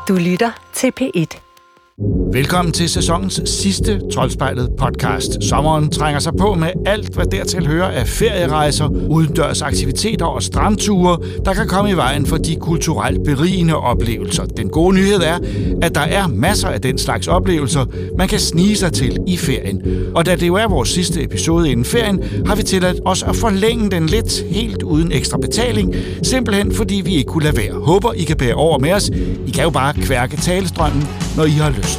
Du lytter til P1. Velkommen til sæsonens sidste Troldspejlet podcast. Sommeren trænger sig på med alt, hvad dertil hører af ferierejser, udendørs aktiviteter og strandture, der kan komme i vejen for de kulturelt berigende oplevelser. Den gode nyhed er, at der er masser af den slags oplevelser, man kan snige sig til i ferien. Og da det jo er vores sidste episode inden ferien, har vi tilladt os at forlænge den lidt helt uden ekstra betaling, simpelthen fordi vi ikke kunne lade være. Håber, I kan bære over med os. I kan jo bare kværke talestrømmen, når I har lyst.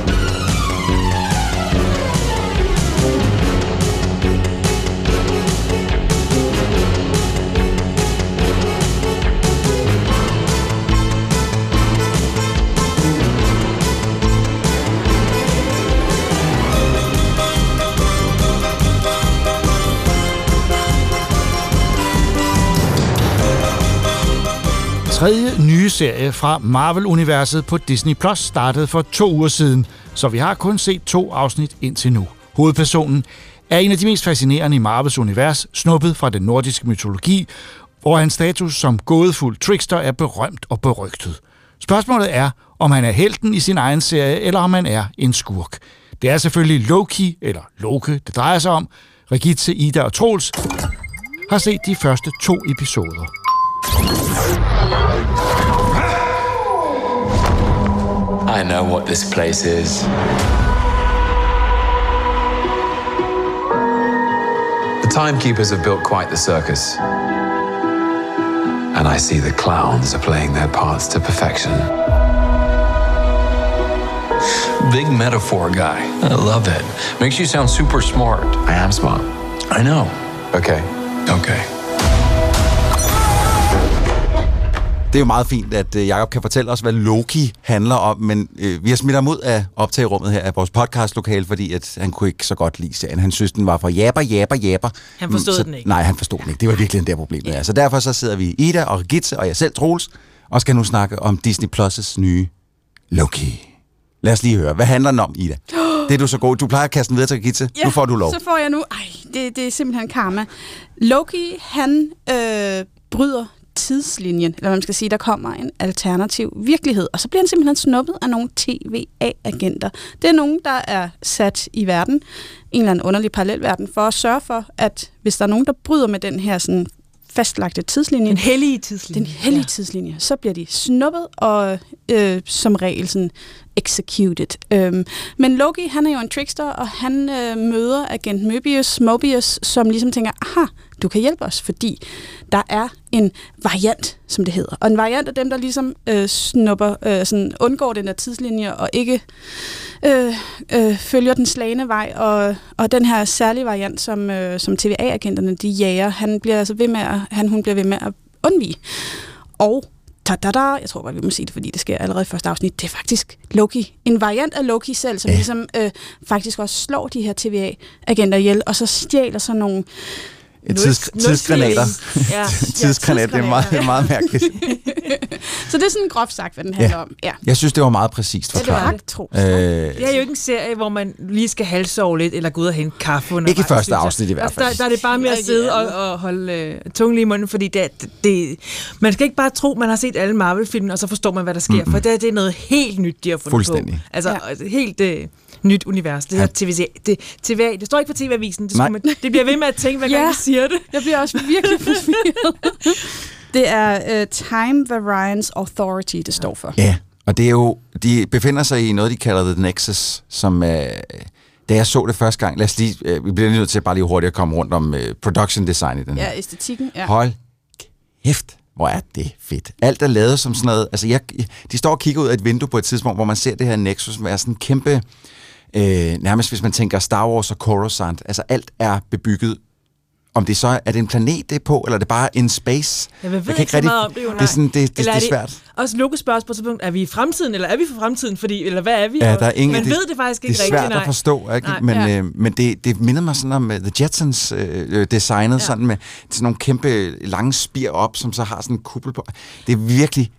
3. nye serie fra Marvel-universet på Disney Plus startede for 2 uger siden, så vi har kun set 2 afsnit indtil nu. Hovedpersonen er en af de mest fascinerende i Marvels univers, snuppet fra den nordiske mytologi, hvor hans status som gådefuld trickster er berømt og berygtet. Spørgsmålet er, om han er helten i sin egen serie, eller om han er en skurk. Det er selvfølgelig Loki, eller Loke, det drejer sig om. Regitze, Ida og Troels har set de første 2 episoder. I know what this place is. The Timekeepers have built quite the circus. And I see the clowns are playing their parts to perfection. Big metaphor guy. I love it. Makes you sound super smart. I am smart. I know. Okay. Det er jo meget fint, at Jacob kan fortælle os, hvad Loki handler om, men vi har smidt ham ud af optagerummet her af vores podcastlokale, fordi at han kunne ikke så godt lide serien. Han synes, den var for jabber. Han forstod den ikke. Nej, han forstod den ikke. Det var virkelig der problemet er. Så derfor så sidder vi Ida og Regitze og jeg selv, Troels, og skal nu snakke om Disney Plus' nye Loki. Lad os lige høre. Hvad handler den om, Ida? Det er du så god. Du plejer at kaste den videre til Regitze. Ja, nu får du lov. Så får jeg nu. Det er simpelthen karma. Loki, han bryder tidslinjen, eller hvad man skal sige, der kommer en alternativ virkelighed, og så bliver han simpelthen snuppet af nogle TVA-agenter. Det er nogen, der er sat i verden, en eller anden underlig parallelverden, for at sørge for, at hvis der er nogen, der bryder med den her sådan fastlagte tidslinje, den hellige tidslinje, så bliver de snuppet og som regel sådan executed. Men Loki, han er jo en trickster, og han møder agent Mobius, som ligesom tænker, aha, du kan hjælpe os, fordi der er en variant, som det hedder. Og en variant af dem, der ligesom undgår den der tidslinje og ikke følger den slagne vej. Og den her særlige variant, som TVA-agenterne, de jager, hun bliver ved med at undvige. Og jeg tror godt, vi må sige det, fordi det sker allerede i første afsnit. Det er faktisk Loki. En variant af Loki selv, som ligesom faktisk også slår de her TVA-agenter ihjel, og så stjæler sådan nogle tidsgranater. Tidsgranat, det er meget, meget mærkeligt. Så det er sådan groft sagt, hvad den handler om. Ja. Jeg synes, det var meget præcist forklaret. Det er jo ikke en serie, hvor man lige skal halvsove lidt, eller gå ud og hente kaffe undervejs. Ikke i første afsnit i hvert fald. Der er det bare med at sidde og holde tungen lige i munden, fordi man skal ikke bare tro, man har set alle Marvel-film, og så forstår man, hvad der sker, for det er noget helt nyt, de har fundet fuldstændig på. Altså helt nyt univers. Det her TVA, det står ikke på TV-avisen. Det bliver ved med at tænke, hver gang de siger det. Jeg bliver også virkelig forvirret. Det er Time Variance Authority, det står for. Ja, og det er jo, de befinder sig i noget, de kalder The Nexus, som da jeg så det første gang, vi bliver nødt til bare lige hurtigt at komme rundt om production design i den her. Ja, æstetikken. Ja. Hold kæft, hvor er det fedt. Alt er lavet som sådan noget, altså de står og kigger ud af et vindue på et tidspunkt, hvor man ser det her Nexus, som er sådan en kæmpe, nærmest hvis man tænker Star Wars og Coruscant, altså alt er bebygget. Om det så er det en planet, det er på, eller er det bare en space? Jeg ved ikke så meget om det, jo. Det er svært. Også Lukas spørgsmål på et tidspunkt, er vi i fremtiden, eller er vi for fremtiden? Eller hvad er vi? Ja, der er ingen, man ved det faktisk ikke rigtigt. Det er svært at forstå, ikke? Men det minder mig sådan om The Jetsons designet, sådan med sådan nogle kæmpe lange spir op, som så har sådan en kuppel på. Det er virkelig,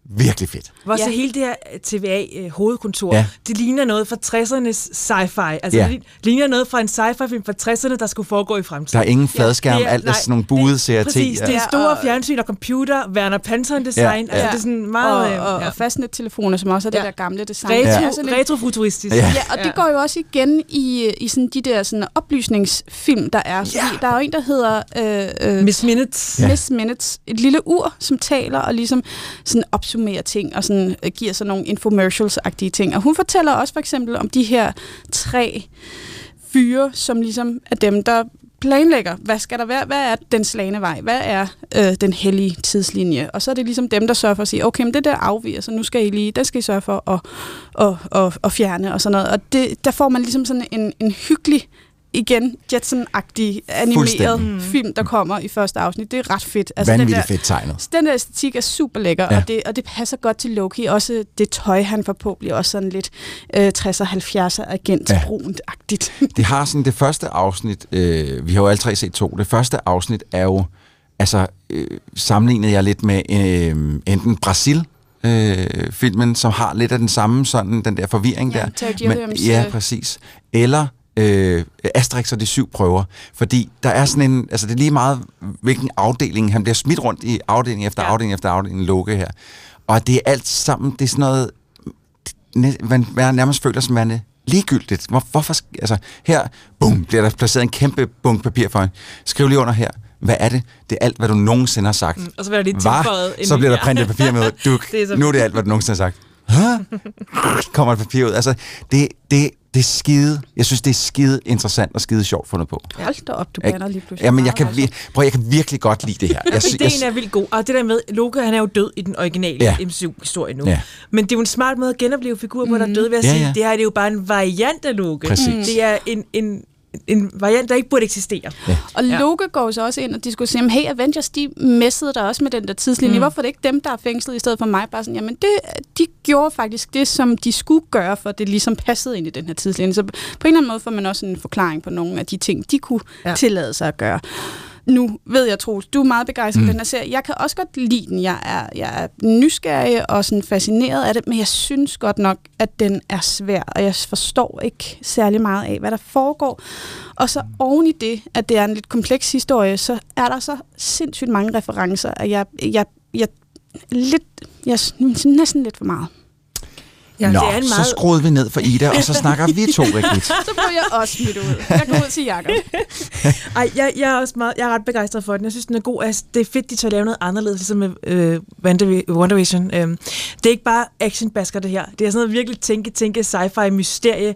virkelig fedt. Hvor så hele det her TVA-hovedkontor, det ligner noget fra 60'ernes sci-fi. Altså, det ligner noget fra en sci-fi-film fra 60'erne, der skulle foregå i fremtiden. Der er ingen fladskærm, alt er sådan nogle buede CRT. Præcis, det er store fjernsyn og computer, Werner Panton-design. Altså, det er sådan meget... Og fastnettelefoner, som også er det der gamle design. Retrofuturistisk. Ja, og det går jo også igen i sådan de der sådan oplysningsfilm, der er. Fordi der er jo en, der hedder... Miss Minutes. Miss Minutes. Et lille ur, som taler og ligesom sådan opsummerer ting, og sådan giver sådan nogle infomercials-agtige ting. Og hun fortæller også for eksempel om de her 3 fyre, som ligesom er dem, der planlægger, hvad skal der være, hvad er den slagne vej, hvad er den hellige tidslinje, og så er det ligesom dem, der sørger for at sige, okay, men det der afviger, så nu skal I lige, der skal I sørge for at fjerne, og sådan noget, og der får man ligesom sådan en hyggelig, igen, Jetson-agtig animeret film, der kommer i første afsnit. Det er ret fedt. Altså, vanvittigt fedt tegnet. Den der æstetik er super lækker, og det passer godt til Loki. Også det tøj, han får på, bliver også sådan lidt 60'er-70'er agentbrunt-agtigt. Det har sådan det første afsnit, vi har jo alle 3 set 2, det første afsnit er jo, altså sammenlignede jeg lidt med enten Brasil, filmen, som har lidt af den samme sådan, den der forvirring der. Ja, præcis. Eller Asterix og de 7 prøver, fordi der er sådan en, altså det er lige meget hvilken afdeling, han bliver smidt rundt i afdeling efter afdeling efter afdeling, Loke her, og det er alt sammen, det er sådan noget, man nærmest føler som værende ligegyldigt. Hvorfor, altså her, bum, bliver der placeret en kæmpe bunke papir for en. Skriv lige under her, hvad er det? Det er alt, hvad du nogensinde har sagt. Og så bliver der lige tilføjet så bliver der printet papir med, nu er det alt, hvad du nogensinde har sagt. Kommer et papir ud. Altså, det er skide. Jeg synes, det er skide interessant og skide sjovt fundet på. Hold da op, du bander lige pludselig. Jamen, jeg kan virkelig godt lide det her. Ideen er vildt god. Og det der med, Loke, han er jo død i den originale MCU-historie nu. Ja. Men det er jo en smart måde at genopleve figurer på, der er døde ved at sige, det her det er jo bare en variant af Loke. Det er en variant, der ikke burde eksistere. Ja. Og Loke går så også ind og diskuterer, hey, Avengers, de messede der også med den der tidslinje. Hvorfor er det ikke dem, der er fængslet i stedet for mig? Bare sådan, jamen, de gjorde faktisk det, som de skulle gøre, for det ligesom passede ind i den her tidslinje. Så på en eller anden måde får man også en forklaring på nogle af de ting, de kunne tillade sig at gøre. Nu ved jeg, Troels, du er meget begejstret for den her serie. Jeg kan også godt lide den. Jeg er nysgerrig og sådan fascineret af det, men jeg synes godt nok, at den er svær, og jeg forstår ikke særlig meget af, hvad der foregår. Og så oven i det, at det er en lidt kompleks historie, så er der så sindssygt mange referencer, at jeg næsten lidt for meget. Ja, det er en meget... så skruede vi ned for Ida, og så snakker vi 2 rigtigt. Så blev jeg også smidt ud. Jeg går ud til Jakob. Ej, jeg er også jeg er ret begejstret for den. Jeg synes, den er god. Altså, det er fedt, de tør lave noget anderledes, ligesom med WandaVision. Det er ikke bare actionbasker, det her. Det er sådan noget virkelig tænke sci-fi, mysterie,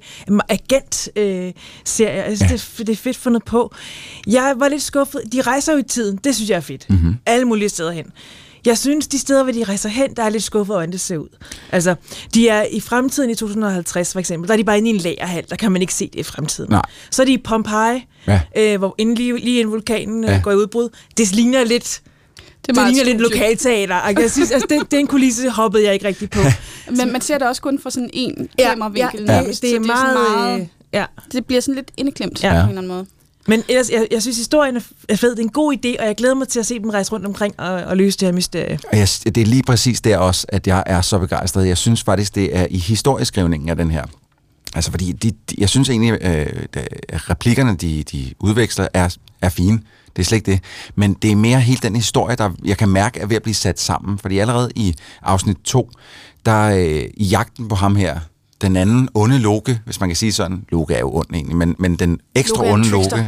agent-serie. Jeg synes, det er fedt fundet på. Jeg var lidt skuffet. De rejser jo i tiden. Det synes jeg er fedt. Alle mulige steder hen. Jeg synes, de steder, hvor de rejser hen, der er lidt skuffet, hvordan det ser ud. Altså, de er i fremtiden i 2050, for eksempel. Der er de bare inde i en lagerhal. Der kan man ikke se det i fremtiden. Nej. Så er de i Pompeji, hvor lige inden vulkanen går i udbrud. Det ligner lidt... Det ligner lidt lokalteater. Jeg synes, altså, det er en kulisse, hoppede jeg ikke rigtig på. Men man ser det også kun fra sådan en kameravinkel. Det er meget... Det bliver sådan lidt indeklemt på en eller anden måde. Men ellers, jeg synes, historien er fed. Det er en god idé, og jeg glæder mig til at se dem rejse rundt omkring og løse det her mysterie. Det er lige præcis der også, at jeg er så begejstret. Jeg synes faktisk, det er i historieskrivningen af den her. Altså, fordi jeg synes egentlig, replikkerne, de udveksler, er fine. Det er slet ikke det. Men det er mere hele den historie, der jeg kan mærke er ved at blive sat sammen. Fordi allerede i afsnit 2, der i jagten på ham her, den anden onde Loke, hvis man kan sige sådan. Loke er jo ond egentlig, men den ekstra onde Loke,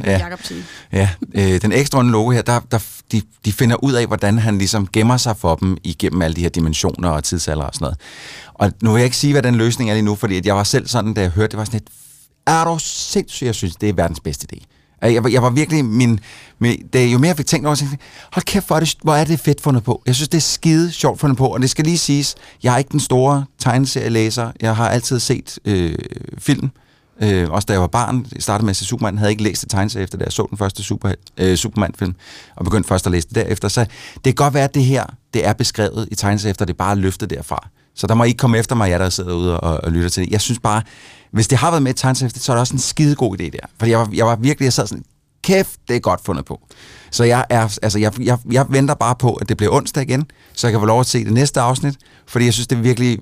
den ekstra onde Loke her, de finder ud af, hvordan han ligesom gemmer sig for dem igennem alle de her dimensioner og tidsalder og sådan noget. Og nu vil jeg ikke sige, hvad den løsning er lige nu, fordi jeg var selv sådan, da jeg hørte det, var sådan et, er du sindssygt, jeg synes, det er verdens bedste idé. Jeg var virkelig jo mere jeg fik tænkt over, så hold kæft, hvor er det fedt fundet på. Jeg synes, det er skide sjovt fundet på, og det skal lige siges, jeg er ikke den store tegneserielæser. Jeg har altid set film. Også da jeg var barn, jeg startede med at se Superman, havde ikke læst det tegneserie efter, da jeg så den første Superman-film, og begyndte først at læse det derefter. Så det kan godt være, at det her, det er beskrevet i tegneserie efter, det er bare løftet derfra. Så der må I ikke komme efter mig, jeg der sidder ude og lytter til det. Jeg synes bare, hvis det har været med et tegneserie, så er det også en skidegod idé der. Fordi jeg sad sådan, kæft, det er godt fundet på. Så jeg venter bare på, at det bliver onsdag igen, så jeg kan få lov at se det næste afsnit, fordi jeg synes, det er virkelig...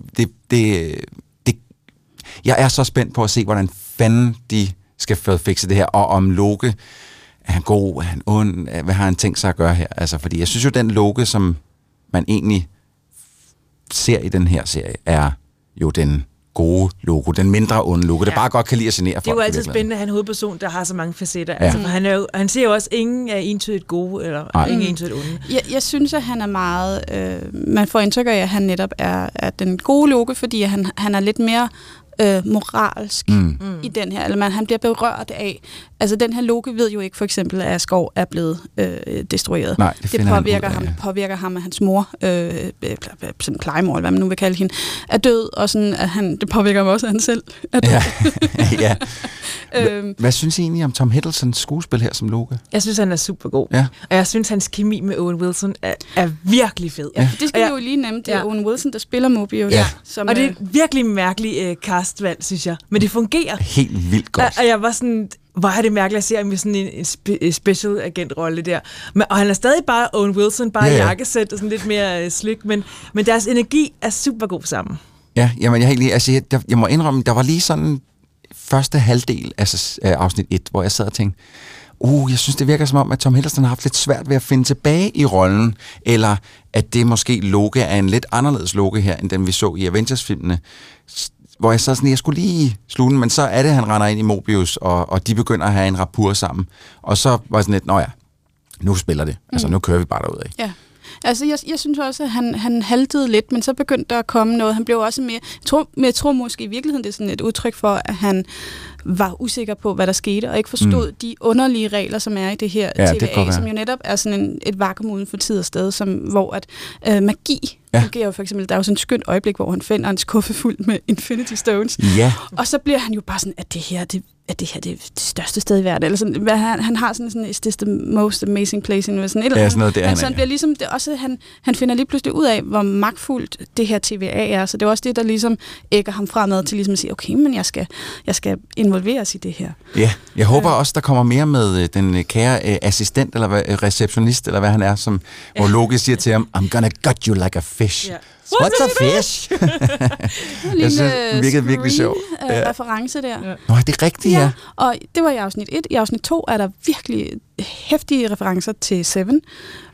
Jeg er så spændt på at se, hvordan fanden de skal fikse det her, og om Loke, er han god, er han ond, hvad har han tænkt sig at gøre her? Altså, fordi jeg synes jo, den Loke, som man egentlig ser i den her serie, er jo den gode Loke, den mindre onde Loke, der bare godt kan lide at genere folk. Det er jo altid spændende at have en hovedperson, der har så mange facetter. Ja. Altså, for han ser jo også ingen er entydigt gode, eller ingen entydigt onde. Jeg synes, at han er meget... man får indtryk af, at han netop er den gode Loke, fordi han er lidt mere... moralsk i den her, eller han bliver berørt af. Altså, den her Loke ved jo ikke, for eksempel, at Skov er blevet destrueret. Nej, det påvirker ham, at hans mor, sådan plejemor, eller hvad man nu vil kalde hende, er død, og sådan, at det påvirker ham også, at han selv er død. Ja. Hvad synes I egentlig om Tom Hiddlestons skuespil her som Loke? Jeg synes, han er super god. Ja. Og jeg synes, hans kemi med Owen Wilson er virkelig fed. Ja, det skal vi jo lige nævne. Det er Owen Wilson, der spiller Mobius. Ja. Og det er et virkelig mærkeligt castvalg, synes jeg. Men det fungerer. Helt vildt godt. Og jeg var sådan... Hvor er det mærkeligt at se ham i sådan en special agent-rolle der. Og han er stadig bare Owen Wilson, bare i jakkesæt og sådan lidt mere slik, men deres energi er super god sammen. Ja, jamen jeg må indrømme, der var lige sådan første halvdel af afsnit 1, hvor jeg sad og tænkte, jeg synes, det virker som om, at Tom Hiddleston har haft lidt svært ved at finde tilbage i rollen, eller at det måske Loke er en lidt anderledes Loke her, end den vi så i Avengers-filmene. Hvor jeg så sådan, jeg skulle lige slutte, men så er det, han render ind i Mobius, og de begynder at have en rapport sammen. Og så var jeg sådan lidt, nu spiller det. Altså, nu kører vi bare derudad. Ja. Altså, jeg synes også, at han haltede lidt, men så begyndte der at komme noget. Han blev også mere... Jeg tror måske i virkeligheden, det er sådan et udtryk for, at han var usikker på, hvad der skete, og ikke forstod de underlige regler, som er i det her TVA, som jo netop er sådan et vakuum uden for tid og sted, hvor at magi fungerer jo for eksempel. Der er jo sådan et skønt øjeblik, hvor han finder en skuffe fuld med Infinity Stones. Ja. Og så bliver han jo bare sådan, at det her er det største sted i verden. Eller sådan, han har sådan, is this the most amazing place in sådan et eller andet. Sådan noget, det er han bliver ligesom, det også, han finder lige pludselig ud af, hvor magtfuldt det her TVA er. Så det er også det, der ligesom ægger ham fremad til ligesom at sige, okay, men jeg skal involveres i det her. Ja, jeg håber også, der kommer mere med den kære assistent, eller receptionist, eller hvad han er, hvor Loke siger til ham, I'm gonna gut you like a fish. Yeah. What's a fish? Jeg synes, det virkede virkelig sjovt. Reference der. Ja. Nå, er det rigtigt, ja? Og det var i afsnit 1. I afsnit 2 er der virkelig heftige referencer til Seven.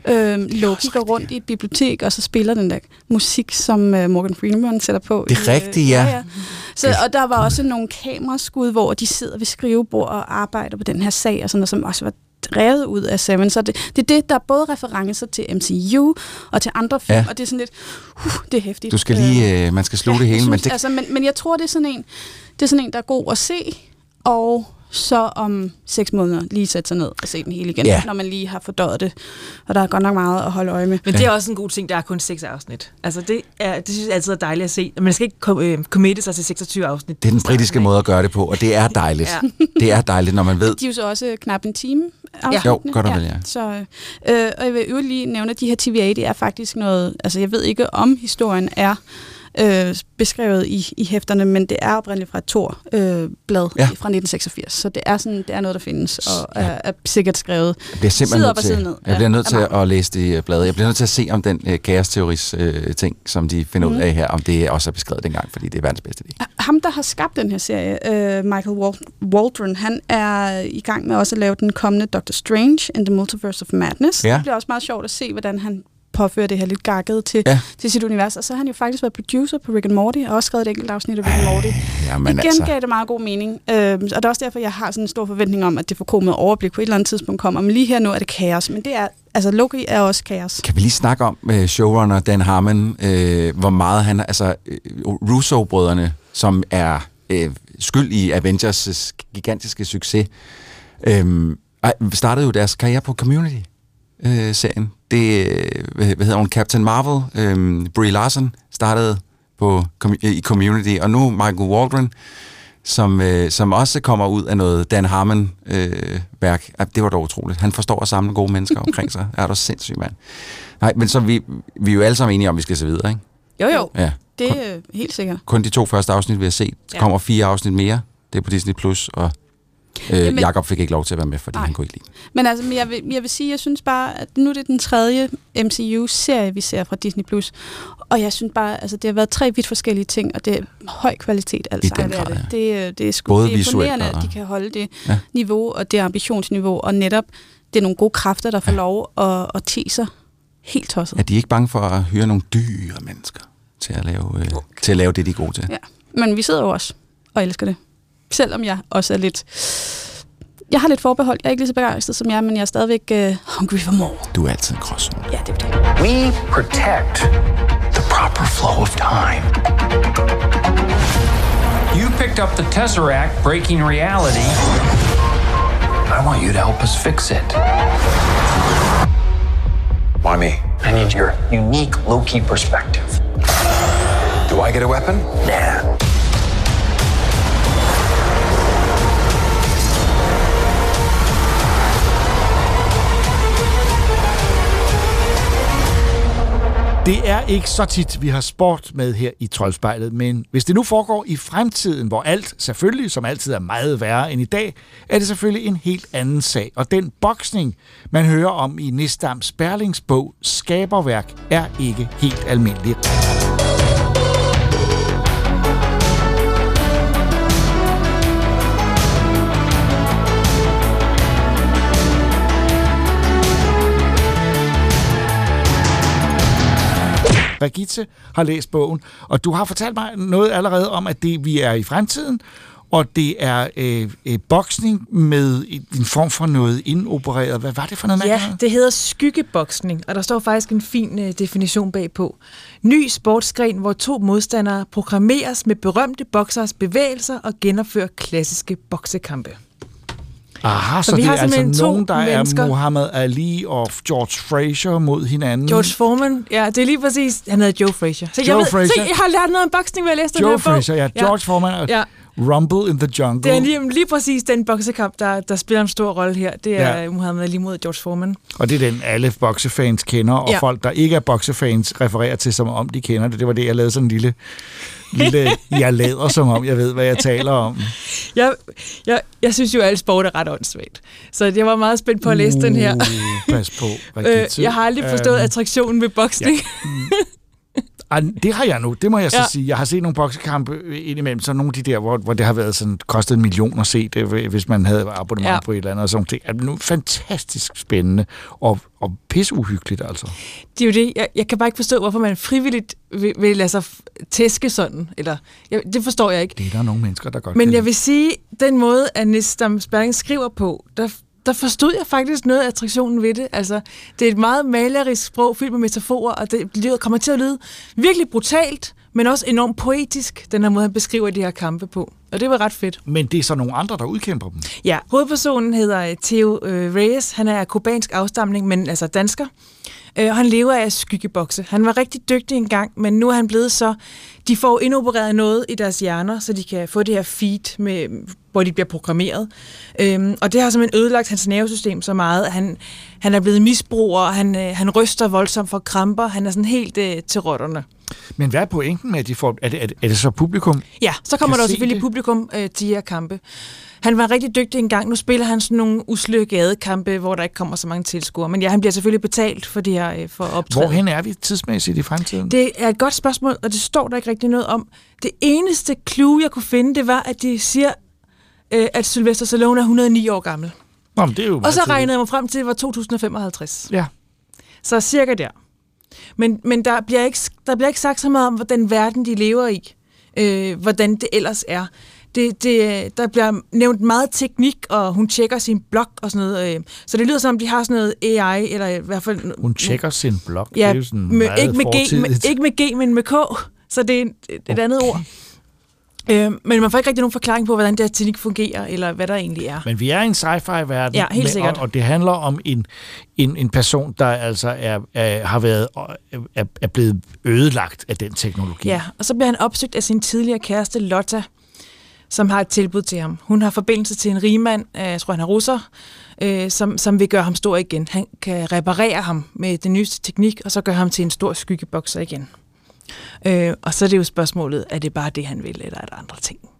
Loki går rundt i et bibliotek, og så spiller den der musik, som Morgan Freeman sætter på. Det er rigtigt, ja. Så, og der var også nogle kameraskud, hvor de sidder ved skrivebord og arbejder på den her sag, og sådan noget, som også var drevet ud af Seven. Så det der er både referencer til MCU og til andre film, og det er sådan lidt, det er hæftigt. Du skal lige, man skal sluge det hele. Synes, men jeg tror, det er sådan en, der er god at se, og så om 6 måneder lige sætte sig ned og se den hele igen, når man lige har fordøjet det. Og der er godt nok meget at holde øje med. Men det er også en god ting, der er kun 6 afsnit. Altså det synes jeg altid er dejligt at se. Man skal ikke committe sig til 26 afsnit. Det er den britiske måde at gøre det på, og det er dejligt. Ja. Det er dejligt, når man ved. De er jo så også knap en time. Jo, godt og vel, ja. Så, og jeg vil jo lige nævne, at de her TVA, det er faktisk noget, altså jeg ved ikke om historien er beskrevet i hæfterne, men det er oprindeligt fra et Thor-blad fra 1986. Så det er sådan, det er noget, der findes, og er sikkert skrevet side op og side ned. Jeg bliver nødt til at læse det i bladet. Jeg bliver nødt til at se om den kaos-teoris-ting, som de finder ud af her, om det også er beskrevet dengang, fordi det er verdens bedste idé. Ham, der har skabt den her serie, Michael Waldron, han er i gang med også at lave den kommende Doctor Strange in the Multiverse of Madness. Det bliver også meget sjovt at se, hvordan han påføre det her lidt gakkede til sit univers. Og så har han jo faktisk været producer på Rick and Morty, og også skrevet et enkelt afsnit af Rick and Morty. Igen gav det meget god mening. Og det er også derfor, jeg har sådan en stor forventning om, at det forkromede overblik på et eller andet tidspunkt kommer. Men lige her nu er det kaos. Men det er, altså Loki er også kaos. Kan vi lige snakke om showrunner Dan Harmon, hvor meget han, altså Russo-brødrene, som er skyld i Avengers' gigantiske succes, startede jo deres karriere på Community-serien. Det, hvad hedder hun, Captain Marvel, Brie Larson startede i Community, og nu Michael Waldron, som også kommer ud af noget Dan Harmon-værk. Det var dog utroligt. Han forstår at samle gode mennesker omkring sig. Er du sindssyg, mand? Nej, men så vi er jo alle sammen enige om, at vi skal se videre, ikke? Jo. Ja. Det er helt sikkert. Kun de 2 første afsnit, vi har set. Der kommer 4 afsnit mere. Det er på Disney+, og Jakob fik ikke lov til at være med, fordi han kunne ikke lide. Men altså, jeg vil sige, jeg synes bare, at nu er det den tredje MCU-serie, vi ser fra Disney+. Og jeg synes bare, altså det har været 3 vidt forskellige ting, og det er høj kvalitet altså. I den grad, det er sgu både det er visuelt imponerende, at de kan holde det niveau og det ambitionsniveau, og netop det er nogle gode kræfter, der får lov at tige sig helt tosset. Er de ikke bange for at hyre nogle dyre mennesker til at lave det, de er gode til? Ja, men vi sidder jo også og elsker det. Selvom jeg også er lidt... Jeg har lidt forbehold. Jeg er ikke lige så begejstret som jer, men jeg er stadigvæk hungry for more. Du er altid en gråzone. Ja, det er det. We protect the proper flow of time. You picked up the Tesseract, breaking reality. I want you to help us fix it. Why me? I need your unique Loki perspective. Do I get a weapon? Nah. Det er ikke så tit, vi har sport med her i Troldspejlet, men hvis det nu foregår i fremtiden, hvor alt selvfølgelig, som altid er meget værre end i dag, er det selvfølgelig en helt anden sag. Og den boksning, man hører om i Nistam Sperlings bog Skaberværk, er ikke helt almindelig. Brigitte har læst bogen, og du har fortalt mig noget allerede om, at vi er i fremtiden, og det er boksning med en form for noget indopereret. Hvad var det for noget? Ja, det hedder skyggeboksning, og der står faktisk en fin definition bagpå. Ny sportsgren, hvor 2 modstandere programmeres med berømte boksers bevægelser og genopfører klassiske boksekampe. Aha, så det er altså nogen, der mennesker. Er Muhammad Ali og George Frazier mod hinanden. George Foreman, ja, det er lige præcis. Han hedder Joe Frazier. Så jeg har lært noget om boksning ved at læse den her bog. Joe Frazier, ja. George Foreman og Rumble in the Jungle. Det er lige præcis den boksekamp, der spiller en stor rolle her. Det er Muhammad Ali mod George Foreman. Og det er den, alle boksefans kender, og folk, der ikke er boksefans, refererer til, som om de kender det. Det var det, jeg lavede sådan en lille jeg lader som om, jeg ved, hvad jeg taler om. Jeg synes jo, at al sport er ret åndssvagt. Så jeg var meget spændt på at læse den her. Pas på, jeg har aldrig forstået attraktionen ved boksning. Ja. Det har jeg nu, det må jeg så sige. Jeg har set nogle boksekampe indimellem, så nogle af de der, hvor det har været sådan, kostet 1 million at se det, hvis man havde abonnement på et eller andet, og sådan ting. Det er nu fantastisk spændende og pisseuhyggeligt, altså. Det er jo det. Jeg kan bare ikke forstå, hvorfor man frivilligt vil lade sig tæske sådan. Eller, det forstår jeg ikke. Det er der nogle mennesker, der godt Men kan. jeg vil sige, den måde, at Nistam Sperling skriver på, der forstod jeg faktisk noget af attraktionen ved det. Altså, det er et meget malerisk sprog, fyldt med metaforer, og det kommer til at lyde virkelig brutalt, men også enormt poetisk, den her måde, han beskriver de her kampe på. Og det var ret fedt. Men det er så nogle andre, der udkæmper dem? Ja, hovedpersonen hedder Theo Reyes. Han er af kubansk afstamning, men altså dansker. Og han lever af skyggebokse. Han var rigtig dygtig engang, men nu er han blevet så... De får indopereret noget i deres hjerner, så de kan få det her feed, hvor de bliver programmeret. Og det har simpelthen ødelagt hans nervesystem så meget, at han er blevet misbruger, og han ryster voldsomt for kramper. Han er sådan helt til rotterne. Men hvad er pointen med, at de får... Er det så publikum? Ja, så kommer der selvfølgelig publikum til de her kampe. Han var rigtig dygtig engang. Nu spiller han sådan nogle usle gadekampe, hvor der ikke kommer så mange tilskuere. Men ja, han bliver selvfølgelig betalt for det her for optræden. Hvorhen er vi tidsmæssigt i fremtiden? Det er et godt spørgsmål, og det står der ikke rigtig noget om. Det eneste clue, jeg kunne finde, det var, at de siger, at Sylvester Stallone er 109 år gammel. Nå, men det er jo og så regnede jeg mig frem til, at det var 2055. Ja. Så cirka der. Men der bliver ikke sagt så meget om, hvordan verden de lever i. Hvordan det ellers er. Der bliver nævnt meget teknik, og hun tjekker sin blog og sådan noget. Så det lyder som, om de har sådan noget AI, eller i hvert fald... Hun tjekker sin blog? Ja, det er jo sådan meget ikke med G, men med K. Så det er et andet ord. Men man får ikke rigtig nogen forklaring på, hvordan det her teknik fungerer, eller hvad der egentlig er. Men vi er i en sci-fi-verden, ja, helt sikkert. Og det handler om en person, der altså er blevet ødelagt af den teknologi. Ja, og så bliver han opsøgt af sin tidligere kæreste, Lotta, som har et tilbud til ham. Hun har forbindelse til en rigmand, jeg tror han er russer, som vil gøre ham stor igen. Han kan reparere ham med den nyeste teknik, og så gøre ham til en stor skyggebokser igen. Og så er det jo spørgsmålet, er det bare det, han vil, eller er der andre ting?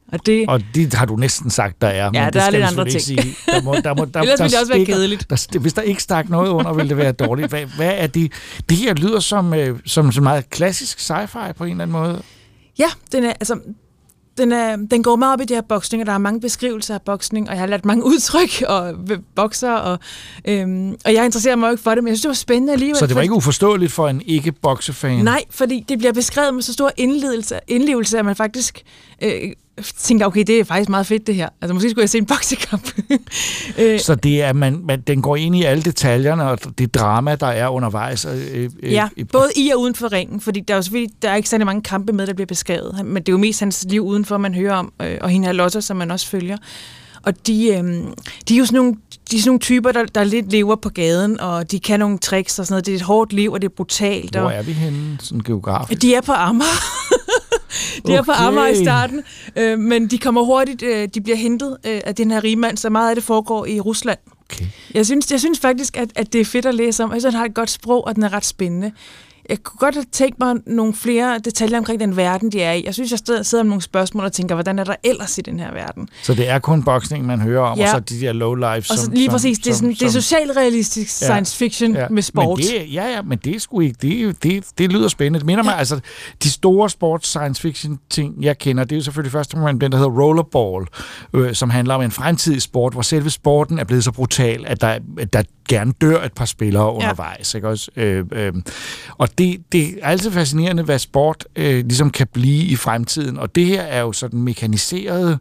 Og det har du næsten sagt, der er. Ja, men der det er skal lidt vi andre ting. Sige. Ellers ville det også være kedeligt. Hvis der ikke stak noget under, ville det være dårligt. Hvad er det? Det her lyder som så meget klassisk sci-fi på en eller anden måde. Ja, den går meget op i det her boksning, og der er mange beskrivelser af boksning, og jeg har lært mange udtryk og bokser, og jeg interesserer mig jo ikke for det, men jeg synes, det var spændende alligevel. Så det var ikke uforståeligt for en ikke-boksefan? Nej, fordi det bliver beskrevet med så stor indlevelse, at man faktisk tænker, okay, det er faktisk meget fedt det her. Altså måske skulle jeg se en boksekamp. Så det er, den går ind i alle detaljerne, og det drama, der er undervejs. Ja, både i og uden for ringen, fordi der er jo selvfølgelig, der er ikke særlig mange kampe med, der bliver beskrevet. Men det er jo mest hans liv udenfor, man hører om, og hende her Lotte, som man også følger. Og de er jo sådan nogle typer, der lidt lever på gaden, og de kan nogle tricks og sådan noget. Det er et hårdt liv, og det er brutalt. Hvor er vi henne, sådan geografisk? De er på Amager. De er på Amager i starten, men de kommer hurtigt, de bliver hentet af den her rigmand, så meget af det foregår i Rusland. Okay. Jeg synes faktisk, at det er fedt at læse om. Jeg synes, han har et godt sprog, og den er ret spændende. Jeg kunne godt have tænkt mig nogle flere detaljer omkring den verden, de er i. Jeg synes, jeg sidder med nogle spørgsmål og tænker, hvordan er der ellers i den her verden? Så det er kun boksning, man hører om, og så de der low life. Og så lige præcis, det er socialrealistisk science fiction med sport. Men det er sgu ikke, det lyder spændende. Det minder mig, altså, de store sports science fiction ting, jeg kender, det er jo selvfølgelig først og fremmest den, der hedder Rollerball, som handler om en fremtidig sport, hvor selve sporten er blevet så brutal, at der gerne dør et par spillere undervejs. Ikke også? Og det er altid fascinerende, hvad sport ligesom kan blive i fremtiden. Og det her er jo sådan mekaniseret,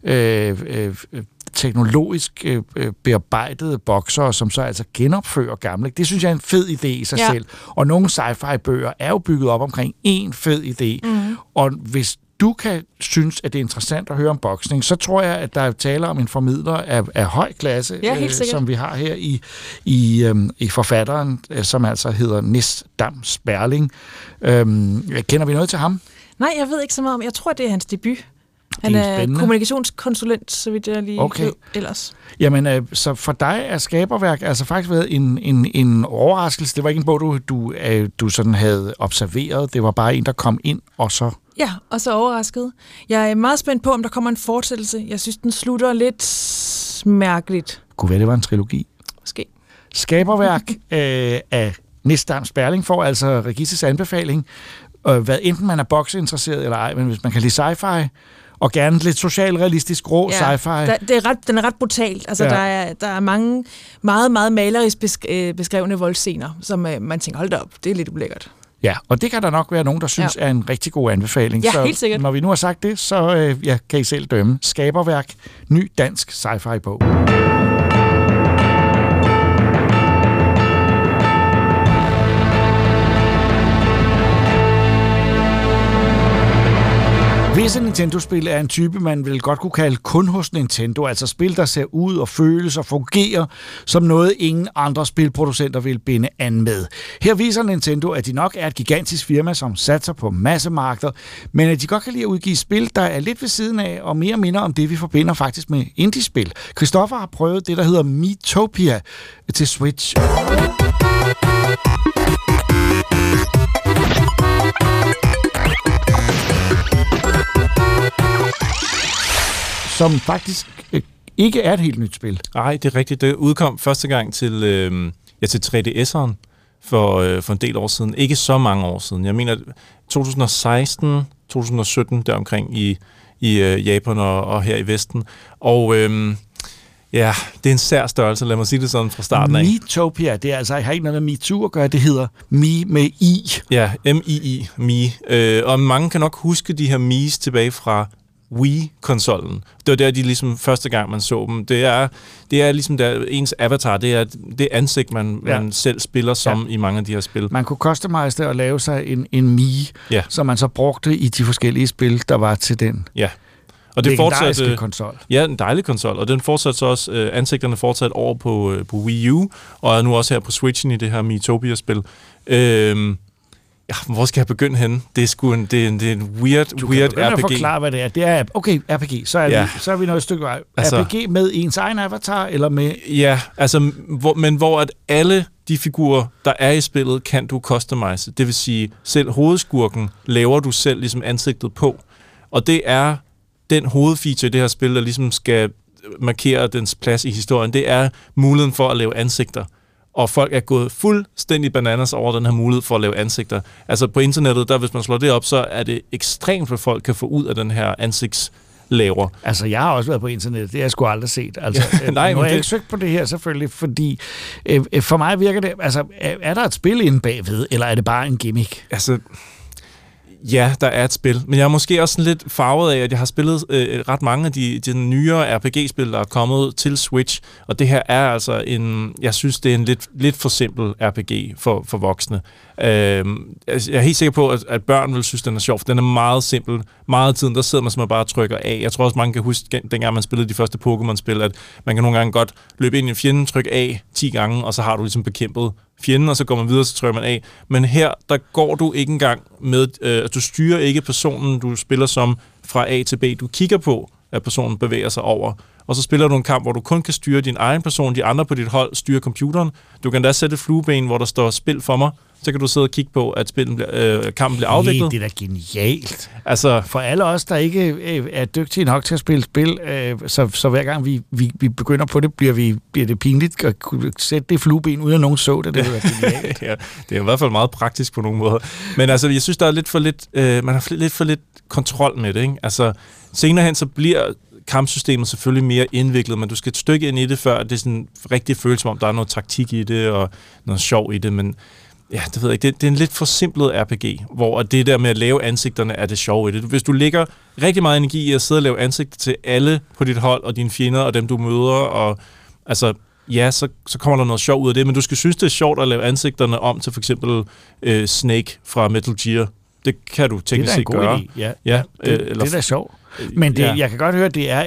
teknologisk bearbejdede boksere, som så altså genopfører gamle. Det synes jeg er en fed idé i sig selv. Og nogle sci-fi-bøger er jo bygget op omkring en fed idé. Mm. Og hvis du kan synes, at det er interessant at høre om boksning, så tror jeg, at der er tale om en formidler af høj klasse, som vi har her i forfatteren, som altså hedder Nis Dam Sperling. Kender vi noget til ham? Nej, jeg ved ikke så meget om. Jeg tror, det er hans debut. Han er kommunikationskonsulent, så vidt jeg lige ved ellers. Jamen, så for dig er Skaberværk altså faktisk været en overraskelse. Det var ikke en bog, du sådan havde observeret. Det var bare en, der kom ind, og så... Ja, og så overrasket. Jeg er meget spændt på, om der kommer en fortsættelse. Jeg synes, den slutter lidt mærkeligt. Kunne være, det var en trilogi? Måske. Skaberværk af Nis Dam Sperling får altså Regisses anbefaling. Hvad enten man er bokseinteresseret eller ej, men hvis man kan lide sci-fi, og gerne lidt socialrealistisk rå sci-fi. Den er ret brutalt. Altså, der er mange meget, meget malerisk beskrevne voldscener, som man tænker, hold da op, det er lidt ulækkert. Ja, og det kan der nok være nogen, der synes er en rigtig god anbefaling. Ja, så helt sikkert. Når vi nu har sagt det, så kan I selv dømme. Skaberværk, ny dansk sci-fi-bog. Visse Nintendo-spil er en type, man vil godt kunne kalde kun hos Nintendo, altså spil, der ser ud og føles og fungerer som noget, ingen andre spilproducenter vil binde an med. Her viser Nintendo, at de nok er et gigantisk firma, som satser på massemarkeder, men at de godt kan lide at udgive spil, der er lidt ved siden af og mere minder om det, vi forbinder faktisk med indie-spil. Christoffer har prøvet det, der hedder Miitopia til Switch. Som faktisk ikke er et helt nyt spil. Nej, det er rigtigt. Det udkom første gang til 3DS'eren for en del år siden. Ikke så mange år siden. Jeg mener 2016, 2017 deromkring i Japan og her i Vesten. Og ja, det er en sær størrelse, lad mig sige det sådan fra starten af. Miitopia, det er altså, jeg har ikke noget med MeToo at gøre, det hedder Mi med I. Ja, M-I-I, Mi. Og mange kan nok huske de her Mi's tilbage fra Wii-konsollen. Det var der, de ligesom første gang, man så dem. Det er ligesom der, ens avatar, det er det ansigt, man selv spiller som i mange af de her spil. Man kunne customize det og lave sig en Mii, som man så brugte i de forskellige spil, der var til den. Ja. Og det fortsatte konsol. Ja, en dejlig konsol. Og den fortsatte så også, ansigterne fortsatte over på Wii U, og er nu også her på Switchen i det her Miitopia-spil. Hvor skal jeg begynde henne? Det er sgu en weird RPG. At forklare, hvad det er. Det er RPG. Så er vi nået et stykke vej. Altså, RPG med ens egen avatar, eller med... Ja, altså, hvor at alle de figurer, der er i spillet, kan du customize. Det vil sige, selv hovedskurken laver du selv ligesom ansigtet på. Og det er den hovedfeature i det her spil, der ligesom skal markere dens plads i historien, det er muligheden for at lave ansigter. Og folk er gået fuldstændig bananas over den her mulighed for at lave ansigter. Altså på internettet, der hvis man slår det op, så er det ekstremt, hvad folk kan få ud af den her ansigtslaver. Altså, jeg har også været på internettet. Det har jeg sgu aldrig set. Altså, Nej, nu har jeg ikke søgt på det her, selvfølgelig, fordi for mig virker det... Altså, er der et spil inde bagved, eller er det bare en gimmick? Altså... Ja, der er et spil, men jeg er måske også sådan lidt farvet af, at jeg har spillet ret mange af de nyere RPG-spil, der er kommet til Switch, og det her er altså jeg synes, det er en lidt for simpel RPG for voksne. Jeg er helt sikker på, at børn vil synes, den er sjov, for den er meget simpel. Meget af tiden, der sidder man simpelthen bare og trykker af. Jeg tror også, mange kan huske, dengang man spillede de første Pokémon-spil, at man kan nogle gange godt løbe ind i en fjende, trykke af 10 gange, og så har du ligesom bekæmpet fjenden, og så går man videre, så trykker man af. Men her, der går du ikke engang med, du styrer ikke personen, du spiller som fra A til B. Du kigger på, at personen bevæger sig over. Og så spiller du en kamp, hvor du kun kan styre din egen person, de andre på dit hold styrer computeren. Du kan da sætte et flueben, hvor der står spil for mig. Så kan du sidde og kigge på, at kampen bliver afviklet. Det er da genialt. Altså, for alle os, der ikke er dygtige nok til at spille spil, så hver gang vi begynder på det, bliver det pinligt at kunne sætte det flueben, uden at nogen så det. Det er genialt. Ja, det er i hvert fald meget praktisk på nogle måder. Men altså, jeg synes, der er lidt for lidt, man har lidt for lidt kontrol med det, ikke? Altså, senere hen, så bliver kampsystemet selvfølgelig mere indviklet, men du skal et stykke ind i det, før det er sådan rigtig følelse om, der er noget taktik i det, og noget sjov i det, men ja, det ved jeg ikke. Det er en lidt forsimplet RPG, hvor det der med at lave ansigterne er det sjove i det. Hvis du lægger rigtig meget energi i at sidde og lave ansigter til alle på dit hold, og dine fjender, og dem du møder, og altså, ja, så kommer der noget sjov ud af det, men du skal synes, det er sjovt at lave ansigterne om til for eksempel Snake fra Metal Gear. Det kan du teknisk set gøre. Idé. Ja, det er da sjovt. Men jeg kan godt høre, at det er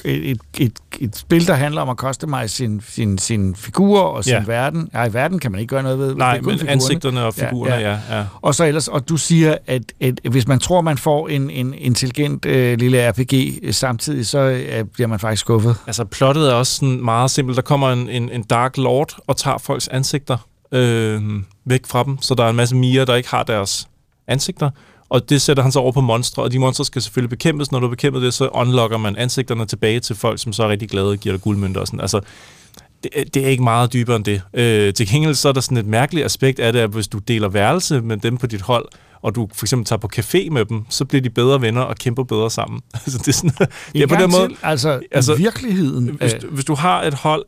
et spil, der handler om at customize sin figur og sin verden. Ja, i verden kan man ikke gøre noget ved. Nej, men ansigterne og figurerne, ja. Og så ellers, og du siger, at hvis man tror, man får en intelligent lille RPG samtidig, så bliver man faktisk skuffet. Altså, plottet er også sådan meget simpelt. Der kommer en Dark Lord og tager folks ansigter væk fra dem, så der er en masse mirer, der ikke har deres ansigter. Og det sætter han så over på monstre, og de monstre skal selvfølgelig bekæmpes. Når du bekæmper det, så unlocker man ansigterne tilbage til folk, som så er rigtig glade og giver dig guldmønter og sådan. Altså, det er ikke meget dybere end det. Til gengæld så er der sådan et mærkeligt aspekt af det, at hvis du deler værelse med dem på dit hold, og du for eksempel tager på café med dem, så bliver de bedre venner og kæmper bedre sammen. Altså, det er sådan, ja, på den måde, altså virkeligheden. Hvis du har et hold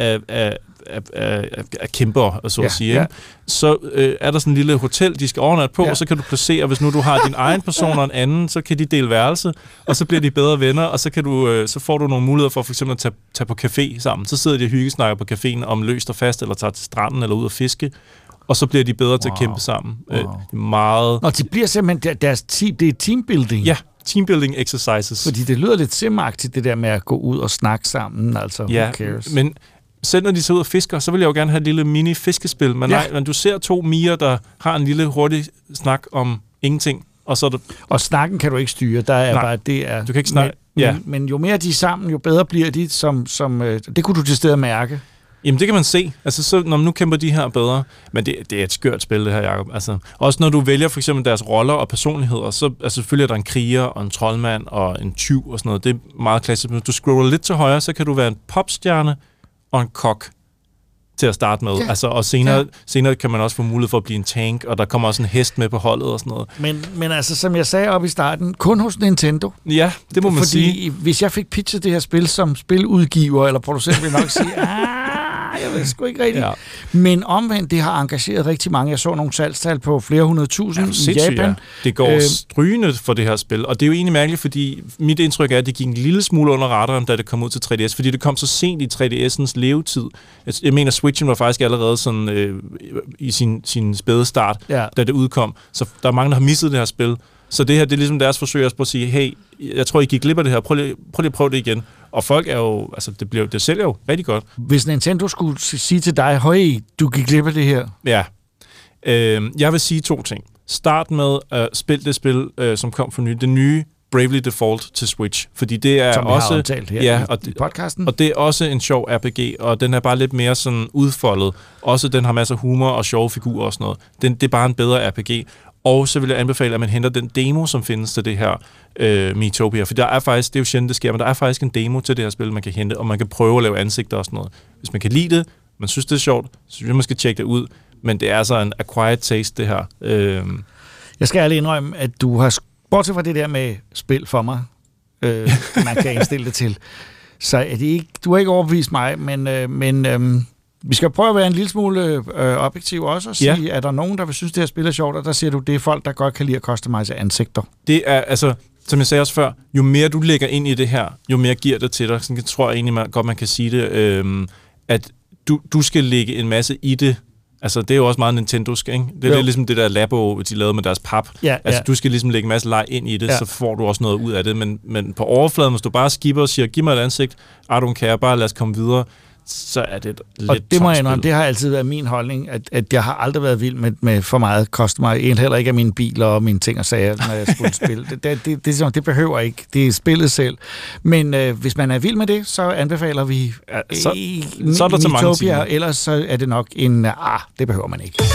af kæmper, så at sige, så er der sådan en lille hotel, de skal overnatte på, og så kan du placere, hvis nu du har din egen person og en anden, så kan de dele værelse, og så bliver de bedre venner, og så kan du, så får du nogle muligheder for eksempel at tage på café sammen. Så sidder de og hyggesnakker på caféen om løst og fast, eller tager til stranden, eller ud og fiske, og så bliver de bedre til at kæmpe sammen. Det er meget... Og de bliver simpelthen det er teambuilding. Ja, teambuilding exercises. Fordi det lyder lidt simagtigt, det der med at gå ud og snakke sammen, altså who cares? Men selv når de så ud og fisker, så vil jeg jo gerne have et lille mini-fiskespil. Men nej, men du ser 2 mirer, der har en lille hurtig snak om ingenting. Og, så er det... og snakken kan du ikke styre. Der er bare, det er... Du kan ikke snakke. Men jo mere de er sammen, jo bedre bliver de, som det kunne du til stedet mærke. Jamen, det kan man se. Altså, så, når man nu kæmper de her bedre. Men det er et skørt spil, det her, Jacob. Altså, også når du vælger for eksempel deres roller og personligheder, så altså, selvfølgelig er der en kriger og en troldmand og en tyv og sådan noget. Det er meget klassisk. Hvis du scroller lidt til højre, så kan du være en popstjerne og en kok til at starte med. Ja. Altså, og senere kan man også få mulighed for at blive en tank, og der kommer også en hest med på holdet og sådan noget. Men altså, som jeg sagde op i starten, kun hos Nintendo. Ja, det må man sige. Fordi hvis jeg fik pitchet det her spil som spiludgiver eller producent, vil jeg nok sige, jeg ved sgu ikke rigtigt. Ja. Men omvendt, det har engageret rigtig mange. Jeg så nogle salgstal på flere 100.000 i Japan. Ja. Det går strygende for det her spil, og det er jo egentlig mærkeligt, fordi mit indtryk er, at det gik en lille smule under radaren, da det kom ud til 3DS, fordi det kom så sent i 3DS'ens levetid. Jeg mener, Switchen var faktisk allerede sådan i sin spæde start, da det udkom. Så der er mange, der har misset det her spil. Så det her, det er ligesom deres forsøg at sige, hey, jeg tror, I gik glip af det her. Prøv lige at prøve det igen. Og folk er jo, altså det sælger jo rigtig godt. Hvis Nintendo skulle sige til dig, høj, du gik glip af det her. Ja. Jeg vil sige 2 ting. Start med at spille det spil, som kom for det nye Bravely Default til Switch, fordi det er som også... Som vi har omtalt her i podcasten. Og det er også en sjov RPG, og den er bare lidt mere sådan udfoldet. Også den har masser af humor og sjove figurer og sådan noget. Det er bare en bedre RPG. Og så vil jeg anbefale, at man henter den demo, som findes til det her Miitopia. For der er faktisk, det er jo sjældent, det sker, men der er faktisk en demo til det her spil, man kan hente, og man kan prøve at lave ansigter og sådan noget. Hvis man kan lide det, man synes, det er sjovt, så synes jeg, man skal tjekke det ud. Men det er altså en acquired taste, det her. Jeg skal ærligt indrømme, at du har, bortset fra det der med spil for mig, man kan indstille det til, så er det ikke, du har ikke overbevist mig, men vi skal prøve at være en lille smule objektiv også, og sige, er der nogen, der vil synes, det her spil er sjovt, og der siger du, det er folk, der godt kan lide at customize ansigter. Det er, altså, som jeg sagde også før, jo mere du lægger ind i det her, jo mere giver det til dig. Sådan tror jeg egentlig godt, man kan sige det, at du skal lægge en masse i det. Altså, det er jo også meget Nintendosk, ikke? Det er ligesom det der Labo, de lavede med deres pap. Ja, altså, du skal ligesom lægge en masse leg ind i det, så får du også noget ud af det. Men på overfladen, hvis du bare skipper og siger, giv mig et ansigt, I don't care, bare lad os komme videre, så er det lidt. Og det må jeg indrømme, det har altid været min holdning, at jeg har aldrig været vild med for meget customer, heller ikke af mine biler og mine ting og sager, når jeg skulle spille. Det behøver ikke. Det er spillet selv. Men hvis man er vild med det, så anbefaler vi så er der Miitopia, ellers så er det nok en det behøver man ikke.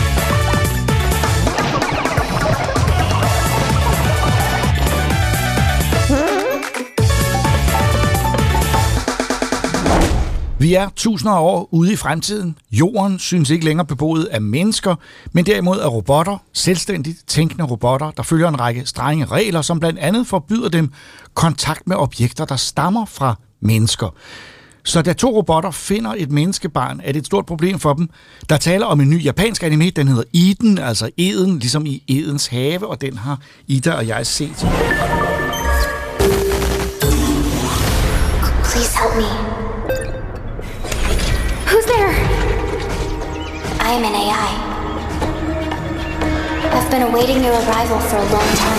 Vi er tusinder af år ude i fremtiden. Jorden synes ikke længere beboet af mennesker, men derimod af robotter, selvstændigt tænkende robotter, der følger en række strenge regler, som blandt andet forbyder dem kontakt med objekter, der stammer fra mennesker. Så da 2 robotter finder et menneskebarn, er det et stort problem for dem. Der taler om en ny japansk anime, den hedder Eden, altså Eden, ligesom i Edens have, og den har Ida og jeg set. Please help me. Who's there? I am an AI. I've been awaiting your arrival for a long time.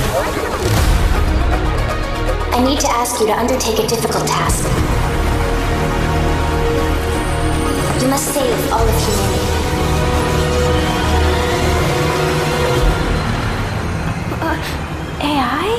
I need to ask you to undertake a difficult task. You must save all of humanity. AI?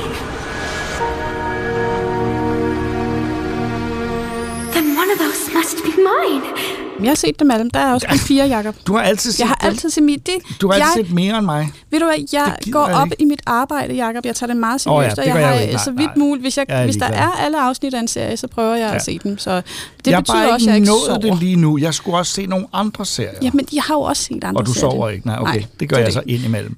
Then one of those must be mine. Jeg har set dem alle. Der er også kun 4, Jacob. Du har altid set Jeg har altid set mit. Du har altid set mere end mig. Ved du hvad, jeg går op i mit arbejde, Jacob. Jeg tager det meget seriøst, og jeg har så vidt muligt. Hvis der er alle afsnit af en serie, så prøver jeg at se dem. Så det betyder også, at jeg ikke sover. Jeg har bare ikke nået det lige nu. Jeg skulle også se nogle andre serier. Jamen, jeg har jo også set andre serier. Og du sover ikke? Nej, okay. Det gør jeg så indimellem.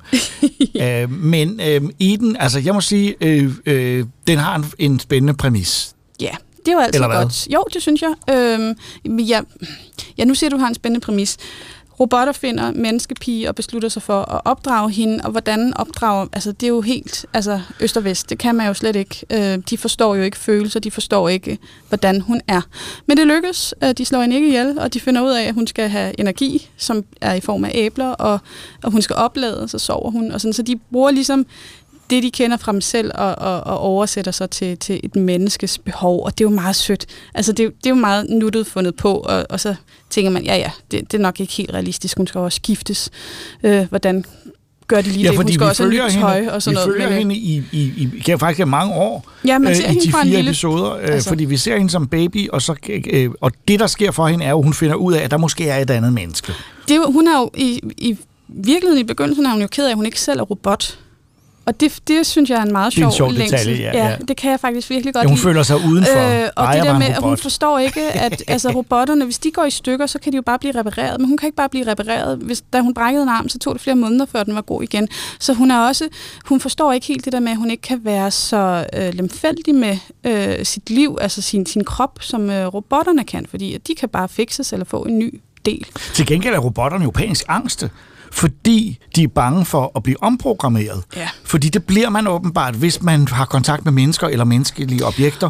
Men Eden, altså jeg må sige, den har en spændende præmis. Ja. Det er jo altid godt. Jo, det synes jeg. Ja, nu siger du, har en spændende præmis. Robotter finder menneskepige og beslutter sig for at opdrage hende, og hvordan opdrager, altså det er jo helt, øst og vest, det kan man jo slet ikke. De forstår jo ikke følelser, de forstår ikke, hvordan hun er. Men det lykkes, de slår hende ikke ihjel, og de finder ud af, at hun skal have energi, som er i form af æbler, og hun skal oplade, så sover hun, og sådan, så de bruger ligesom det, de kender fra dem selv, og oversætter sig til et menneskes behov, og det er jo meget sødt. Altså, det er jo meget nuttet fundet på, og så tænker man, det er nok ikke helt realistisk, hun skal også skiftes. Hvordan gør de lige det? Hun skal også have nyt tøj og sådan noget. Vi følger hende i faktisk mange år, ja, man ser i de 4 lille episoder, fordi vi ser hende som baby, og det, der sker for hende, er jo, hun finder ud af, at der måske er et andet menneske. Hun er jo i virkeligheden i begyndelsen, er hun jo ked af, at hun ikke selv er robot. Og det synes jeg er en meget sjov længsel. Ja, det kan jeg faktisk virkelig godt lide. Hun føler sig udenfor. Og det der med, at hun forstår ikke, at robotterne, hvis de går i stykker, så kan de jo bare blive repareret. Men hun kan ikke bare blive repareret. Da hun brækkede en arm, så tog det flere måneder, før den var god igen. Så hun forstår ikke helt det der med, at hun ikke kan være så lemfældig med sit liv, altså sin krop, som robotterne kan. Fordi de kan bare fikses eller få en ny del. Til gengæld er robotterne jo panisk angste, fordi de er bange for at blive omprogrammeret. Ja. Fordi det bliver man åbenbart, hvis man har kontakt med mennesker eller menneskelige objekter.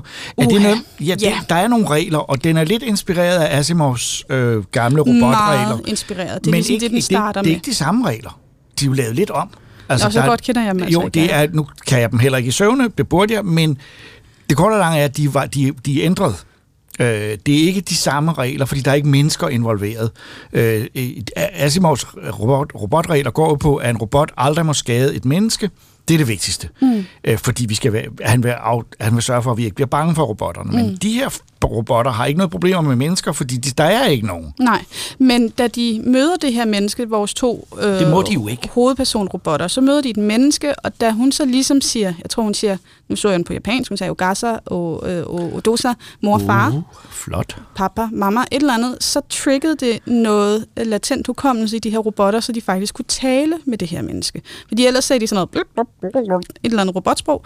Der er nogle regler, og den er lidt inspireret af Asimovs gamle robotregler. Meget inspireret. Det er ligesom det, den starter med. Det er ikke de samme regler. De er jo lavet lidt om. Altså, så godt kender jeg dem altså ikke. Nu kan jeg dem heller ikke i søvne, det burde jeg, men det korte og lange er, at de er ændret. Det er ikke de samme regler, fordi der er ikke mennesker involveret. Asimovs robotregler går på, at en robot aldrig må skade et menneske, Det er det vigtigste. Fordi han vil sørge for, at vi ikke bliver bange for robotterne. Men de her robotter har ikke noget problemer med mennesker, fordi der er ikke nogen. Nej, men da de møder det her menneske, vores to det må de jo ikke. hovedpersonrobotter, så møder de et menneske, og da hun så ligesom siger, jeg tror hun siger, nu så jeg den på japansk, hun sagde Ogasa og Odosa, mor og far. Flot. Papa, mamma, et eller andet, så triggede det noget latent hukommelse i de her robotter, så de faktisk kunne tale med det her menneske. Fordi ellers sagde de sådan noget, et eller andet robotsprog.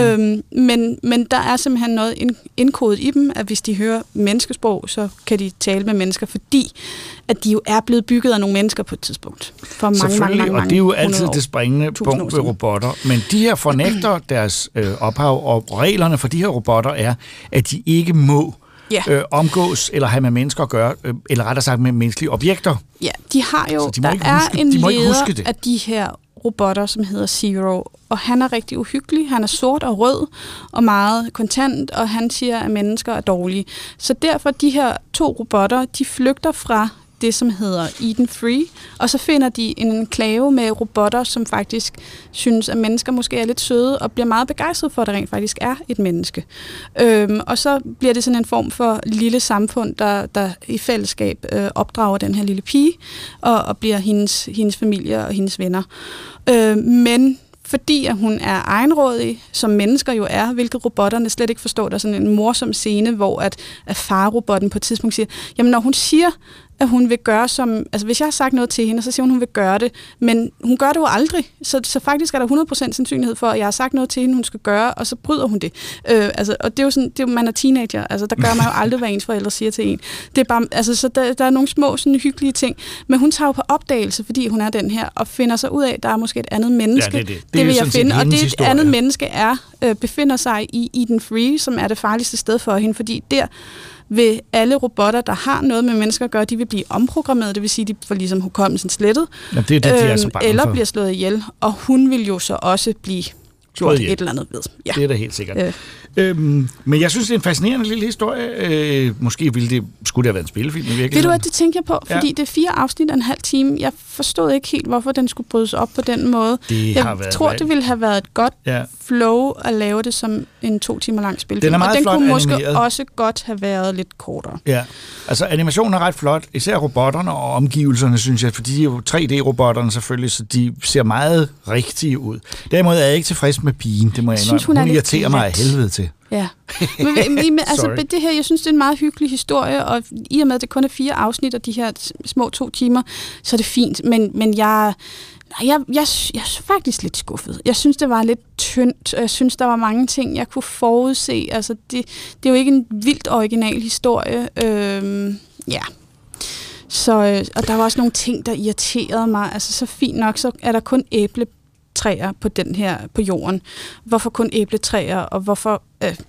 Men der er simpelthen noget indkodet i dem, at hvis de hører menneskesprog, så kan de tale med mennesker, fordi at de jo er blevet bygget af nogle mennesker på et tidspunkt. For mange, og det er jo altid det springende punkt ved robotter. Men de her fornægter deres ophav, og reglerne for de her robotter er, at de ikke må omgås eller have med mennesker at gøre, eller rettere sagt med menneskelige objekter. Ja, de har jo, der er en leder af de her robotter, som hedder Zero, og han er rigtig uhyggelig. Han er sort og rød og meget kontant, og han siger, at mennesker er dårlige. Så derfor de her to robotter, de flygter fra det, som hedder Eden Free, og så finder de en enklave med robotter, som faktisk synes, at mennesker måske er lidt søde, og bliver meget begejstret for, at der rent faktisk er et menneske. Og så bliver det sådan en form for lille samfund, der i fællesskab opdrager den her lille pige, og bliver hendes familie og hendes venner. Men fordi at hun er egenrådig, som mennesker jo er, hvilket robotterne slet ikke forstår. Der er sådan en morsom scene, hvor at farrobotten på et tidspunkt siger, jamen når hun siger, at hun vil gøre som... Altså hvis jeg har sagt noget til hende, så siger hun vil gøre det, men hun gør det jo aldrig. Så faktisk er der 100% sandsynlighed for, at jeg har sagt noget til hende, hun skal gøre, og så bryder hun det. Og det er jo sådan, man er teenager, altså der gør man jo aldrig, hvad ens forældre siger til en. Det er bare, altså, så der er nogle små sådan hyggelige ting, men hun tager jo på opdagelse, fordi hun er den her, og finder sig ud af, at der er måske et andet menneske. Ja, det vil jeg finde, og det andet menneske befinder sig i Eden Free, som er det farligste sted for hende, fordi der vil alle robotter, der har noget med mennesker at gøre, de vil blive omprogrammeret, det vil sige, de får ligesom hukommelsen slettet, ja, det er det, de er så bange eller for. Bliver slået ihjel, og hun vil jo så også blive gjort et eller andet ved. Ja. Det er da helt sikkert. Men jeg synes, det er en fascinerende lille historie. Måske skulle det have været en spillefilm i virkeligheden. Ved du hvad, det tænker jeg på, fordi det er 4 afsnit af en halv time. Jeg forstod ikke helt, hvorfor den skulle brydes op på den måde. Jeg tror, det ville have været et godt flow at lave det som en 2 timer lang spillefilm. Den er meget og den flot kunne måske animeret. også godt have været lidt kortere. Ja, altså animationen er ret flot. Især robotterne og omgivelserne, synes jeg, fordi de er jo 3D-robotterne selvfølgelig, så de ser meget rigtige ud. Derimod er jeg ikke tilfreds med pigen, det må jeg indrømme. Hun irriterer mig af helvede til. Ja, men altså det her, jeg synes, det er en meget hyggelig historie, og i og med, at det kun er 4 afsnit af de her små 2 timer, så er det fint, men jeg er faktisk lidt skuffet. Jeg synes, det var lidt tyndt, og jeg synes, der var mange ting, jeg kunne forudse. Altså, det er jo ikke en vildt original historie. Så, og der var også nogle ting, der irriterede mig. Altså, så fint nok, så er der kun æbletræer på den her, på jorden. Hvorfor kun æbletræer, og hvorfor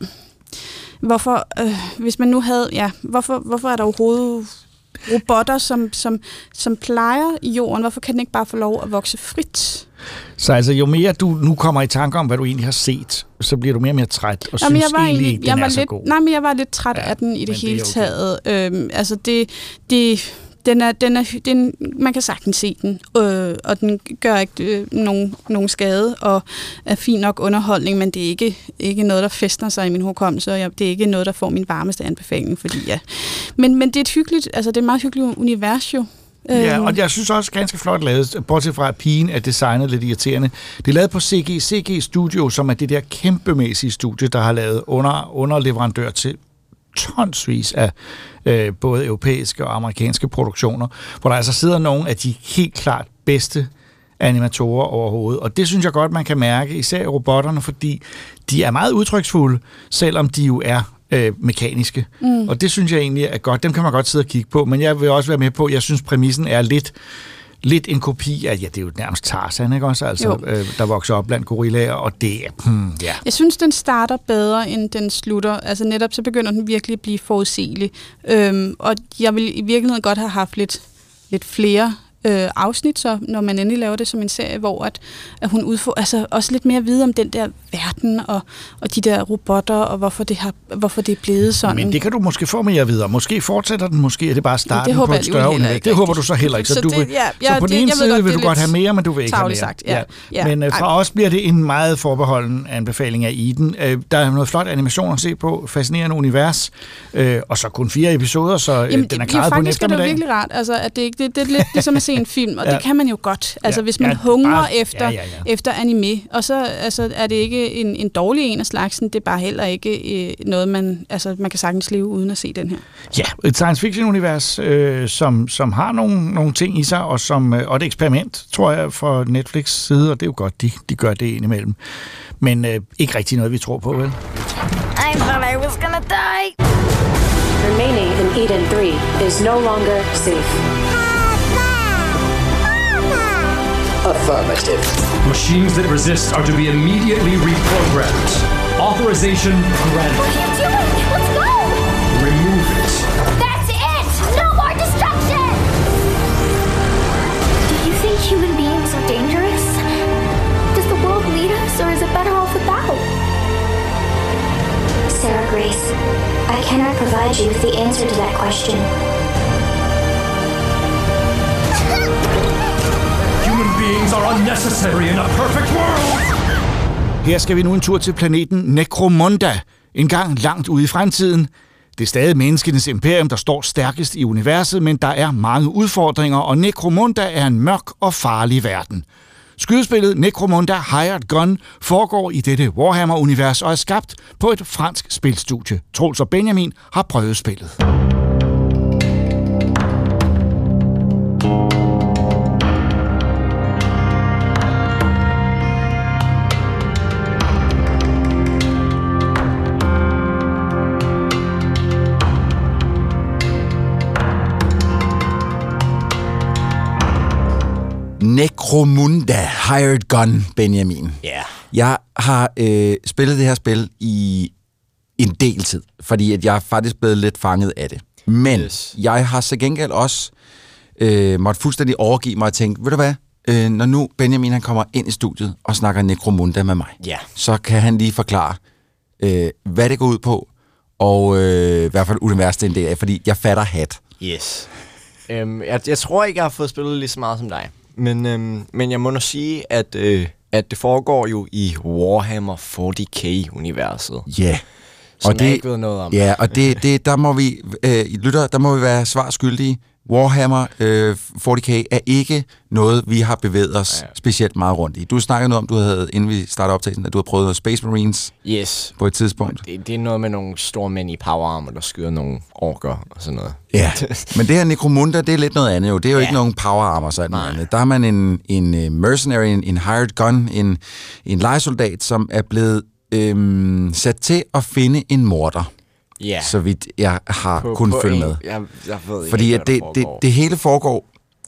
hvis man nu havde, hvorfor er der overhovedet robotter, som plejer jorden? Hvorfor kan den ikke bare få lov at vokse frit? Så altså, jo mere du nu kommer i tanke om, hvad du egentlig har set, så bliver du mere og mere træt, og synes egentlig ikke, den er så god. Nej, men jeg var lidt træt af den i det hele taget. Altså, man kan sagtens se den, og den gør ikke nogen skade, og er fin nok underholdning, men det er ikke noget, der fæstner sig i min hukommelse, og det er ikke noget, der får min varmeste anbefaling, fordi Men det er et hyggeligt, altså det er et meget hyggeligt univers jo. Ja, og jeg synes også ganske flot lavet, bortset fra at pigen er designet lidt irriterende. Det er lavet på CG Studio, som er det der kæmpemæssige studie, der har lavet underleverandør til tonsvis af både europæiske og amerikanske produktioner, hvor der altså sidder nogle af de helt klart bedste animatorer overhovedet. Og det synes jeg godt, man kan mærke, især robotterne, fordi de er meget udtryksfulde, selvom de jo er mekaniske. Og det synes jeg egentlig er godt. Dem kan man godt sidde og kigge på, men jeg vil også være med på, jeg synes præmissen er lidt en kopi af, det er jo nærmest Tarzan, ikke også? Altså, der vokser op blandt gorillaer, og det er, Jeg synes, den starter bedre, end den slutter. Altså netop, så begynder den virkelig at blive forudsigelig. Og jeg vil i virkeligheden godt have haft lidt flere afsnit, så når man endelig laver det som en serie, hvor at hun udfører altså også lidt mere at vide om den der verden og de der robotter, og hvorfor det er blevet sådan. Men det kan du måske få mere videre. Måske fortsætter den, måske er det bare starten på et større univers. Det håber du så heller ikke. Så på den ene side vil du godt have mere, men du vil ikke have mere. Sagt, Men fra os bliver det en meget forbeholden anbefaling af Eden. Der er noget flot animation at se på, fascinerende univers, og så kun 4 episoder, så den er klaret på en eftermiddag. Faktisk er det virkelig rart, altså, at det er lidt ligesom at se en film, og det kan man jo godt. Altså, hvis man hungrer efter anime, og så er det ikke en dårlig en af slagsen, det er bare heller ikke noget, man kan sagtens leve uden at se den her. Ja, et science fiction-univers, som har nogle ting i sig, og et eksperiment, tror jeg, fra Netflix side, og det er jo godt, de gør det indimellem. Men ikke rigtig noget, vi tror på, vel? I thought I was gonna die. Remaining in Eden 3 is no longer safe. Affirmative. Machines that resist are to be immediately reprogrammed. Authorization granted. What are you doing? Let's go! Remove it. That's it! No more destruction! Do you think human beings are dangerous? Does the world need us, or is it better off without? Sarah Grace, I cannot provide you with the answer to that question. Human beings are unnecessary in a perfect world! Her skal vi nu en tur til planeten Necromunda, en gang langt ude i fremtiden. Det er stadig menneskenes imperium, der står stærkest i universet, men der er mange udfordringer, og Necromunda er en mørk og farlig verden. Skydespillet Necromunda Hired Gun foregår i dette Warhammer-univers og er skabt på et fransk spilstudie. Troels og Benjamin har prøvet spillet. Necromunda Hired Gun, Benjamin. Ja. Jeg har spillet det her spil i en del tid, fordi at jeg er faktisk blevet lidt fanget af det. Men jeg har så gengæld også måtte fuldstændig overgive mig og tænke, ved du hvad, når nu Benjamin han kommer ind i studiet og snakker Necromunda med mig, så kan han lige forklare, hvad det går ud på, og i hvert fald universet en del af, fordi jeg fatter hat. Yes. Jeg tror ikke, jeg har fået spillet lige så meget som dig. Men jeg må nok sige, at det foregår jo i Warhammer 40K-universet. Ja. Yeah. Som jeg ikke ved noget om. Ja, og der må vi, lytter, der må vi være svarskyldige. Warhammer 40K er ikke noget, vi har bevæget os specielt meget rundt i. Du snakkede noget om, du havde, inden vi startede optagelsen, at du har prøvet noget Space Marines på et tidspunkt. Det er noget med nogle store mænd i power armor, der skyder nogle orker og sådan noget. Ja, men det her Necromunda, det er lidt noget andet jo. Det er jo ikke nogen power armor sådan noget. Der er man en mercenary, en hired gun, en lejesoldat, som er blevet sat til at finde en morder. Yeah. Så vidt jeg har kunnet følge med. Jeg ved fordi ikke, at det hele foregår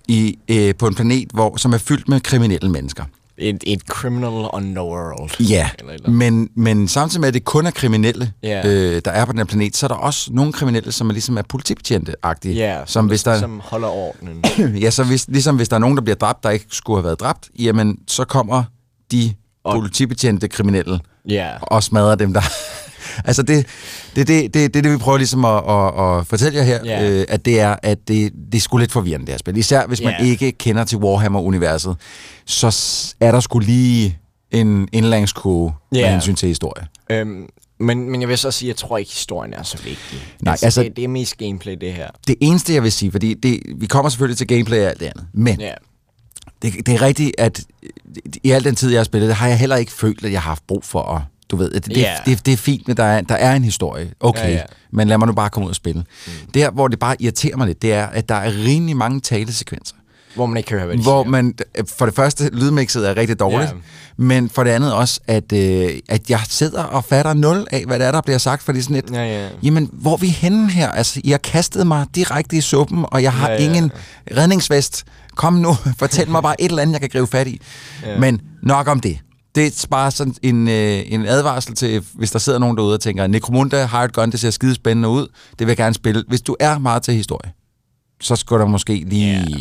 på en planet, som er fyldt med kriminelle mennesker. Et criminal underworld. Ja, men samtidig med, at det kun er kriminelle, der er på den her planet, så er der også nogle kriminelle, som er ligesom er politibetjente-agtige. Ja, som holder ordenen. Ja, så hvis der er nogen, der bliver dræbt, der ikke skulle have været dræbt, jamen så kommer de politibetjente kriminelle og smadrer dem, der... Altså det er det, vi prøver ligesom at fortælle jer her, at det er sgu lidt forvirrende, det her spil. Især hvis man ikke kender til Warhammer-universet, så er der sgu lige en indlæringskurve med hensyn til historie. Men jeg vil så sige, at jeg tror ikke, historien er så vigtig. Nej, det er mest gameplay, det her. Det eneste, jeg vil sige, fordi vi kommer selvfølgelig til gameplay og alt det andet, men det er rigtigt, at i al den tid, jeg har spillet, det har jeg heller ikke følt, at jeg har haft brug for at... Du ved, det er fint, men der er en historie. Okay, men lad mig nu bare komme ud og spille. Der, hvor det bare irriterer mig lidt, det er, at der er rimelig mange talesekvenser. Hvor man ikke kan høre, hvad de siger. For det første, lydmixet er rigtig dårligt, men for det andet også, at jeg sidder og fatter nul af, hvad det er, der bliver sagt, fordi sådan et, jamen, hvor er vi henne her? Altså, I har kastet mig direkte i suppen, og jeg har ingen redningsvest. Kom nu, fortæl mig bare et eller andet, jeg kan gribe fat i. Men nok om det. Det er bare sådan en advarsel til, hvis der sidder nogen derude og tænker, Necromunda Hired Gun, det ser skide spændende ud, det vil jeg gerne spille. Hvis du er meget til historie, så skal der måske lige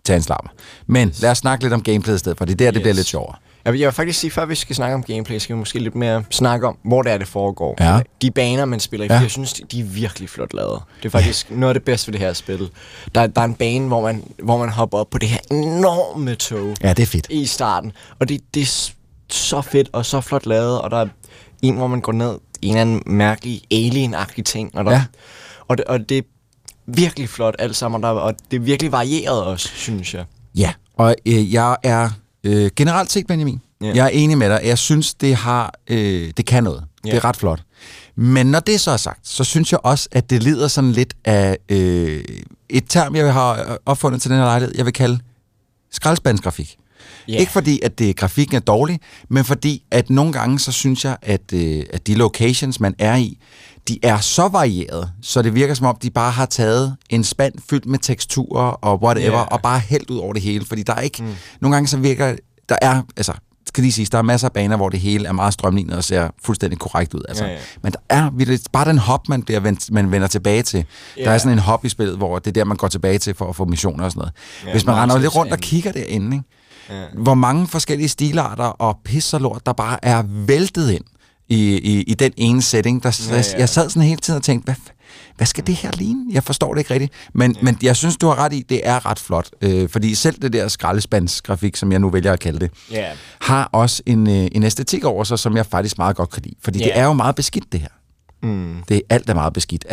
tage en slapper. Men lad os snakke lidt om gameplay i stedet, for det er der, det bliver lidt sjovere. Jeg vil faktisk sige, før vi skal snakke om gameplay, skal vi måske lidt mere snakke om, hvor det foregår. Ja. De baner, man spiller i, jeg synes, de er virkelig flot lavet. Det er faktisk noget af det bedste ved det her spil. Der er en bane, hvor man hopper op på det her enorme tog. Ja, det er fedt. I starten. Og det er så fedt og så flot lavet, og der er en, hvor man går ned i en anden mærkelig alien-agtig ting. Og det er virkelig flot alt sammen, og det er virkelig varieret også, synes jeg. Ja, og jeg er generelt set, Benjamin, jeg er enig med dig. Jeg synes, det kan noget. Det er ret flot. Men når det så er sagt, så synes jeg også, at det lider sådan lidt af et term, jeg har opfundet til den her lejlighed, jeg vil kalde skraldespandsgrafik. Ikke fordi, at grafikken er dårlig, men fordi, at nogle gange, så synes jeg, at de locations, man er i, de er så varieret, så det virker som om, de bare har taget en spand fyldt med teksturer og whatever, og bare hældt ud over det hele. Fordi der er ikke... Nogle gange så virker... Der er... Altså, skal lige sige, der er masser af baner, hvor det hele er meget strømlignet og ser fuldstændig korrekt ud. Altså. Men der er bare den hop, man vender tilbage til. Der er sådan en hop i spillet, hvor det er der, man går tilbage til for at få missioner og sådan noget. Hvis man render lidt rundt og kigger derinde, ikke? Hvor mange forskellige stilarter og pis og lort, der bare er væltet ind i den ene setting. Jeg sad sådan hele tiden og tænkte, hvad skal det her ligne? Jeg forstår det ikke rigtigt. Men jeg synes, du har ret i, det er ret flot. Fordi selv det der skraldespandsgrafik, som jeg nu vælger at kalde det, har også en æstetik over sig, som jeg faktisk meget godt kan lide. Fordi det er jo meget beskidt, det her. Alt er meget beskidt.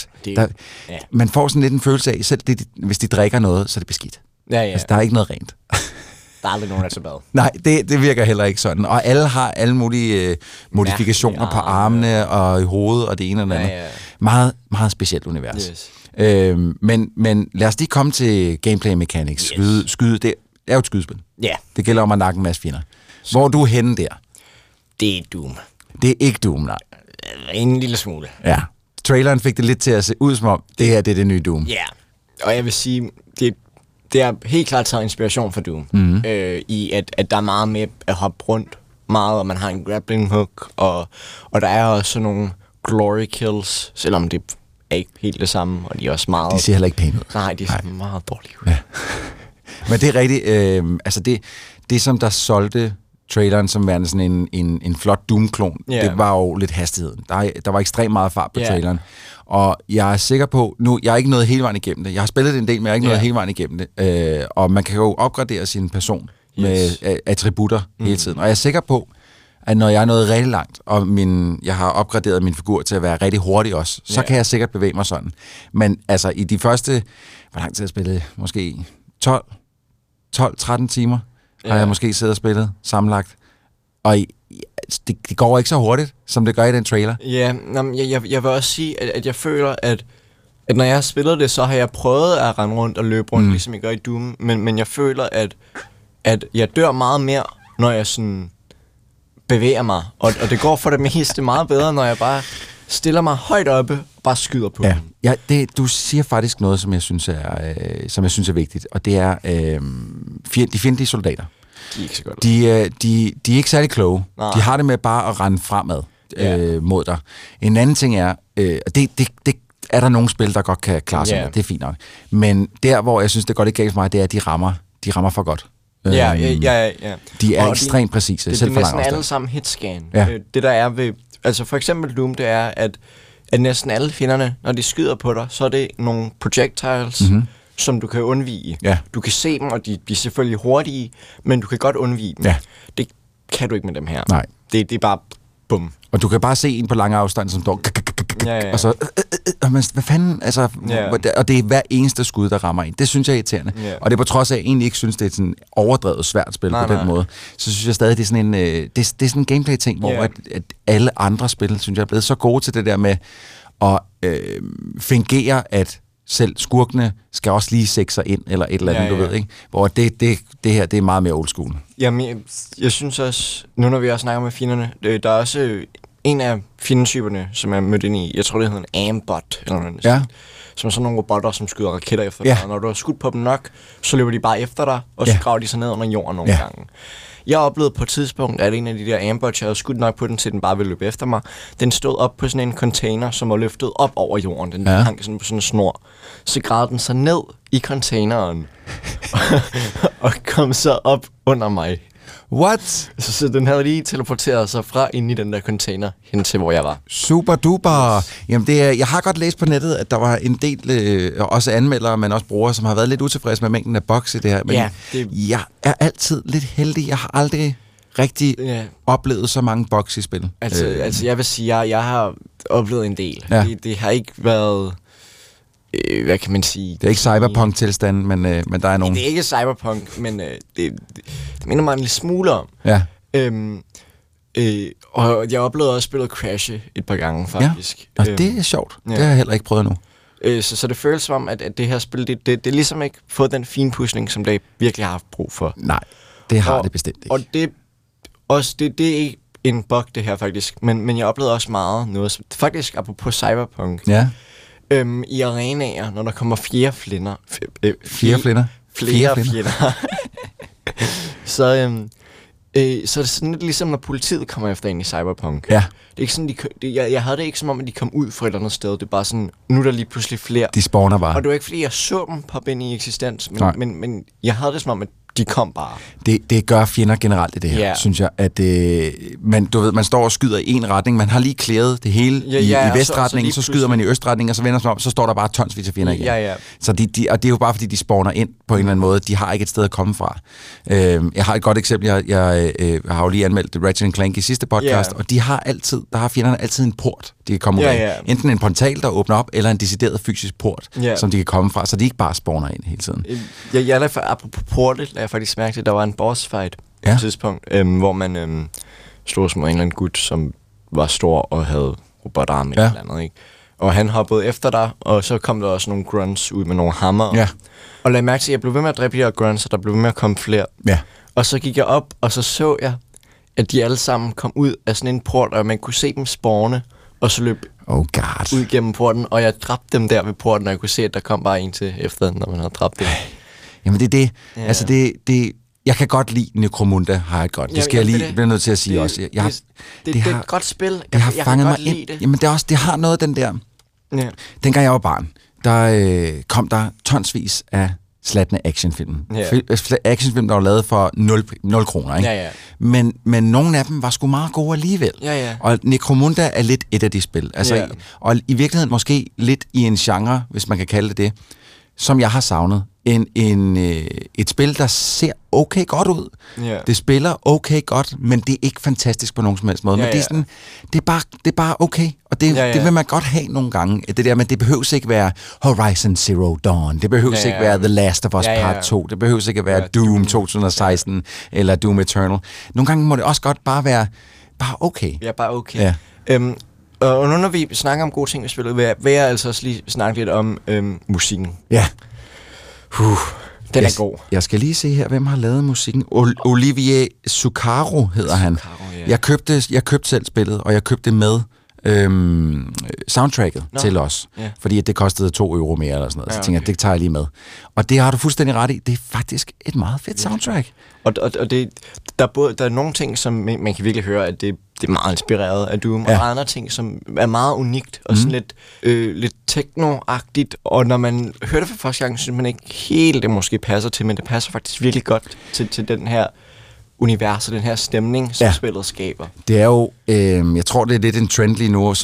Man får sådan lidt en følelse af, selv hvis de drikker noget, så er det beskidt. Altså, der er ikke noget rent. Der er aldrig nogen, der er til bad. Nej, det virker heller ikke sådan. Og alle har alle mulige modifikationer på armene og i hovedet og det ene og det andet. Meget, meget specielt univers. Yes. Men lad os lige komme til gameplay mechanics. Skyde, det er jo et skydespil. Det gælder om at nakke en masse fjender. Hvor er du henne der? Det er Doom. Det er ikke Doom, nej. En lille smule. Ja. Traileren fik det lidt til at se ud som om, det her det er det nye Doom. Ja, og jeg vil sige, det er helt klart taget inspiration fra Doom. I at der er meget med at hoppe rundt meget, og man har en grappling hook, og der er også sådan nogle glory kills, selvom det er ikke helt det samme, og de er også meget... De ser heller ikke pæne ud. Nej, de ser meget dårlige ud. Ja. Men det er rigtigt, altså det som der solgte traileren som værende sådan en flot Doom-klon, det var jo lidt hastigheden. Der var ekstremt meget fart på traileren. Og jeg er sikker på, nu, jeg er ikke nået hele vejen igennem det. Jeg har spillet det en del, men jeg er ikke nået hele vejen igennem det. Og man kan jo opgradere sin person med attributter hele tiden. Og jeg er sikker på, at når jeg er nået rigtig langt, og jeg har opgraderet min figur til at være rigtig hurtig også, så kan jeg sikkert bevæge mig sådan. Men altså i de første, hvor lang tid jeg spillede? Måske 12-13 timer har jeg måske siddet og spillet sammenlagt. Og det går ikke så hurtigt, som det gør i den trailer. Ja, jeg vil også sige, at jeg føler, at når jeg har spillet det, så har jeg prøvet at rende rundt og løbe rundt, ligesom jeg gør i Doom. Men jeg føler, at jeg dør meget mere, når jeg sådan bevæger mig. Og det går for det meste meget bedre, når jeg bare stiller mig højt oppe og bare skyder på dem. Ja, du siger faktisk noget, som jeg synes er vigtigt. Og det er de fjendtlige soldater. De er ikke så godt. De er ikke særlig kloge. Nej. De har det med bare at rende fremad mod dig. En anden ting er, det er der nogle spil, der godt kan klare sig med. Det er fint nok. Men der, hvor jeg synes, det går lidt galt for mig, det er, at de rammer for godt. Ja. De er ekstremt præcise, selv for lang afstand. Det er næsten alle sammen hitscan. Det der er ved... Altså for eksempel Doom, det er, at næsten alle fjenderne, når de skyder på dig, så er det nogle projectiles, som du kan undvige. Ja. Du kan se dem, og de er selvfølgelig hurtige, men du kan godt undvige dem. Ja. Det kan du ikke med dem her. Nej. Det er bare bum. Og du kan bare se en på lange afstand, som står... Og så... hvad fanden? Altså, og det er hver eneste skud, der rammer en. Det synes jeg er irriterende. Og det er på trods af, at jeg egentlig ikke synes, det er et sådan overdrevet svært spil på den måde. Så synes jeg stadig, det er sådan en, det er sådan en gameplay-ting, hvor at alle andre spil, synes jeg, er blevet så gode til det der med at fingere, at selv skurkene skal også lige sække sig ind, eller et eller andet, du ved, ikke? Hvor det her, det er meget mere old school. Jamen, jeg synes også, nu når vi også snakker med fjenderne, der er også en af fjendetyperne, som er mødt ind i, jeg tror det hedder en Ambot, eller noget, som er sådan nogle robotter, som skyder raketter efter dig, og når du har skudt på dem nok, så løber de bare efter dig, og så graver de sig ned under jorden nogle gange. Jeg oplevede på et tidspunkt, at en af de der ambush, jeg havde skudt nok på den, til den bare ville løbe efter mig. Den stod op på sådan en container, som var løftet op over jorden. Den hang sådan på sådan en snor. Så gravede den sig ned i containeren og kom så op under mig. What? Så den havde lige teleporteret sig fra ind i den der container hen til, hvor jeg var. Super duper. Jamen jeg har godt læst på nettet, at der var en del, også anmeldere, men også brugere, som har været lidt utilfredse med mængden af boks i det her. Men jeg er altid lidt heldig. Jeg har aldrig rigtig oplevet så mange boks i spil. Altså jeg vil sige, jeg har oplevet en del. Ja. Det har ikke været... hvad kan man sige? Det er ikke cyberpunk-tilstand, men der er nogen... Det er ikke cyberpunk, men det minder mig en lille smule om. Ja. Og jeg oplevede også spillet crashe et par gange, faktisk. Ja. Og det er sjovt. Ja. Det har jeg heller ikke prøvet nu. Så det føles som om, at det her spil, det er ligesom ikke fået den finpudsning, som det virkelig har haft brug for. Nej, det har det bestemt ikke. Og det er ikke en bug, det her faktisk. Men jeg oplevede også noget, faktisk apropos cyberpunk. Ja. I arenaer, når der kommer flere fjender. Flere fjender? Så er det sådan lidt ligesom, når politiet kommer efter en i Cyberpunk. Ja. Det er ikke sådan, jeg havde det ikke som om, at de kom ud fra et eller andet sted. Det er bare sådan, nu er der lige pludselig flere. De spawner bare. Og det var ikke, fordi jeg så dem poppe ind i eksistens, men jeg havde det som om, at de kom bare. Det gør fjender generelt i det her, synes jeg. At, man står og skyder i en retning, man har lige klæret det hele i vestretningen, så skyder man i østretningen, og så vender man om, så står der bare tonsvis af fjender igen. Ja. Så og det er jo bare, fordi de spawner ind på en eller anden måde. De har ikke et sted at komme fra. Jeg har et godt eksempel. Jeg har jo lige anmeldt Ratchet & Clank i sidste podcast, og der har fjenderne altid en port, de kan komme ud af. Enten en portal, der åbner op, eller en decideret fysisk port, som de kan komme fra, så de ikke bare spawner ind hele tiden. Jeg lader apropos portet, jeg faktisk mærke til, at der var en boss fight på et tidspunkt, hvor man stod som en eller anden gut, som var stor og havde robotarme eller andet, ikke? Og han hoppede efter dig, og så kom der også nogle grunts ud med nogle hammer. Ja. Og lagde mærke til, at jeg blev ved med at dræbe de her grunts, og der blev ved med at komme flere. Ja. Og så gik jeg op, og så jeg, at de alle sammen kom ud af sådan en port, og man kunne se dem spawne, og så løb ud gennem porten, og jeg dræbte dem der ved porten, og jeg kunne se, at der kom bare en til efter, når man havde dræbt dem. Jamen det er det. Ja. Altså det jeg kan godt lide Necromunda, har jeg godt. Det skal jeg lige blive nødt til at sige også. Det er et godt spil. Jeg har fanget mig ind. Jamen det har noget den der. Ja. Dengang jeg var barn, der kom der tonsvis af slattende actionfilm. Actionfilm, der var lavet for 0 kroner, ikke? Ja. Men nogle af dem var sgu meget gode alligevel. Ja. Og Necromunda er lidt et af de spil. Altså, og i virkeligheden måske lidt i en genre, hvis man kan kalde det, som jeg har savnet. Et spil, der ser okay godt ud. Yeah. Det spiller okay godt, men det er ikke fantastisk på nogen som helst måde. Men det er bare okay. Og det vil man godt have nogle gange. Det der, men det behøves ikke være Horizon Zero Dawn. Det behøves ikke være The Last of Us Part 2. Det behøves ikke være Doom 2016 eller Doom Eternal. Nogle gange må det også godt bare være okay. Ja, bare okay. Ja. Og nu når vi snakker om gode ting i spillet, vil jeg altså også lige snakke lidt om musikken. Ja. Den er god. Jeg skal lige se her, hvem har lavet musikken. Olivier Zuccaro hedder han. Ja. Jeg købte selv spillet, og jeg købte det med soundtracket til os. Yeah. Fordi det kostede 2 euro mere eller sådan noget. Så tænkte jeg, det tager jeg lige med. Og det har du fuldstændig ret i. Det er faktisk et meget fedt soundtrack. Og der er nogle ting, som man kan virkelig høre, at det er meget inspireret af Doom, og andre ting, som er meget unikt, og sådan lidt techno-agtigt, og når man hører det for første gang, synes man ikke helt, det måske passer til, men det passer faktisk virkelig godt til den her univers og den her stemning, som spillet skaber. Det er jo, jeg tror, det er lidt en trend lige nu,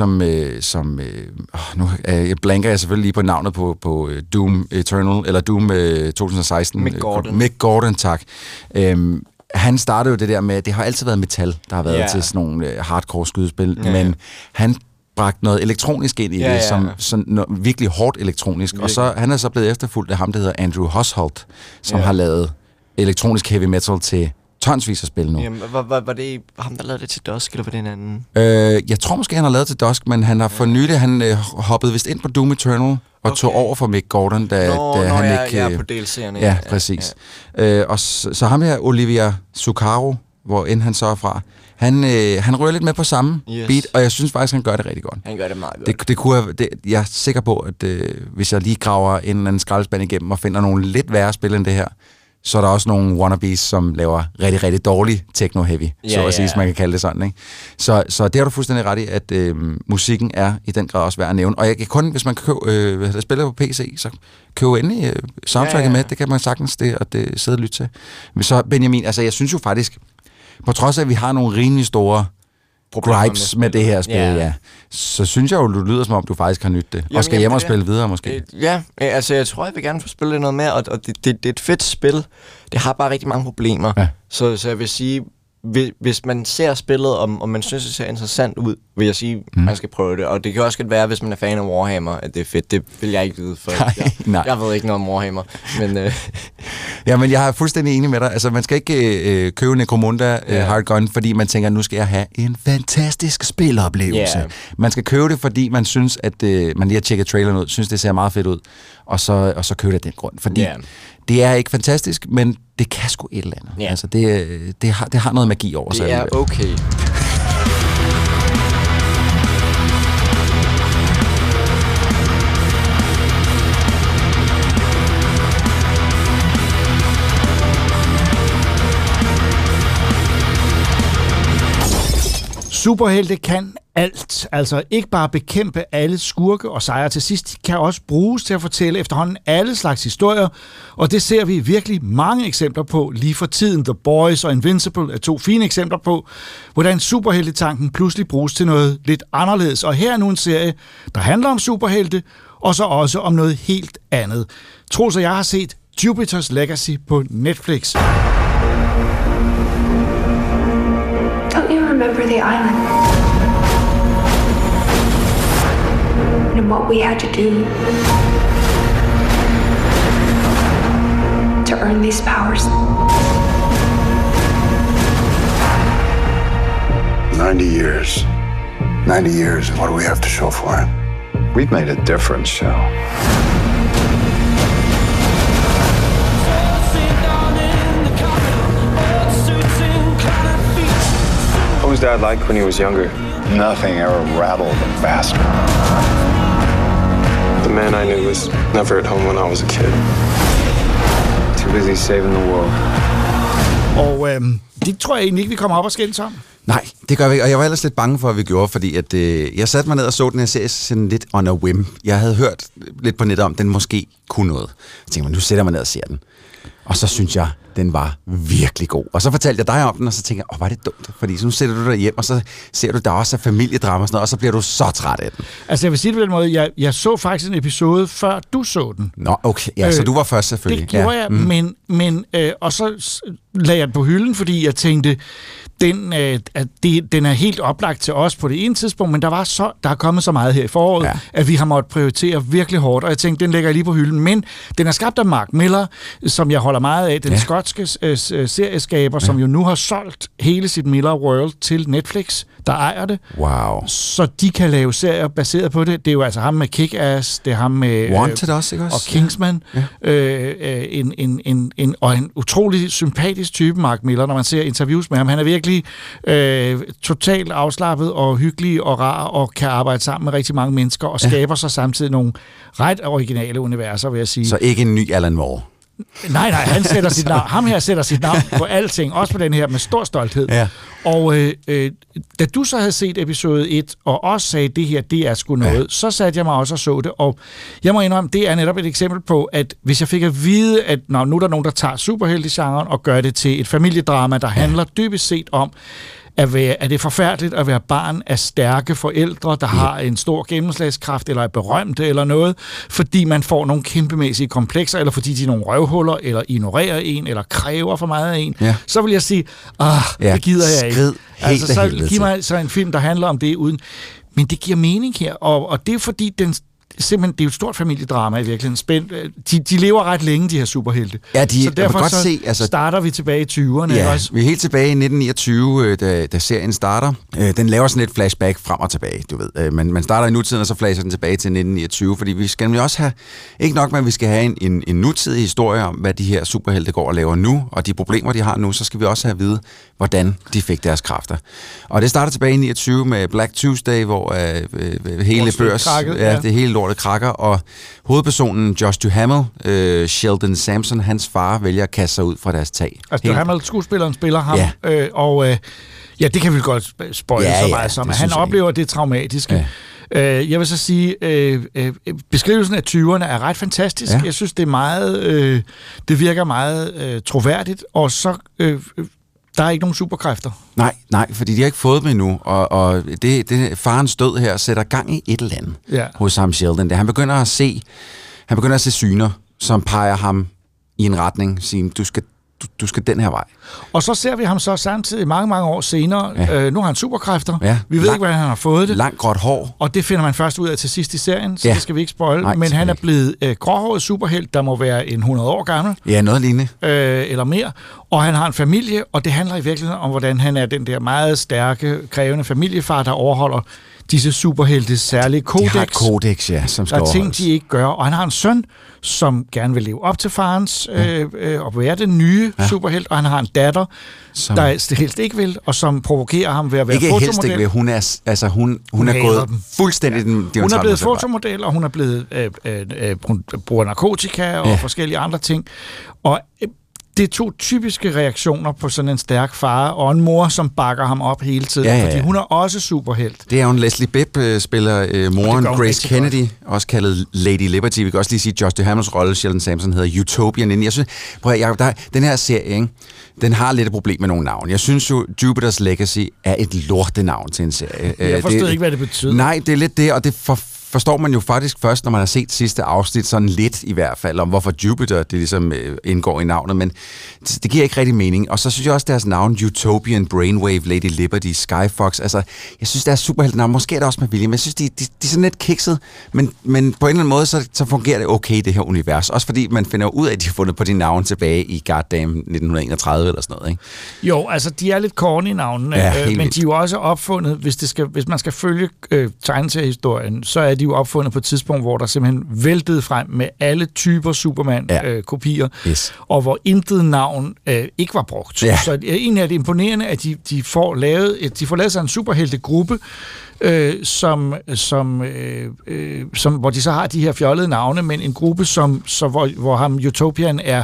nu blanker jeg selvfølgelig lige på navnet på Doom Eternal, eller Doom 2016. Mick Gordon, tak. Han startede jo det der med, det har altid været metal, der har været til sådan nogle hardcore skydespil, men han bragt noget elektronisk ind i det, som sådan noget virkelig hårdt elektronisk, virkelig. Og så han er så blevet efterfulgt af ham, der hedder Andrew Household, som har lavet elektronisk heavy metal til tonsvis af spil nu. Jamen, var det ham, der lavede det til Dusk, eller var det en anden? Jeg tror måske, han har lavet til Dusk, men han har for nylig, han hoppede vist ind på Doom Eternal, og tog over for Mick Gordon, da han ikke... Ja, på DLC'erne. Ja, præcis. Ja. Og så ham her, Olivier Zuccaro, hvor end han så er fra, han rører lidt med på samme beat, og jeg synes faktisk, han gør det rigtig godt. Han gør det meget godt. Jeg er sikker på, at hvis jeg lige graver en eller anden skraldespand igennem og finder nogle lidt værre spil end det her, så er der også nogle wannabes, som laver rigtig, rigtig dårlig techno-heavy, så at sige, man kan kalde det sådan. Ikke? Så det har du fuldstændig ret i, at musikken er i den grad også værd at nævne. Og jeg kan kun, hvis man kan spiller på PC, så køb endelig soundtracket med. Det kan man sagtens det sidde og lytte til. Men så Benjamin, altså jeg synes jo faktisk, på trods af, at vi har nogle rimelig store gripes med det her spil, så synes jeg jo, du lyder som om, du faktisk har nydt det. Og skal hjem og spille videre, måske. Altså jeg tror, jeg vil gerne få spillet noget mere, og det er et fedt spil. Det har bare rigtig mange problemer. Ja. Så jeg vil sige, hvis man ser spillet, og man synes, det ser interessant ud, vil jeg sige, man skal prøve det. Og det kan også godt være, hvis man er fan af Warhammer, at det er fedt. Det vil jeg ikke vide, for jeg ved ikke noget om Warhammer. Men, Ja, men jeg er fuldstændig enig med dig. Altså, man skal ikke købe Necromunda Hard Gun, fordi man tænker, nu skal jeg have en fantastisk spiloplevelse. Yeah. Man skal købe det, fordi man synes, at man lige har tjekket traileren ud, synes, det ser meget fedt ud, og så købe det af den grund. Fordi det er ikke fantastisk, men det kan sgu et eller andet. Yeah. Altså, det har noget magi over sig. Det er okay. Superhelte kan alt. Altså ikke bare bekæmpe alle skurke og sejre til sidst, de kan også bruges til at fortælle efterhånden alle slags historier, og det ser vi virkelig mange eksempler på lige for tiden. The Boys og Invincible er 2 fine eksempler på, hvordan superheltetanken pludselig bruges til noget lidt anderledes. Og her er nu en serie, der handler om superhelte, og så også om noget helt andet. Troels og jeg har set Jupiter's Legacy på Netflix. Don't you remember the island? And what we had to do to earn these powers? 90 years. 90 years, and what do we have to show for it? We've made a difference, Shell. What was Dad like when he was younger? Nothing ever rattled him faster. The man I knew was never at home when I was a kid. Too busy saving the world. Og det tror jeg egentlig ikke, vi kommer op og skændes om. Nej, det gør vi ikke, og jeg var ellers lidt bange for, at vi gjorde, fordi at, jeg satte mig ned og så den her serie sådan lidt on a whim. Jeg havde hørt lidt på nettet om, den måske kunne noget. Jeg tænkte, nu sætter jeg mig ned og ser den. Og så synes jeg, den var virkelig god. Og så fortalte jeg dig om den, og så tænkte jeg, var det dumt? Fordi så nu sætter du dig hjem, og så ser du, der også er familiedrama og sådan noget, og så bliver du så træt af den. Altså jeg vil sige det på den måde, jeg så faktisk en episode, før du så den. Nå, okay. Ja, så du var først selvfølgelig. Det gjorde jeg, men og så lagde jeg den på hylden, fordi jeg tænkte, den er helt oplagt til os på det ene tidspunkt, men der er kommet så meget her i foråret, at vi har måttet prioritere virkelig hårdt, og jeg tænkte, den lægger jeg lige på hylden. Men den er skabt af Mark Miller, som jeg holder meget af, den skotske serieskaber, som jo nu har solgt hele sit Miller World til Netflix, der ejer det. Wow. Så de kan lave serier baseret på det. Det er jo altså ham med Kick-Ass, det er ham med Wanted også, ikke også? Og Kingsman. Og en utrolig sympatisk type, Mark Miller, når man ser interviews med ham. Han er virkelig totalt afslappet og hyggelig og rar og kan arbejde sammen med rigtig mange mennesker og skaber sig samtidig nogle ret originale universer, vil jeg sige. Så ikke en ny Alan Moore? Nej, han sætter sit navn. Ham her sætter sit navn på alting, også på den her med stor stolthed. Ja. Og da du så havde set episode 1, og også sagde, det her, det er sgu noget, så satte jeg mig også og så det. Og jeg må indrømme, det er netop et eksempel på, at hvis jeg fik at vide, at nu er der nogen, der tager superhelte-genren og gør det til et familiedrama, der handler dybest set om, er det forfærdeligt at være barn af stærke forældre, der har en stor gennemslagskraft, eller er berømte, eller noget, fordi man får nogle kæmpemæssige komplekser, eller fordi de er nogle røvhuller, eller ignorerer en, eller kræver for meget af en, så vil jeg sige, det gider jeg ikke. Altså, så giv mig så en film, der handler om det uden. Men det giver mening her, og det er fordi, simpelthen, det er jo et stort familiedrama i virkeligheden. De lever ret længe, de her superhelte. Ja, så derfor godt se, altså, starter vi tilbage i 20'erne. Ja, også. Vi er helt tilbage i 1929, da serien starter. Den laver sådan et flashback frem og tilbage, du ved. Man starter i nutiden, og så flasher den tilbage til 1929, fordi vi skal nemlig også have, ikke nok med, at vi skal have en nutidig historie om, hvad de her superhelte går og laver nu, og de problemer, de har nu, så skal vi også have at vide, hvordan de fik deres kræfter. Og det starter tilbage i 29 med Black Tuesday, hvor hele børs, det hele lortet krakker, og hovedpersonen Josh Duhamel, Sheldon Sampson, hans far, vælger at kaste sig ud fra deres tag. Altså Duhamel, skuespilleren, spiller ham, ja, det kan vi godt spoile så meget som. Han oplever det traumatiske. Ja. Jeg vil så sige, beskrivelsen af 20'erne er ret fantastisk. Ja. Jeg synes, det er meget, det virker meget troværdigt, og så der er ikke nogen superkræfter. Nej, fordi de har ikke fået dem endnu, og farens død her sætter gang i et eller andet hos Sam Sheldon. Han begynder at se syner, som peger ham i en retning, siger, du skal den her vej. Og så ser vi ham så samtidig mange år senere. Nu har han superkræfter. Ja. Vi ved ikke, hvordan han har fået det. Langt gråt hår. Og det finder man først ud af til sidst i serien, så det skal vi ikke spoile. Men han er blevet gråhåret superhelt, der må være 100 år gammel. Ja, noget lignende. Eller mere. Og han har en familie, og det handler i virkeligheden om, hvordan han er den der meget stærke, krævende familiefar, der overholder disse superheltes særlige kodex. De har et kodex, som skal overholdes. Der er ting, de ikke gør. Og han har en søn, som gerne vil leve op til farens og være den nye superhelt, og han har en datter, der helst ikke vil, og som provokerer ham ved at være ikke fotomodel. Helst ikke vil. Hun er gået fuldstændig hun er blevet fotomodel, og hun er blevet bruger narkotika og forskellige andre ting. Og det er 2 typiske reaktioner på sådan en stærk far og en mor, som bakker ham op hele tiden, fordi hun er også superhelt. Det er jo en Leslie Bibb, spiller moren Grace Kennedy, også kaldet Lady Liberty. Vi kan også lige sige, at Josh Duhamels rolle, Sheldon Sampson, hedder Utopian. Jeg synes, den her serie, ikke? Den har lidt et problem med nogle navne. Jeg synes jo, Jupiter's Legacy er et lortenavn til en serie. Jeg forstår ikke, hvad det betyder. Nej, det er lidt det, og det forstår man jo faktisk først, når man har set sidste afsnit, sådan lidt i hvert fald, om hvorfor Jupiter det ligesom indgår i navnet, men det giver ikke rigtig mening. Og så synes jeg også, deres navn, Utopian, Brainwave, Lady Liberty, Skyfox, altså, jeg synes, det er superheltnavn. Måske er det også med vilje, men jeg synes, de er sådan lidt kikset, men på en eller anden måde, så fungerer det okay, det her univers. Også fordi man finder ud af, at de har fundet på de navne tilbage i goddamn 1931 eller sådan noget, ikke? Jo, altså, de er lidt corny navnene, men de er jo også opfundet, hvis man skal følge tegneseriehistorien, så er de jo opfundet på et tidspunkt, hvor der simpelthen væltede frem med alle typer Superman-kopier, og hvor intet navn ikke var brugt. Ja. Så egentlig er det imponerende, at de får lavet sig en superheltegruppe, hvor de så har de her fjollede navne, men en gruppe, hvor ham Utopian er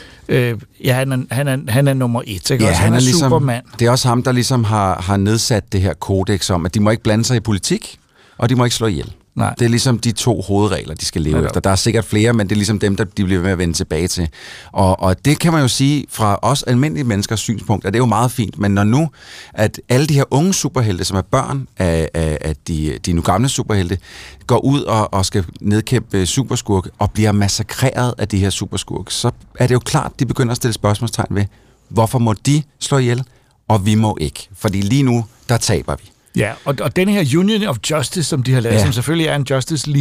han er nummer 1, ikke? Ja, han er ligesom, Superman. Det er også ham, der ligesom har nedsat det her kodex om, at de må ikke blande sig i politik, og de må ikke slå ihjel. Nej. Det er ligesom de 2 hovedregler, de skal leve efter. Der er sikkert flere, men det er ligesom dem, der de bliver ved at vende tilbage til. Og det kan man jo sige fra os almindelige menneskers synspunkt, at det er jo meget fint, men når nu, at alle de her unge superhelte, som er børn af de nu gamle superhelte, går ud og skal nedkæmpe superskurk og bliver massakreret af de her superskurk, så er det jo klart, de begynder at stille spørgsmålstegn ved, hvorfor må de slå ihjel, og vi må ikke. Fordi lige nu, der taber vi. Ja, og den her Union of Justice, som de har lavet, som selvfølgelig er en Justice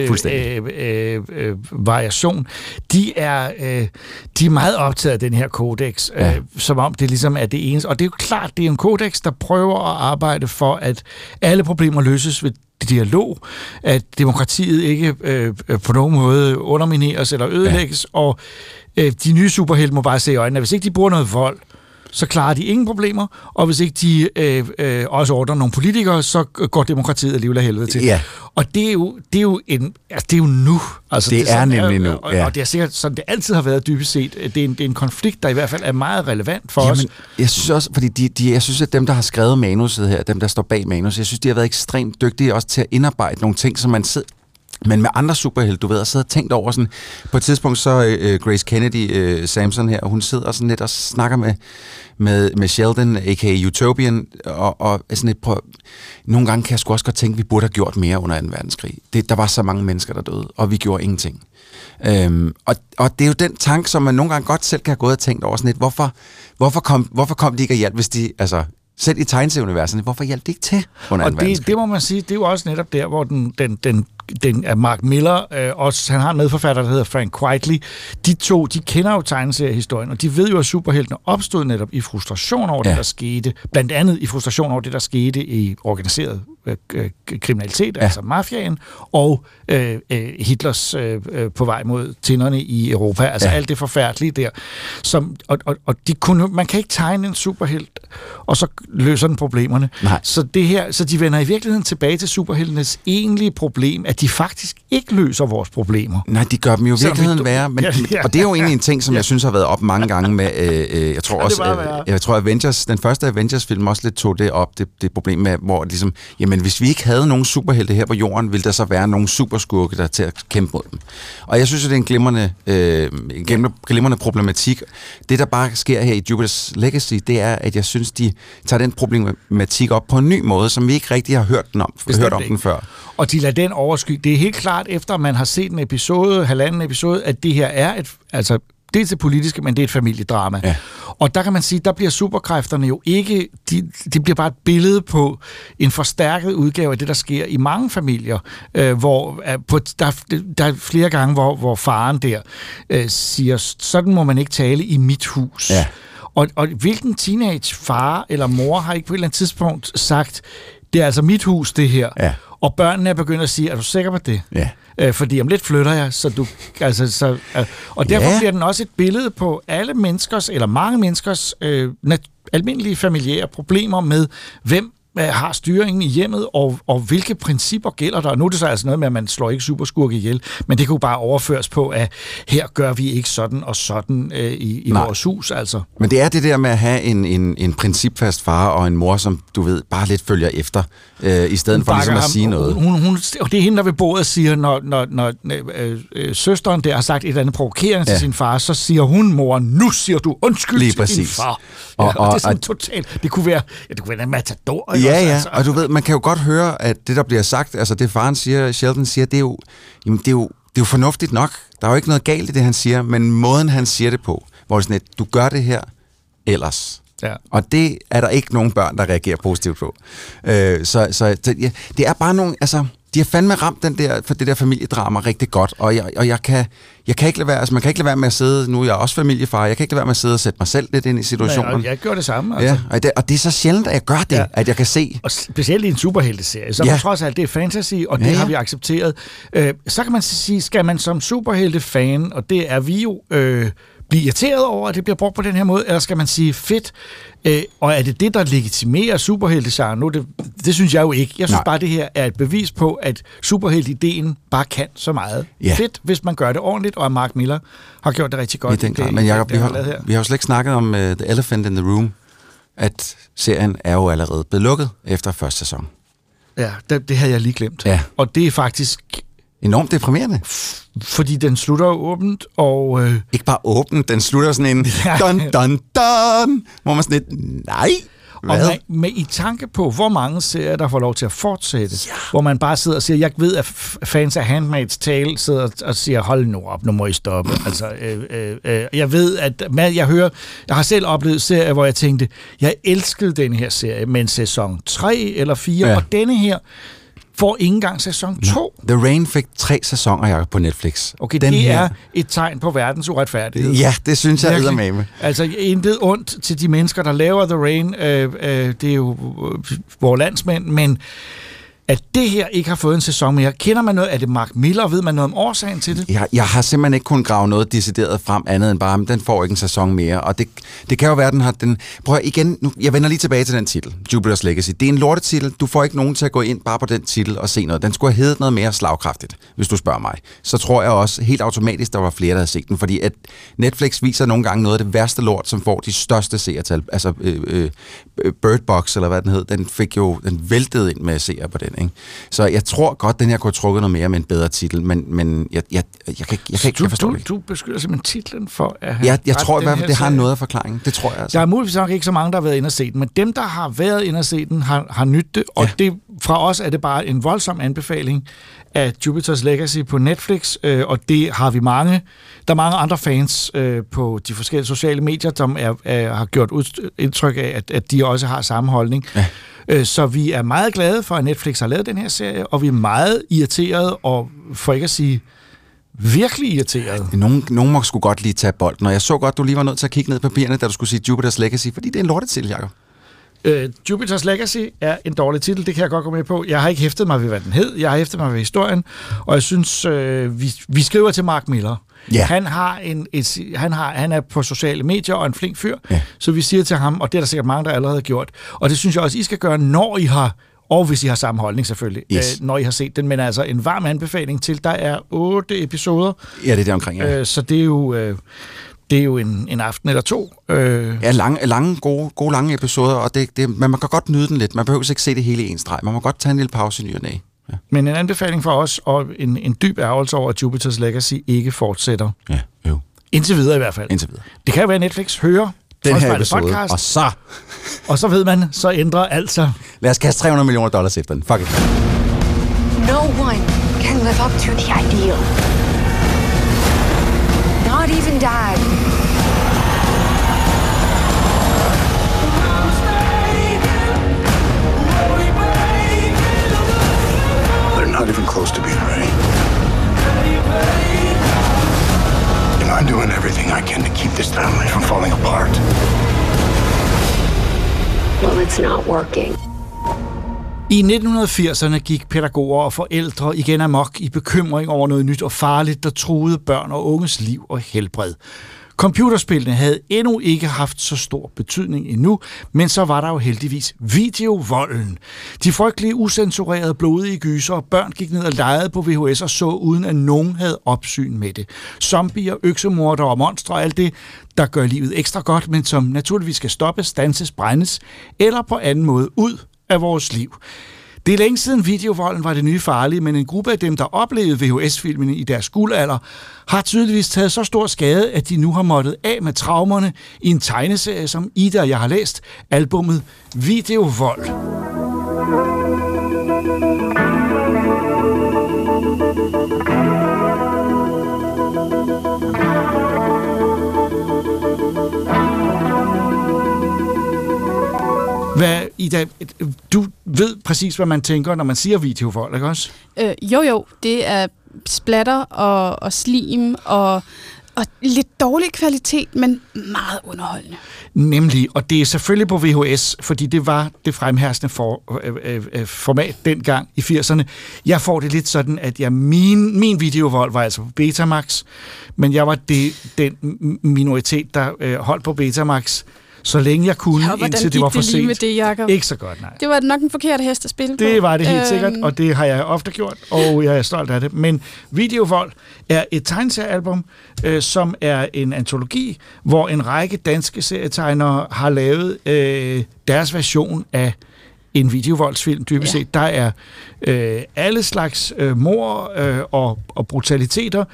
League-variation, de er meget optaget af den her kodex, som om det ligesom er det eneste. Og det er jo klart, det er en kodex, der prøver at arbejde for, at alle problemer løses ved dialog, at demokratiet ikke på nogen måde undermineres eller ødelægges, og de nye superhelte må bare se i øjnene, at hvis ikke de bruger noget vold, så klarer de ingen problemer, og hvis ikke de også ordner nogle politikere, så går demokratiet alligevel af helvede til. Ja. Og det er jo nu. Altså, det er nemlig nu. Og det er sikkert sådan, det altid har været dybest set. Det er en konflikt, der i hvert fald er meget relevant for os. Jeg synes også, fordi jeg synes, at dem, der har skrevet manuset her, dem, der står bag manus, jeg synes, de har været ekstremt dygtige også til at indarbejde nogle ting, som man sidder. Men med andre superhelte, du ved, og sidder og tænkt over sådan, på et tidspunkt så Grace Kennedy, Sampson her, hun sidder sådan lidt og snakker med Sheldon, a.k.a. Utopian, og sådan lidt på, nogle gange kan jeg sgu også godt tænke, at vi burde have gjort mere under 2. verdenskrig. Der var så mange mennesker, der døde, og vi gjorde ingenting. Og det er jo den tanke, som man nogle gange godt selv kan have gået og tænkt over sådan lidt, hvorfor kom de ikke og hjalp, hvis de, altså, selv i tegneserieuniverserne, hvorfor hjalp de ikke til under 2. verdenskrig? Det må man sige, det er jo også netop der, hvor den er Mark Miller, også han har en medforfatter, der hedder Frank Quitely. De 2, de kender jo tegneseriehistorien, og de ved jo, at superheltene opstod netop i frustration over det, der skete. Blandt andet i frustration over det, der skete i organiseret kriminalitet, altså mafiaen, og Hitlers på vej mod tinderne i Europa. Altså alt det forfærdelige der. Og man kan ikke tegne en superhelt, og så løser den problemerne. Så de vender i virkeligheden tilbage til superheltenes egentlige problem, at de faktisk ikke løser vores problemer. Nej, de gør dem jo i virkeligheden værre, men, og det er jo egentlig en ting, som jeg synes har været op mange gange med, jeg tror også, Avengers, den første Avengers-film også lidt tog det op, det problem med, hvor ligesom, jamen hvis vi ikke havde nogen superhelte her på jorden, ville der så være nogle superskurke, der er til at kæmpe mod dem. Og jeg synes, at det er en glimrende problematik. Det, der bare sker her i Jupiter's Legacy, det er, at jeg synes, de tager den problematik op på en ny måde, som vi ikke rigtig har hørt om den før. Og de lader den oversky. Det er helt klart, efter man har set halvanden episode, at det her er det er til politiske, men det er et familiedrama. Ja. Og der kan man sige, der bliver superkræfterne jo ikke, de bliver bare et billede på en forstærket udgave af det, der sker i mange familier, hvor der er flere gange, hvor faren der siger, sådan må man ikke tale i mit hus. Ja. Og hvilken teenage far eller mor har ikke på et eller andet tidspunkt sagt, det er altså mit hus, det her. Ja. Og børnene er begyndt at sige, er du sikker på det? Ja. Fordi om lidt flytter jeg, så du... og derfor bliver den også et billede på alle menneskers, eller mange menneskers almindelige familiære problemer med, hvem har styringen i hjemmet, og hvilke principper gælder der. Og nu er det så altså noget med, at man slår ikke superskurke ihjel, men det kunne bare overføres på, at her gør vi ikke sådan og sådan i vores hus. Altså. Men det er det der med at have en principfast far og en mor, som du ved, bare lidt følger efter, i stedet for ligesom at sige noget. Og det er hende, der ved bordet siger, når søsteren der har sagt et eller andet provokerende til sin far, så siger hun, mor, nu siger du undskyld til din far. Ja, og det er sådan totalt. Det kunne være en matador. Ja, og du ved, man kan jo godt høre, at det, der bliver sagt, altså det faren siger, Sheldon siger, det er jo fornuftigt nok. Der er jo ikke noget galt i det, han siger, men måden, han siger det på, hvor det sådan et, du gør det her ellers. Ja. Og det er der ikke nogen børn, der reagerer positivt på. Det er bare nogle, altså, de har fandme ramt det der familiedrama rigtig godt, og jeg kan ikke lade være, altså man kan ikke lade være med at sidde, nu er jeg også familiefar, jeg kan ikke lade være med at sidde og sætte mig selv lidt ind i situationen. Ja, jeg gør det samme. Altså. Ja, og det er så sjældent, at jeg gør det, at jeg kan se. Og specielt i en superhelteserie, så trods alt det er fantasy, og det har vi accepteret. Så kan man sige, skal man som superheltefan, og det er vi jo, blive irriteret over, at det bliver brugt på den her måde, eller skal man sige fedt, og er det, der legitimerer superheltegenren nu? Det synes jeg jo ikke. Jeg synes bare, det her er et bevis på, at superheltideen bare kan så meget. Ja. Fedt, hvis man gør det ordentligt, og Mark Millar har gjort det rigtig godt. I den grad. Men Jacob, vi har jo slet ikke snakket om The Elephant in the Room, at serien er jo allerede blevet lukket efter første sæson. Ja, det havde jeg lige glemt. Ja. Og det er faktisk enormt deprimerende. Fordi den slutter jo åbent, og... Ikke bare åbent, den slutter sådan en dun, dun, dun, hvor man sådan et, nej, hvad? Og med i tanke på, hvor mange serier, der får lov til at fortsætte, hvor man bare sidder og siger, jeg ved, at fans af Handmaid's Tale sidder og siger, hold nu op, nu må I stoppe. Altså, jeg ved, at jeg har selv oplevet serier, hvor jeg tænkte, jeg elskede denne her serie, men sæson 3 eller 4, og denne her får ikke engang sæson 2. The Rain fik 3 sæsoner, Jacob, på Netflix. Okay, det er et tegn på verdens uretfærdighed. Ja, det synes jeg eddermame. Altså, intet ondt til de mennesker, der laver The Rain. Det er jo vores landsmænd, men at det her ikke har fået en sæson mere. Kender man noget? Er det Mark Millar? Ved man noget om årsagen til det? Jeg har simpelthen ikke kunnet grave noget decideret frem andet end bare, men den får ikke en sæson mere. Og det kan jo være, den har den... Prøv igen, nu, jeg vender lige tilbage til den titel, Jupiter's Legacy. Det er en lortetitel. Du får ikke nogen til at gå ind bare på den titel og se noget. Den skulle have heddet noget mere slagkraftigt, hvis du spørger mig. Så tror jeg også helt automatisk, der var flere, der havde set den. Fordi at Netflix viser nogle gange noget af det værste lort, som får de største seertal. Altså Bird Box, eller hvad den hed, den væltede ind med seere på den. Ikke? Så jeg tror godt, den her kunne have trukket noget mere med en bedre titel, men jeg kan ikke forstå det. Du beskylder simpelthen titlen for at have jeg tror i hvert fald, det har noget af forklaringen. Det tror jeg altså. Der er muligvis nok ikke så mange, der har været inde og set den, men dem, der har været inde og set den, har nydt det, og det, fra os er det bare en voldsom anbefaling af Jupiter's Legacy på Netflix, og det har vi mange. Der er mange andre fans på de forskellige sociale medier, som har gjort indtryk af, at de også har samme holdning. Ja. Så vi er meget glade for, at Netflix har lavet den her serie, og vi er meget irriterede, og for ikke at sige virkelig irriterede. Nogen må sgu godt lige tage bolden, og jeg så godt, du lige var nødt til at kigge ned på papirerne, da du skulle sige Jupiter's Legacy, fordi det er en lortetitel, Jacob. Jupiter's Legacy er en dårlig titel, det kan jeg godt gå med på. Jeg har ikke hæftet mig ved, hvad den hed. Jeg har hæftet mig ved historien, og jeg synes, vi skriver til Mark Millar. Yeah. Han er på sociale medier og en flink fyr, så vi siger til ham, og det er der sikkert mange, der allerede har gjort, og det synes jeg også, I skal gøre, når I har Og hvis I har samme holdning selvfølgelig, Yes. når I har set den. Men altså en varm anbefaling til, der er 8 episoder. Ja, det er der omkring, ja. Så det er jo en aften eller to. Ja, lange, gode lange episoder, og man kan godt nyde den lidt. Man behøver ikke se det hele i en streg. Man må godt tage en lille pause i ny og næ. Ja. Men en anbefaling for os, og en dyb ærgelse over, at Jupiter's Legacy ikke fortsætter. Ja, jo. Indtil videre i hvert fald. Indtil videre. Det kan jo være, at Netflix hører den her episode, podcast, og så ved man, så ændrer alt sig. Lad os kaste $300 million efter den. Fuck it. No one can live up to the ideal. Not even Dad. They're not even close to being ready. You know, I'm doing everything I can to keep this family from falling apart. Well, it's not working. I 1980'erne gik pædagoger og forældre igen amok i bekymring over noget nyt og farligt, der truede børn og unges liv og helbred. Computerspillene havde endnu ikke haft så stor betydning endnu, men så var der jo heldigvis videovolden. De frygtelige, usensurerede, blodige gyser, og børn gik ned og legede på VHS og så, uden at nogen havde opsyn med det. Zombier, øksemordere og monstre og alt det, der gør livet ekstra godt, men som naturligvis skal stoppes, standses, brændes eller på anden måde ud af vores liv. Det er længe siden videovolden var det nye farlige, men en gruppe af dem, der oplevede VHS-filmene i deres guldalder, har tydeligvis taget så stor skade, at de nu har måttet af med traumerne i en tegneserie, som Ida og jeg har læst, albummet Videovold. Ida, du ved præcis, hvad man tænker, når man siger videovold, ikke også? Jo, det er splatter og slim og lidt dårlig kvalitet, men meget underholdende. Nemlig, og det er selvfølgelig på VHS, fordi det var det fremherskende format dengang i 80'erne. Jeg får det lidt sådan, at min videovold var altså på Betamax, men jeg var den minoritet, der holdt på Betamax, så længe jeg kunne, indtil det var for sent. Med det, Jacob? Ikke så godt, nej. Det var nok en forkert hest at spille på. Det var det helt sikkert, og det har jeg ofte gjort, og jeg er stolt af det. Men Videovold er et tegneseriealbum, som er en antologi, hvor en række danske serietegnere har lavet deres version af en videovoldsfilm, dybest set. Der er alle slags mord og brutaliteter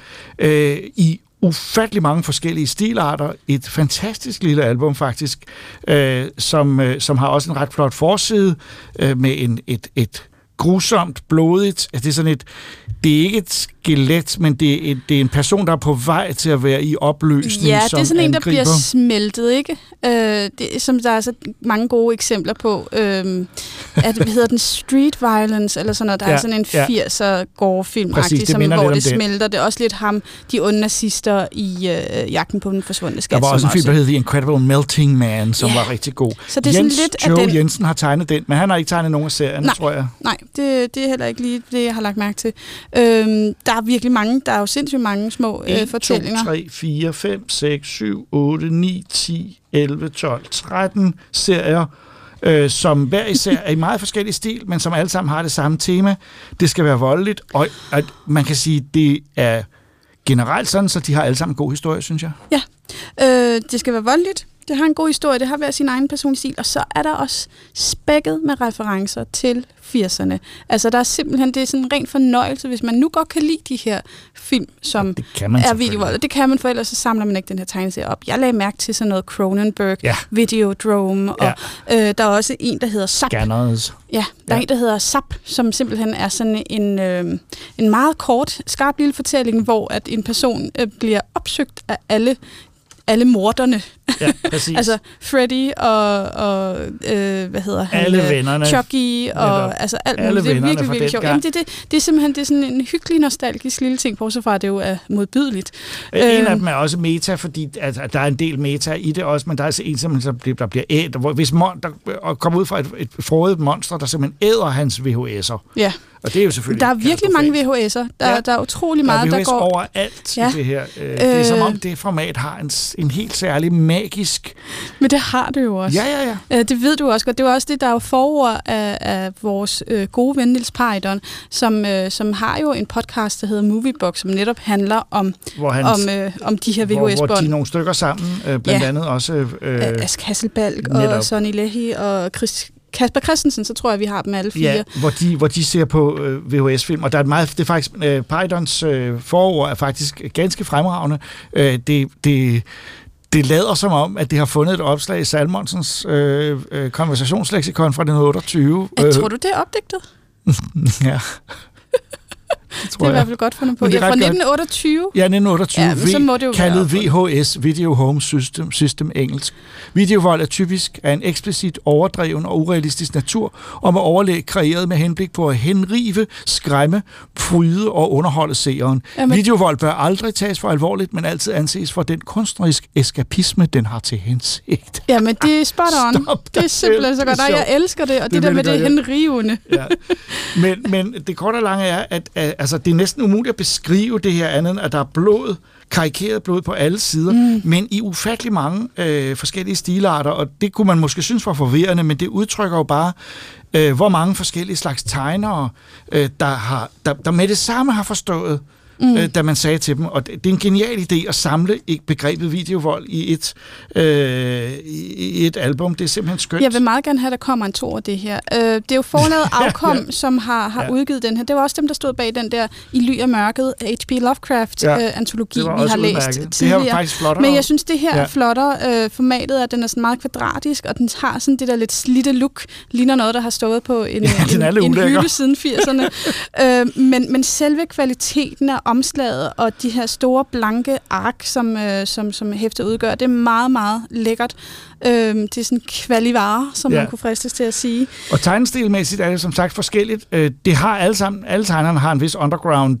i ufattelig mange forskellige stilarter. Et fantastisk lille album faktisk, som har også en ret flot forside med et grusomt, blodigt. Det er sådan det er ikke et skelet, men det er en person, der er på vej til at være i opløsning. Ja, det er sådan en, der angriber. bliver smeltet, ikke? Som der er så mange gode eksempler på. Hvad hedder den? Street Violence, eller sådan noget. Der er sådan en 80'er gore-film-agtig, hvor det smelter. Det er også lidt ham, de onde nazister i Jagten på den forsvundne skat. Der var også en film, der hed The Incredible Melting Man, som var rigtig god. Så det er sådan lidt Joe Jensen har tegnet den, men han har ikke tegnet nogen af serierne, tror jeg. Nej, det er heller ikke lige det, jeg har lagt mærke til. Der er virkelig mange, der er jo sindssygt mange små fortællinger. 1, 2, 3, 4, 5, 6, 7, 8, 9, 10, 11, 12, 13 serier, som hver især er i meget forskellig stil, men som alle sammen har det samme tema. Det skal være voldeligt, og man kan sige, det er generelt sådan, så de har alle sammen en god historie, synes jeg. Ja, det skal være voldeligt. Det har en god historie, det har hver sin egen personlig stil, og så er der også spækket med referencer til 80'erne. Altså, der er simpelthen, det er sådan en ren fornøjelse, hvis man nu godt kan lide de her film, som er videovold. Det kan man, for ellers så samler man ikke den her tegneserie op. Jeg lagde mærke til sådan noget Cronenberg, Videodrome, og der er også en, der hedder Zap. Scanners. Ja, der er en, der hedder Zap, som simpelthen er sådan en meget kort, skarp lille fortælling, hvor at en person bliver opsøgt af alle morderne. Ja, præcis. Altså Freddy og hvad hedder han? Alle vennerne. Chucky og altså alt muligt. Det er virkelig, virkelig sjovt. Jamen, det er simpelthen det er sådan en hyggelig, nostalgisk lille ting, bortset fra, at det jo er modbydeligt. En af dem er også meta, fordi der er en del meta i det også, men der er altså en, der bliver ædt. Hvis der kommer ud fra et frådet monster, der simpelthen æder hans VHS'er. Ja. Og det er jo selvfølgelig der er virkelig mange VHS'er. Der er utrolig meget, der går... overalt i det her. Det er som om, det format har en helt særlig magisk... Men det har det jo også. Ja. Det ved du også godt. Det var også det, der er jo forord af vores gode ven, Niels Paridon, som har jo en podcast, der hedder Moviebox, som netop handler om de her VHS-bånd. Hvor de er nogle stykker sammen, blandt andet også... Ask Hasselbalch og Sonny Leahy og Kasper Christensen, så tror jeg, vi har dem alle fire. Ja, hvor de ser på VHS-film, og der er det er faktisk, Paridons forord er faktisk ganske fremragende. Det lader som om, at det har fundet et opslag i Salmonsens konversationsleksikon fra 1928. Tror du, det er opdigtet? Ja. Det er i hvert fald godt fundet på. Ja, fra 1928. Ja, 1928. Ja, så må det jo kaldet VHS, Video Home System engelsk. Videovold er typisk af en eksplicit, overdreven og urealistisk natur, og med overlæg kreeret med henblik på at henrive, skræmme, fryde og underholde seeren. Jamen. Videovold bør aldrig tages for alvorligt, men altid anses for den kunstnerisk eskapisme, den har til hensigt. Ja, men det er spot on. Det er simpelthen så godt. Nej, jeg elsker det, og det der med det henrivende. Ja. Men det korte og lange er, at altså, det er næsten umuligt at beskrive det her andet, at der er blod, karikeret blod på alle sider, men i ufattelig mange forskellige stilarter, og det kunne man måske synes var forvirrende, men det udtrykker jo bare, hvor mange forskellige slags tegnere, der med det samme har forstået, da man sagde til dem, og det er en genial idé at samle begrebet videovold i et album. Det er simpelthen skønt. Jeg vil meget gerne have, at der kommer en toer af det her. Det er jo forlaget Afkom, som har udgivet den her. Det var også dem, der stod bag den der I ly af mørket, H.P. Lovecraft-antologi, vi har læst tidligere. Det var faktisk flottere. Men jeg synes, det her er flottere. Formatet er, den er sådan meget kvadratisk, og den har sådan det der lidt slitte look, ligner noget, der har stået på en hylde siden 80'erne. Men selve kvaliteten af omslaget og de her store blanke ark, som hæfter udgør, det er meget, meget lækkert. Det er sådan kvalivare, som man kunne fristes til at sige. Og tegnestilmæssigt er det som sagt forskelligt. Det har alle tegnerne har en vis underground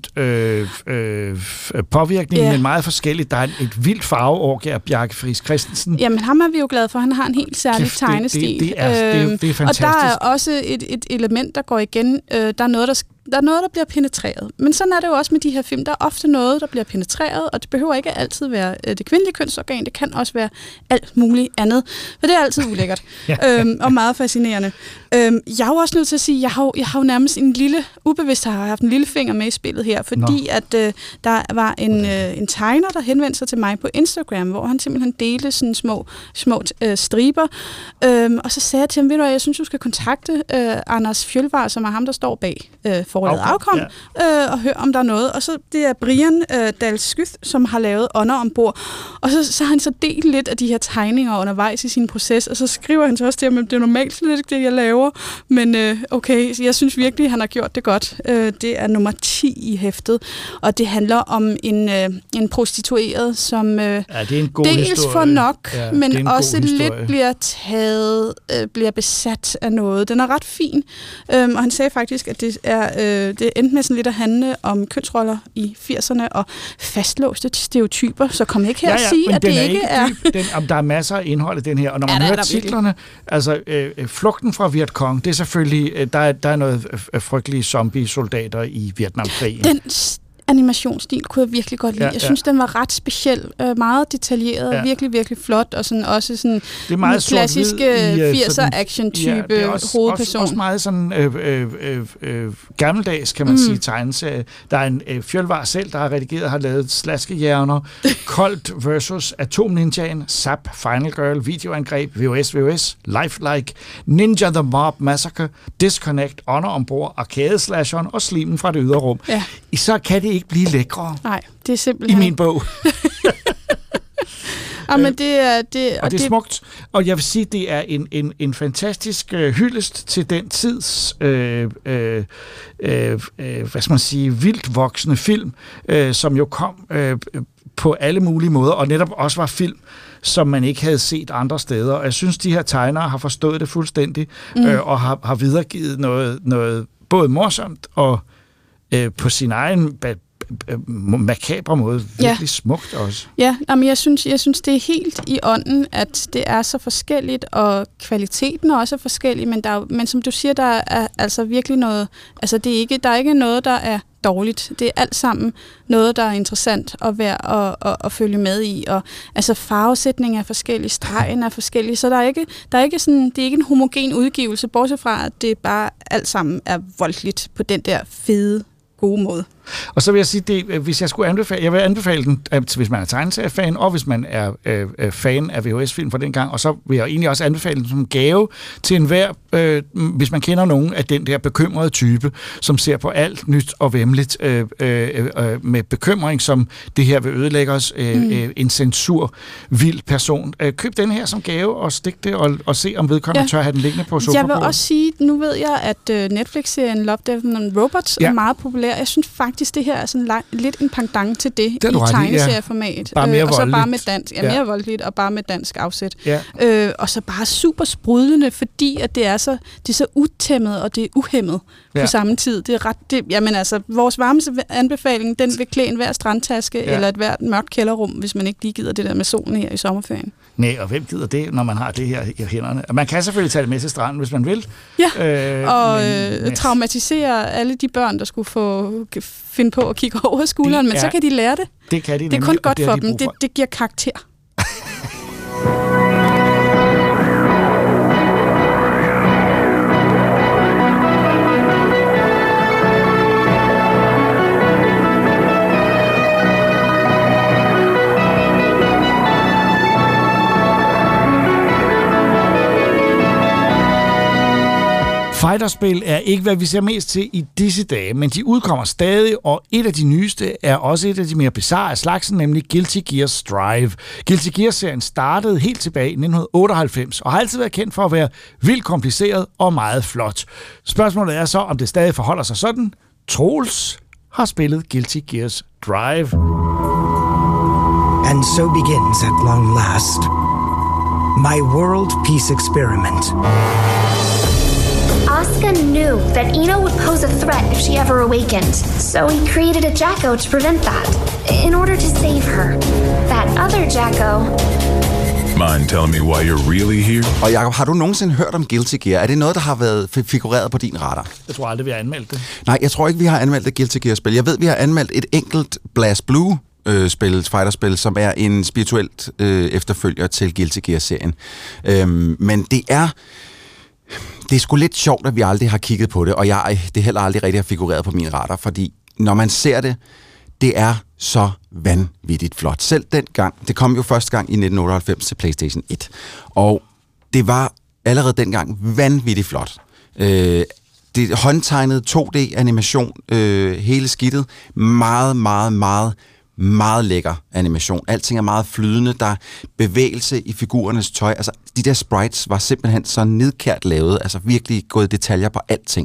påvirkning, men meget forskelligt. Der er et vildt farveorgie af Bjarke Friis Christensen. Jamen ham er vi jo glade for. Han har en helt særlig tegnestil. Det er fantastisk. Og der er også et element, der går igen. Der er noget, der bliver penetreret. Men sådan er det jo også med de her film. Der er ofte noget, der bliver penetreret, og det behøver ikke altid være det kvindelige kønsorgan. Det kan også være alt muligt andet. For det er altid ulækkert. Og meget fascinerende. Jeg er jo også nødt til at sige, jeg har jo nærmest en lille, ubevidst har haft en lille finger med i spillet her, fordi at der var en tegner, der henvendte sig til mig på Instagram, hvor han simpelthen delte sådan små striber. Og så sagde jeg til ham, ved du hvad, jeg synes, du skal kontakte Anders Fjølvar, som er ham, der står bag forlaget Afkom, og høre, om der er noget. Og så det er Brian Dahl-Skyth, som har lavet Ånder ombord. Og så har han så delt lidt af de her tegninger undervejs i sin proces, og så skriver han så også til ham, at det er normalt slet ikke det, jeg laver. Men okay, jeg synes virkelig, at han har gjort det godt. Det er nummer 10 i hæftet, og det handler om en prostitueret, som dels får nok, men også lidt bliver besat af noget. Den er ret fin, og han sagde faktisk, at det endte med sådan lidt at handle om kønsroller i 80'erne og fastlåste stereotyper, så kom ikke her og sige, at det ikke er... Der er masser af indhold i den her, og når man hører titlerne, altså Flugten fra Vietcong, det er selvfølgelig, der er noget frygtelige zombie-soldater i Vietnamkrigen. Den animationsstil kunne jeg virkelig godt lide. Jeg synes, den var ret speciel, meget detaljeret, virkelig, virkelig flot, og sådan også sådan det er meget klassiske 80'er action-type hovedperson. Også meget sådan gammeldags, kan man sige, tegneserie. Der er en Fjølvar selv, der har redigeret, har lavet Slaskehjerner, Colt versus Atom Ninjaen, Zap, Final Girl, Videoangreb, VOS, Lifelike, Ninja the Mob Massacre, Disconnect, Honor ombord, Arcade-slasheren og Slimen fra det ydre rum. Ja. Så kan det ikke blive lækre. Nej, det er simpelthen... I min bog. Men det er... Og det er smukt. Og jeg vil sige, det er en fantastisk hyldest til den tids hvad skal man sige, vildt voksende film, som jo kom på alle mulige måder, og netop også var film, som man ikke havde set andre steder. Og jeg synes, de her tegnere har forstået det fuldstændig, og har videregivet noget både morsomt og på sin egen makabre måde. Virkelig smukt også. Ja, men jeg synes, det er helt i ånden, at det er så forskelligt, og kvaliteten er også forskellig, men som du siger, der er altså virkelig noget, altså der er ikke noget, der er dårligt. Det er alt sammen noget, der er interessant og værd at følge med i. Og altså farvesætning er forskellig, stregen er forskellig, så det er ikke en homogen udgivelse, bortset fra, at det bare alt sammen er voldeligt på den der fede, gode måde. Og så vil jeg sige, hvis jeg skulle anbefale, jeg vil anbefale den, hvis man er tegneseriefan, og hvis man er fan af VHS-film fra den gang, og så vil jeg egentlig også anbefale den som gave til enhver, hvis man kender nogen af den der bekymrede type, som ser på alt nyt og væmmeligt med bekymring, som det her vil ødelægge os, en vild person. Køb den her som gave, og stik det, og se om vedkommende tør have den liggende på sofabordet. Jeg vil også sige, nu ved jeg, at Netflix-serien Love, Death and Robots er meget populær. Jeg synes faktisk, det her er sådan lidt en pendant til det i tegneserieformat. Bare mere og så bare med dansk. mere voldeligt, og bare med dansk afsæt. Ja. Og så bare super sprudlende, fordi at det er så utæmmet, og det er uhæmmet på samme tid. Det er ret, vores varmeste anbefaling, den vil klæde enhver strandtaske, eller et hvert mørkt kælderrum, hvis man ikke lige gider det der med solen her i sommerferien. Nej, og hvem gider det, når man har det her i hænderne? Man kan selvfølgelig tage det med til stranden, hvis man vil. Ja, og traumatisere alle de børn, der skulle finde på at kigge over skulderen, men så kan de lære det. Det kan de nemlig. Det er kun godt for dem. Det giver karakter. Fighterspil er ikke, hvad vi ser mest til i disse dage, men de udkommer stadig, og et af de nyeste er også et af de mere bizarre af slagsen, nemlig Guilty Gear Strive. Guilty Gear-serien startede helt tilbage i 1998, og har altid været kendt for at være vildt kompliceret og meget flot. Spørgsmålet er så, om det stadig forholder sig sådan. Troels har spillet Guilty Gears Drive. And so begins at long last my world peace experiment. Asuka knew that Ino would pose a threat if she ever awakened, so he created a Jacko to prevent that, in order to save her. That other Jacko... Mind telling me why you're really here? Og Jacob, har du nogensinde hørt om Guilty Gear? Er det noget, der har været figureret på din radar? Jeg tror aldrig, vi har anmeldt det. Nej, jeg tror ikke, vi har anmeldt det Guilty Gear-spil. Jeg ved, vi har anmeldt et enkelt Blast Blue spil, fighterspil, som er en spirituelt efterfølger til Guilty Gear-serien. Men det er sgu lidt sjovt, at vi aldrig har kigget på det, og det heller aldrig rigtig har figureret på min radar, fordi når man ser det, det er så vanvittigt flot. Selv dengang, det kom jo første gang i 1998 til PlayStation 1, og det var allerede dengang vanvittigt flot. Det håndtegnede 2D-animation, hele skidtet, meget, meget, meget, meget lækker animation. Alting er meget flydende. Der er bevægelse i figurernes tøj. Altså, de der sprites var simpelthen så nidkært lavet. Altså, virkelig gået i detaljer på alting.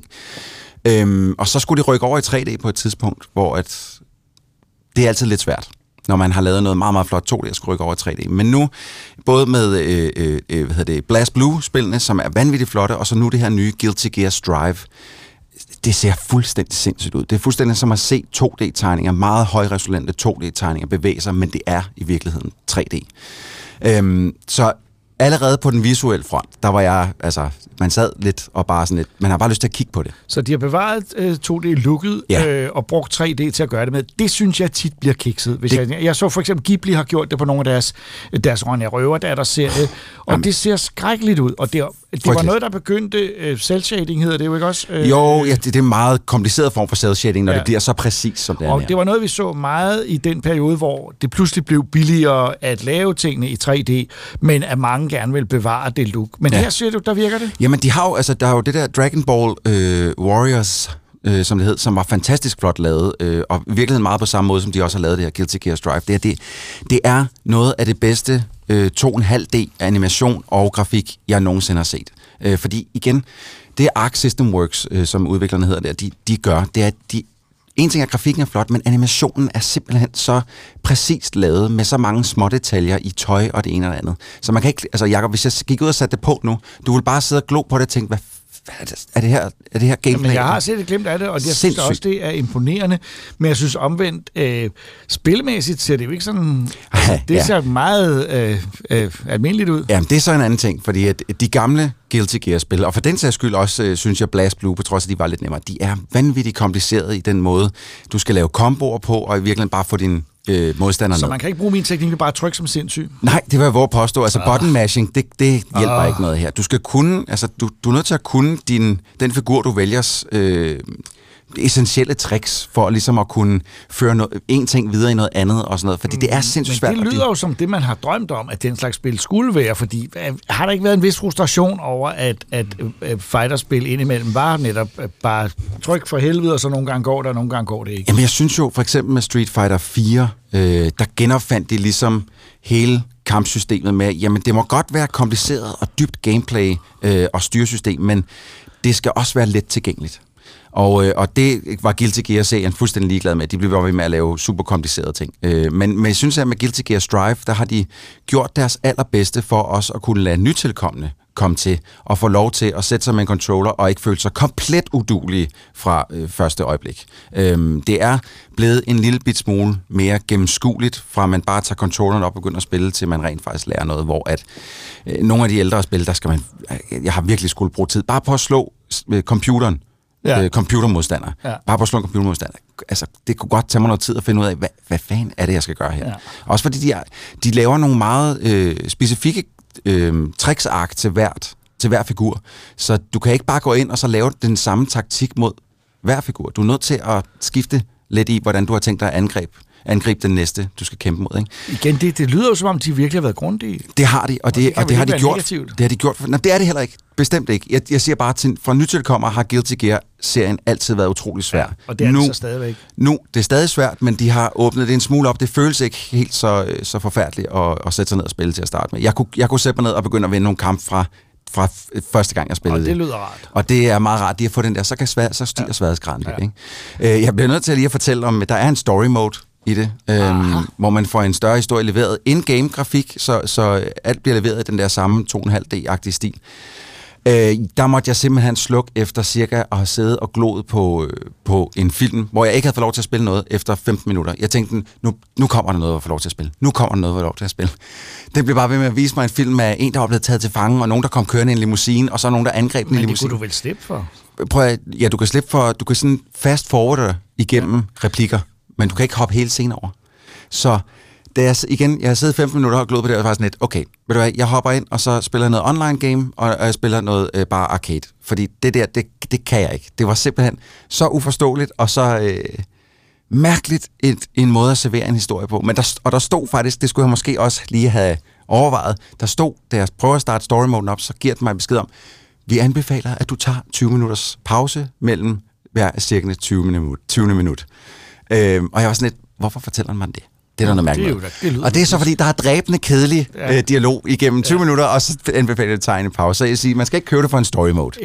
Og så skulle de rykke over i 3D på et tidspunkt, hvor det er altid lidt svært, når man har lavet noget meget, meget flot 2D, at skulle rykke over i 3D. Men nu, både med Blast Blue-spillene, som er vanvittigt flotte, og så nu det her nye Guilty Gear Strive, det ser fuldstændig sindssygt ud. Det er fuldstændig som at se 2D-tegninger, meget højresolente 2D-tegninger bevæge sig, men det er i virkeligheden 3D. Så allerede på den visuelle front, der var jeg, altså, man sad lidt og bare sådan lidt, man har bare lyst til at kigge på det. Så de har bevaret 2D-looket og brugt 3D til at gøre det med. Det synes jeg tit bliver kikset. Hvis jeg så for eksempel Ghibli har gjort det på nogle af deres Ronja Røver-datter-serie, og det ser skrækkeligt ud. Og det var noget, der begyndte, cel-shading hedder det jo ikke også? Det er en meget kompliceret form for cel-shading, når det bliver så præcis som det er. Og det var noget, vi så meget i den periode, hvor det pludselig blev billigere at lave tingene i 3D, men at mange gerne vil bevare det look. Men her ser du, der virker det? Jamen, der er jo det der Dragon Ball Warriors, som det hed, som var fantastisk flot lavet, og i virkeligheden meget på samme måde, som de også har lavet det her Guilty Gear Strive. Det er noget af det bedste 2,5D animation og grafik, jeg nogensinde har set. Fordi igen, det Arc System Works, som udviklerne hedder der, de gør, det er, at en ting er, at grafikken er flot, men animationen er simpelthen så præcist lavet, med så mange små detaljer i tøj og det ene og det andet. Så man kan ikke, altså Jacob, hvis jeg gik ud og satte det på nu, du ville bare sidde og glo på det og tænke, hvad er det her gameplay? Jamen, jeg har set et glimt af det, og jeg synes også, det er imponerende. Men jeg synes omvendt, spilmæssigt ser det jo ikke sådan... Altså, det ser meget almindeligt ud. Jamen, det er så en anden ting, fordi at de gamle Guilty Gear-spil, og for den sags skyld også, synes jeg, Blast Blue, på trods af, de var lidt nemmere, de er vanvittigt komplicerede i den måde, du skal lave komboer på, og i virkeligheden bare få din modstander Så ned. man kan ikke bruge min teknik, du bare trykke som sindssyg? Nej, det vil jeg våge at påstå. Altså, button mashing, det hjælper ikke noget her. Du skal kunne, altså, du er nødt til at kunne den figur, du vælgers essentielle tricks, for ligesom at kunne føre en ting videre i noget andet og sådan noget, fordi det er sindssygt svært. Men det lyder jo som det, man har drømt om, at den slags spil skulle være, fordi har der ikke været en vis frustration over, at fighterspil indimellem var netop bare tryk for helvede, og så nogle gange går der, og nogle gange går det ikke? Jamen, jeg synes jo, for eksempel med Street Fighter 4, der genopfandt de ligesom hele kampsystemet med, jamen, det må godt være kompliceret og dybt gameplay og styresystem, men det skal også være let tilgængeligt. Og det var Guilty Gear-serien fuldstændig ligeglad med. De blev ved med at lave super komplicerede ting. Men jeg synes, at med Guilty Gear Strive, der har de gjort deres allerbedste for os at kunne lade nytilkommende komme til og få lov til at sætte sig med en controller og ikke føle sig komplet udulige fra første øjeblik. Det er blevet en lille bit smule mere gennemskueligt, fra man bare tager controlleren op og begynder at spille, til man rent faktisk lærer noget, hvor at nogle af de ældre spil, der skal man... Jeg har virkelig skulle bruge tid bare på at slå computeren. Computermodstander. Ja. Bare på at slå en computermodstander. Altså, det kunne godt tage mig noget tid at finde ud af, hvad fanden er det, jeg skal gøre her? Ja. Også fordi de laver nogle meget specifikke tricksark til hver figur. Så du kan ikke bare gå ind og så lave den samme taktik mod hver figur. Du er nødt til at skifte lidt i, hvordan du har tænkt dig at angribe den næste, du skal kæmpe mod. Ikke? Igen, det lyder jo, som om de virkelig har været grundige. Det har de, og det har de gjort. Negativt. Det har de gjort. Nej, det er det heller ikke. Bestemt ikke. Jeg siger bare, fra nytilkommer har Guilty Gear-serien altid været utrolig svær. Ja, og det er det så stadigvæk. Nu, det er stadig svært, men de har åbnet det en smule op. Det føles ikke helt så forfærdeligt at sætte sig ned og spille til at starte med. Jeg kunne sætte mig ned og begynde at vinde nogle kampe fra første gang, jeg spillede det. Og det lyder rart. Og det er meget rart, at få den der, så stiger sværhedsgraden lidt. Ikke? Jeg bliver nødt til lige at fortælle om, at der er en story mode i det, hvor man får en større historie leveret. In-game grafik, så alt bliver leveret i den der samme 2,5D-agtige stil. Der måtte jeg simpelthen slukke efter cirka at have siddet og gloet på en film, hvor jeg ikke havde fået lov til at spille noget efter 15 minutter. Jeg tænkte, nu kommer der noget at få lov til at spille. Nu kommer der noget at få lov til at spille. Det blev bare ved med at vise mig en film af en, der var blevet taget til fange, og nogen, der kom kørende i en limousine, og så nogen, der angreb en limousine. Men det kunne du vel slippe for? Du kan slippe for, du kan sådan fast forwarde igennem replikker, men du kan ikke hoppe hele scenen over. Så jeg har siddet 15 minutter og glået på det, og var sådan lidt, okay, ved du hvad, jeg hopper ind, og så spiller jeg noget online game, og jeg spiller noget bare arcade. Fordi det kan jeg ikke. Det var simpelthen så uforståeligt, og så mærkeligt en måde at servere en historie på. Men der stod faktisk, det skulle jeg måske også lige have overvejet, der stod, da jeg prøver at starte story moden op, så giver det mig besked om, vi anbefaler, at du tager 20 minutters pause mellem hver cirka 20 minut. Og jeg var sådan lidt, hvorfor fortæller man det? Det er noget mærkeligt. Og det er så, fordi der er dræbende kedelig dialog igennem 20 minutter, og så anbefaler det tegne pause. Så jeg siger, man skal ikke købe det for en story mode.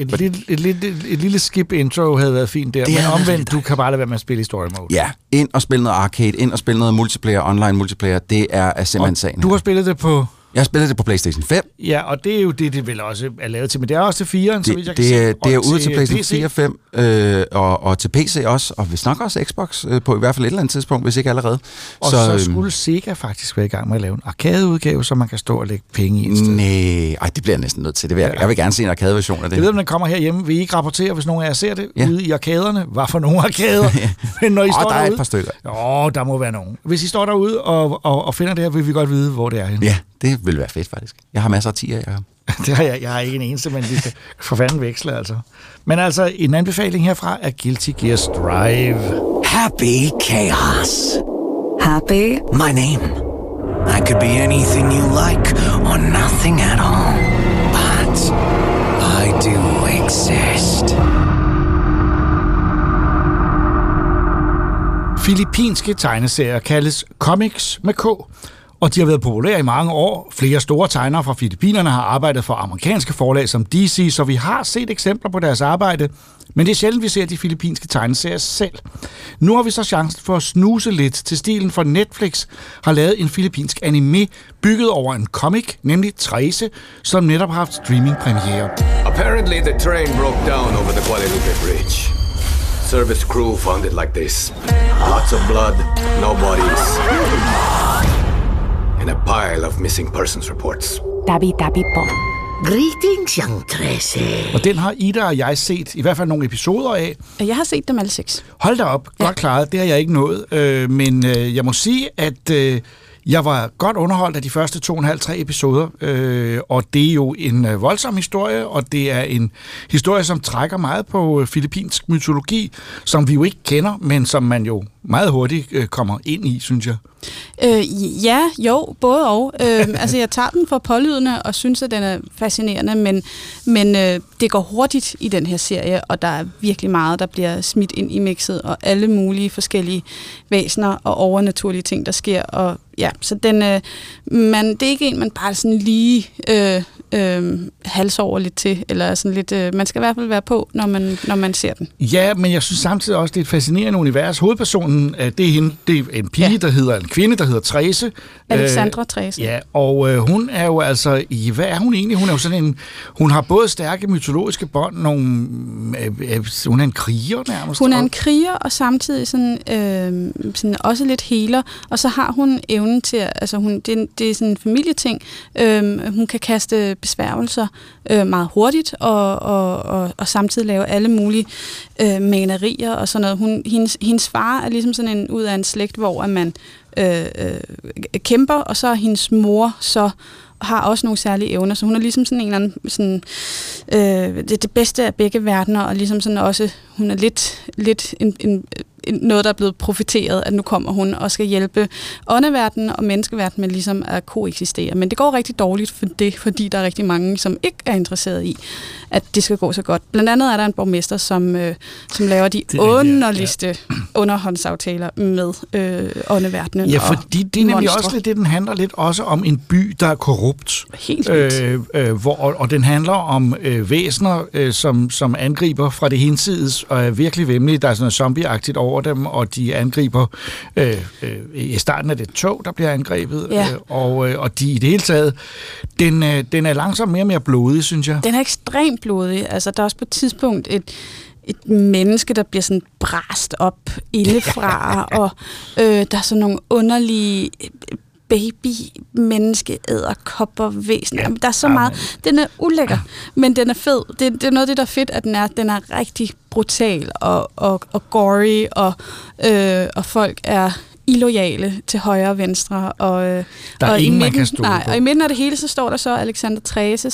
Et lille skip intro havde været fint der, men omvendt, du kan bare lade være med at spille i story mode. Ja, ind og spille noget arcade, ind og spille noget multiplayer, online multiplayer, det er simpelthen sagen. Du har spillet det på... Jeg har spillet det på PlayStation 5. Ja, og det er jo det vel også er lavet til, men det er også til 4'eren, så vidt jeg kan se. Det er ude til PlayStation 4, 5, og til PC også, og vi snakker også Xbox på i hvert fald et eller andet tidspunkt, hvis ikke allerede. Og så skulle Sega faktisk være i gang med at lave en arcade-udgave, så man kan stå og lægge penge i en sted. Nej, det bliver jeg næsten nødt til. Jeg vil gerne se en arcade-version af det. Jeg ved, om den kommer herhjemme. Vil I ikke rapportere, hvis nogen af jer ser det ude i arkaderne? Hvad for nogle arkader? Men når I står der derude, er et par stykker. Der må være nogen. Hvis I står derude og finder det her, vil vi godt vide, hvor det er henne. Ja, det vil være fedt faktisk. Jeg har masser af 10'er, jeg har. Det har jeg har ikke en eneste, men vi skal for fanden veksle, altså. Men altså, en anbefaling herfra er Guilty Gear Strive. Happy chaos. Happy? My name. I could be anything you like, or nothing at all. But I do exist. Filippinske tegneserier kaldes comics med K. og de har været populære i mange år. Flere store tegnere fra Filippinerne har arbejdet for amerikanske forlag som DC, så vi har set eksempler på deres arbejde, men det er sjældent, vi ser de filippinske tegneserier selv. Nu har vi så chancen for at snuse lidt til stilen, for Netflix har lavet en filippinsk anime bygget over en comic, nemlig Trece, som netop har haft streaming-premiere. Apparently the train broke down over the Guadalupe Bridge. Service crew found it like this. Lots of blood, no bodies, and a pile of missing persons reports. Dabi po. Greetings, young Trece. Og den har Ida og jeg set, i hvert fald nogle episoder af. Jeg har set dem alle 6. Hold da op, godt klaret. Det har jeg ikke nået. Men jeg må sige, at jeg var godt underholdt af de første 2,5-3 episoder. Og det er jo en voldsom historie, og det er en historie, som trækker meget på filippinsk mytologi, som vi jo ikke kender, men som man jo meget hurtigt kommer ind i, synes jeg. Både og. Altså, jeg tager den for pålydende og synes, at den er fascinerende, men det går hurtigt i den her serie, og der er virkelig meget, der bliver smidt ind i mixet, og alle mulige forskellige væsener og overnaturlige ting, der sker. Og ja, så den, det er ikke en, man bare sådan lige halsover lidt til, eller sådan lidt, man skal i hvert fald være på, når man ser den. Ja, men jeg synes samtidig også, det er et fascinerende univers. Hovedpersonen, det er hende, det er en pige, en kvinde, der hedder Trece. Alexandra Trece. Ja, og hun er jo altså, hvad er hun egentlig? Hun er jo sådan en, hun har både stærke mytologiske bånd, hun er en kriger nærmest. Hun er en kriger, og samtidig sådan også lidt healer, og så har hun evnen til, altså det er sådan en familieting, hun kan kaste besværgelser meget hurtigt, og samtidig lave alle mulige malerier og sådan noget. Hendes far er ligesom sådan en ud af en slægt, hvor man kæmper, og så hendes mor så har også nogle særlige evner, så hun er ligesom sådan en eller anden sådan, det bedste af begge verdener, og ligesom sådan også, hun er lidt noget, der er blevet profiteret, at nu kommer hun og skal hjælpe åndeverdenen og menneskeverdenen med ligesom at koexistere. Men det går rigtig dårligt for det, fordi der er rigtig mange, som ikke er interesseret i, at det skal gå så godt. Blandt andet er der en borgmester, som laver de underligste underhåndsaftaler med åndeverdenen. Ja, fordi det er nemlig også lidt det, den handler lidt også om en by, der er korrupt. Helt vildt. Og den handler om væsener, som angriber fra det hinsides, og er virkelig væmmelige. Der er sådan noget zombie-agtigt over dem, og de angriber i starten af det tog, der bliver angrebet, og de i det hele taget, den er langsomt mere og mere blodig, synes jeg. Den er ekstremt blodig. Altså, der er også på et tidspunkt et menneske, der bliver sådan brast op indefra, og der er sådan nogle underlige baby-menneske-æderkopper væsen. Ja, der er så meget. Den er ulækker, men den er fed. Det er noget af det, der er fedt, at den er rigtig brutal og gory, og folk er illoyale til højre og venstre. Og, der er ingen, man kan stole på. Og i midten af det hele, så står der så Alexandra Trece,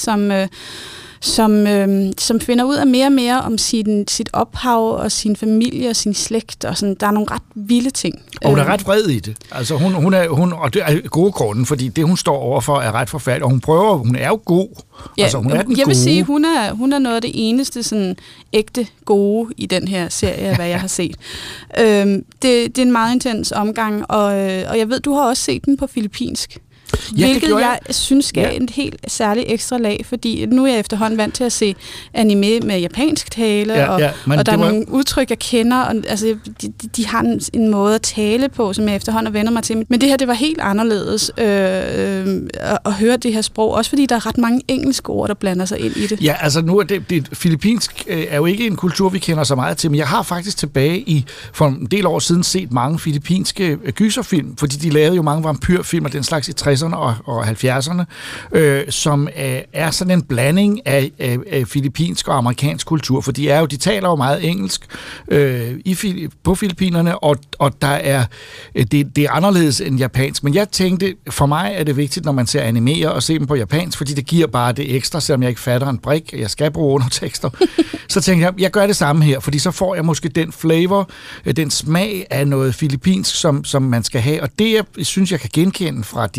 som finder ud af mere og mere om sit ophav og sin familie og sin slægt, og sådan, der er nogle ret vilde ting. Og hun er ret vred i det. Altså hun og det er gode grunden, fordi det hun står overfor er ret forfærdeligt, og hun er jo god. Ja, altså hun er den jeg vil gode. sige, hun er noget af det eneste sådan ægte gode i den her serie, hvad jeg har set. Det er en meget intens omgang, og jeg ved, du har også set den på filippinsk. Ja, hvilket jeg synes gav en helt særlig ekstra lag, fordi nu er jeg efterhånden vant til at se anime med japansk tale, og der er nogle udtryk, jeg kender, og altså, de har en måde at tale på, som jeg efterhånden vender mig til. Men det her, det var helt anderledes at høre det her sprog, også fordi der er ret mange engelske ord, der blander sig ind i det. Ja, altså nu er det filippinsk er jo ikke en kultur, vi kender så meget til, men jeg har faktisk tilbage for en del år siden set mange filippinske gyserfilm, fordi de lavede jo mange vampyrfilm og den slags i 60'erne og 70'erne, som er sådan en blanding af filippinsk og amerikansk kultur, for de taler jo meget engelsk på Filippinerne, og der er det er anderledes end japansk, men jeg tænkte, for mig er det vigtigt, når man ser animere og se dem på japansk, fordi det giver bare det ekstra, selvom jeg ikke fatter en brik, jeg skal bruge undertekster. Så tænkte jeg gør det samme her, fordi så får jeg måske den flavor, den smag af noget filippinsk, som man skal have, og det jeg synes, jeg kan genkende fra de film,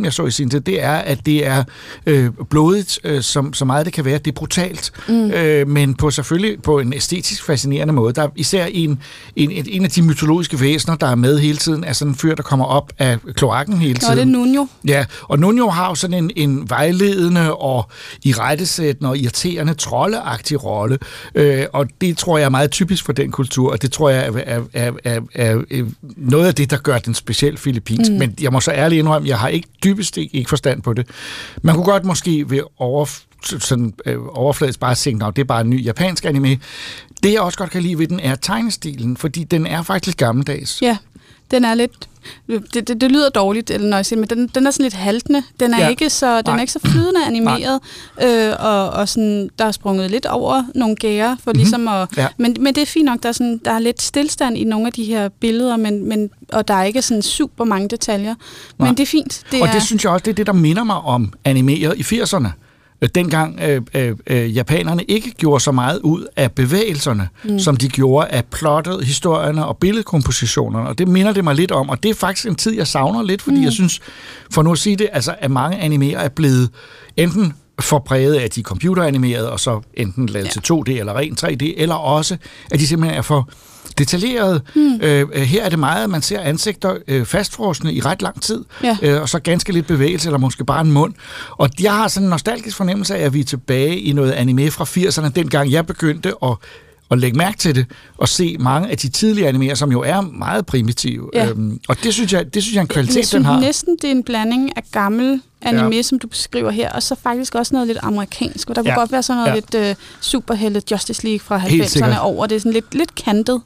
jeg så i sin tid, det er, at det er blodigt, som så meget det kan være. Det er brutalt, men selvfølgelig på en æstetisk fascinerende måde. Der er især en af de mytologiske væsener, der er med hele tiden, er sådan en fyr, der kommer op af kloakken hele tiden. Og det er Nuno. Ja, og Nuno har jo sådan en vejledende og irettesættende og irriterende troldeagtig rolle, og det tror jeg er meget typisk for den kultur, og det tror jeg er noget af det, der gør den specielt filippinsk. Men jeg må så ærligt indrømme, jeg har dybest ikke forstand på det. Man kunne godt måske ved overfladisk bare tænke, det er bare en ny japansk anime. Det jeg også godt kan lide ved den er tegnestilen, fordi den er faktisk gammeldags. Ja, den er lidt... Det lyder dårligt, eller når jeg siger, men den er sådan lidt haltende. Den er ikke så flydende animeret, og sådan, der er sprunget lidt over nogle gærer for ligesom at... Ja. Men det er fint nok, der er lidt stillstand i nogle af de her billeder, og der er ikke sådan super mange detaljer. Men det er fint. Det synes jeg også, det er det, der minder mig om animeret i 80'erne. Dengang japanerne ikke gjorde så meget ud af bevægelserne, som de gjorde af plottet, historierne og billedkompositionerne, og det minder det mig lidt om, og det er faktisk en tid, jeg savner lidt, fordi jeg synes, for nu at sige det, altså at mange animerer er blevet enten for præget af, at de er computeranimerede, og så enten lavet til 2D eller ren 3D, eller også, at de simpelthen er for detaljeret. Her er det meget, man ser ansigter fastfrosne i ret lang tid, og så ganske lidt bevægelse, eller måske bare en mund. Og jeg har sådan en nostalgisk fornemmelse af, at vi er tilbage i noget anime fra 80'erne, dengang jeg begyndte at lægge mærke til det, og se mange af de tidlige animerer, som jo er meget primitive. Ja. Og det synes jeg er en kvalitet, den har. Jeg synes næsten, det er en blanding af gammel anime, som du beskriver her, og så faktisk også noget lidt amerikansk. Der kunne godt være sådan noget lidt superhelte Justice League fra 90'erne over. Det er sådan lidt kantet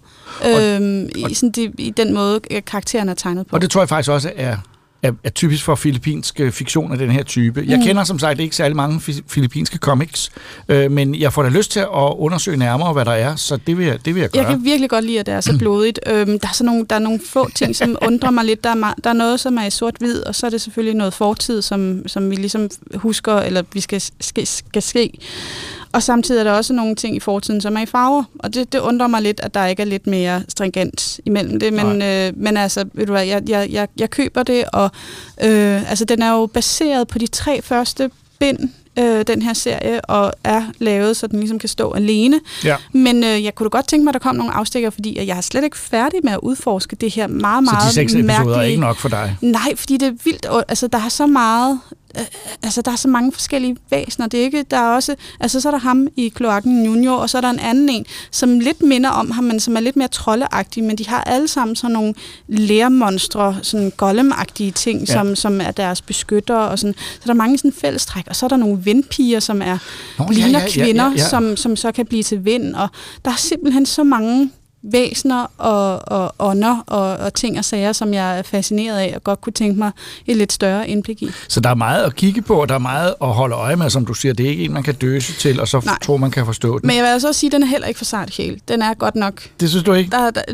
i den måde, karakteren er tegnet på. Og det tror jeg faktisk også er typisk for filippinsk fiktion af den her type. Jeg kender som sagt ikke særlig mange filippinske comics, men jeg får da lyst til at undersøge nærmere, hvad der er, så det vil jeg gøre. Jeg kan virkelig godt lide, at det er så blodigt. Der er nogle få ting, som undrer mig lidt. Der er noget, som er i sort-hvid, og så er det selvfølgelig noget fortid, som vi ligesom husker, eller vi skal ske. Og samtidig er der også nogle ting i fortiden, som er i farver. Og det undrer mig lidt, at der ikke er lidt mere stringent imellem det. Men altså, ved du hvad, jeg køber det, og altså, den er jo baseret på de 3 første bind, den her serie, og er lavet, så den ligesom kan stå alene. Ja. Men jeg kunne da godt tænke mig, at der kom nogle afstikker, fordi jeg er slet ikke færdig med at udforske det her meget mærkelige... Så de 6 episoder mærkelige... er ikke nok for dig? Nej, fordi det er vildt. Altså, der er så meget... der er så mange forskellige væsener. Det er ikke, der er også, altså så er der ham i kloakken Nuno, og så er der en anden en, som lidt minder om ham, men som er lidt mere troldeagtig, men de har alle sammen sådan nogle lermonstre, sådan golem-agtige ting, som er deres beskyttere, og sådan. Så der er mange sådan fællestræk, og så er der nogle vindpiger, som er ligner kvinder, som så kan blive til vind, og der er simpelthen så mange væsener og ånder og ting og sager, som jeg er fascineret af og godt kunne tænke mig et lidt større indblik i. Så der er meget at kigge på, og der er meget at holde øje med, som du siger. Det er ikke en, man kan døse til, og så tror man kan forstå den. Men jeg vil altså også sige, at den er heller ikke for sart sjæl. Den er godt nok... Det synes du ikke?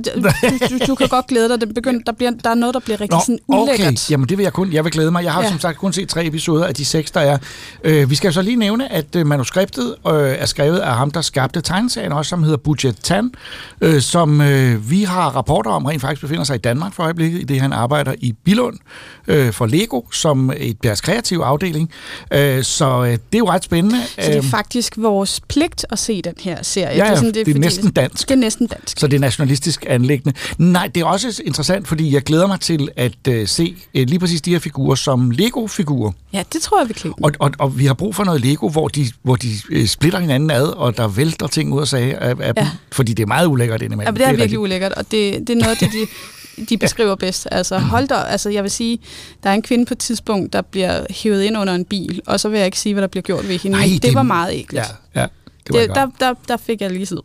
Du kan godt glæde dig. Der er noget, der bliver rigtig sådan ulækkert. Okay, jamen det vil jeg vil glæde mig. Jeg har som sagt kun set 3 episoder af de 6, der er. Vi skal så lige nævne, at manuskriptet er skrevet af ham, der skabte tegneserien også, som hedder Budget Tan, som vi har rapporter om, rent faktisk befinder sig i Danmark for øjeblikket, i det han arbejder i Billund for Lego, som deres kreative afdeling. Så det er jo ret spændende. Så det er faktisk vores pligt at se den her serie. Ja, det er næsten dansk. Det er næsten dansk. Så det er nationalistisk anliggende. Nej, det er også interessant, fordi jeg glæder mig til at se lige præcis de her figurer som Lego-figurer. Ja, det tror jeg, vi kan. Og vi har brug for noget Lego, hvor de splitter hinanden ad, og der vælter ting ud af dem, fordi det er meget ulækkert indimellem. Ja, det er virkelig ulækkert, og det er noget af det, de beskriver bedst. Altså, hold da, altså jeg vil sige, der er en kvinde på et tidspunkt, der bliver hævet ind under en bil, og så vil jeg ikke sige, hvad der bliver gjort ved hende. Det var meget ægelt. Ja. Der fik jeg lige sådan...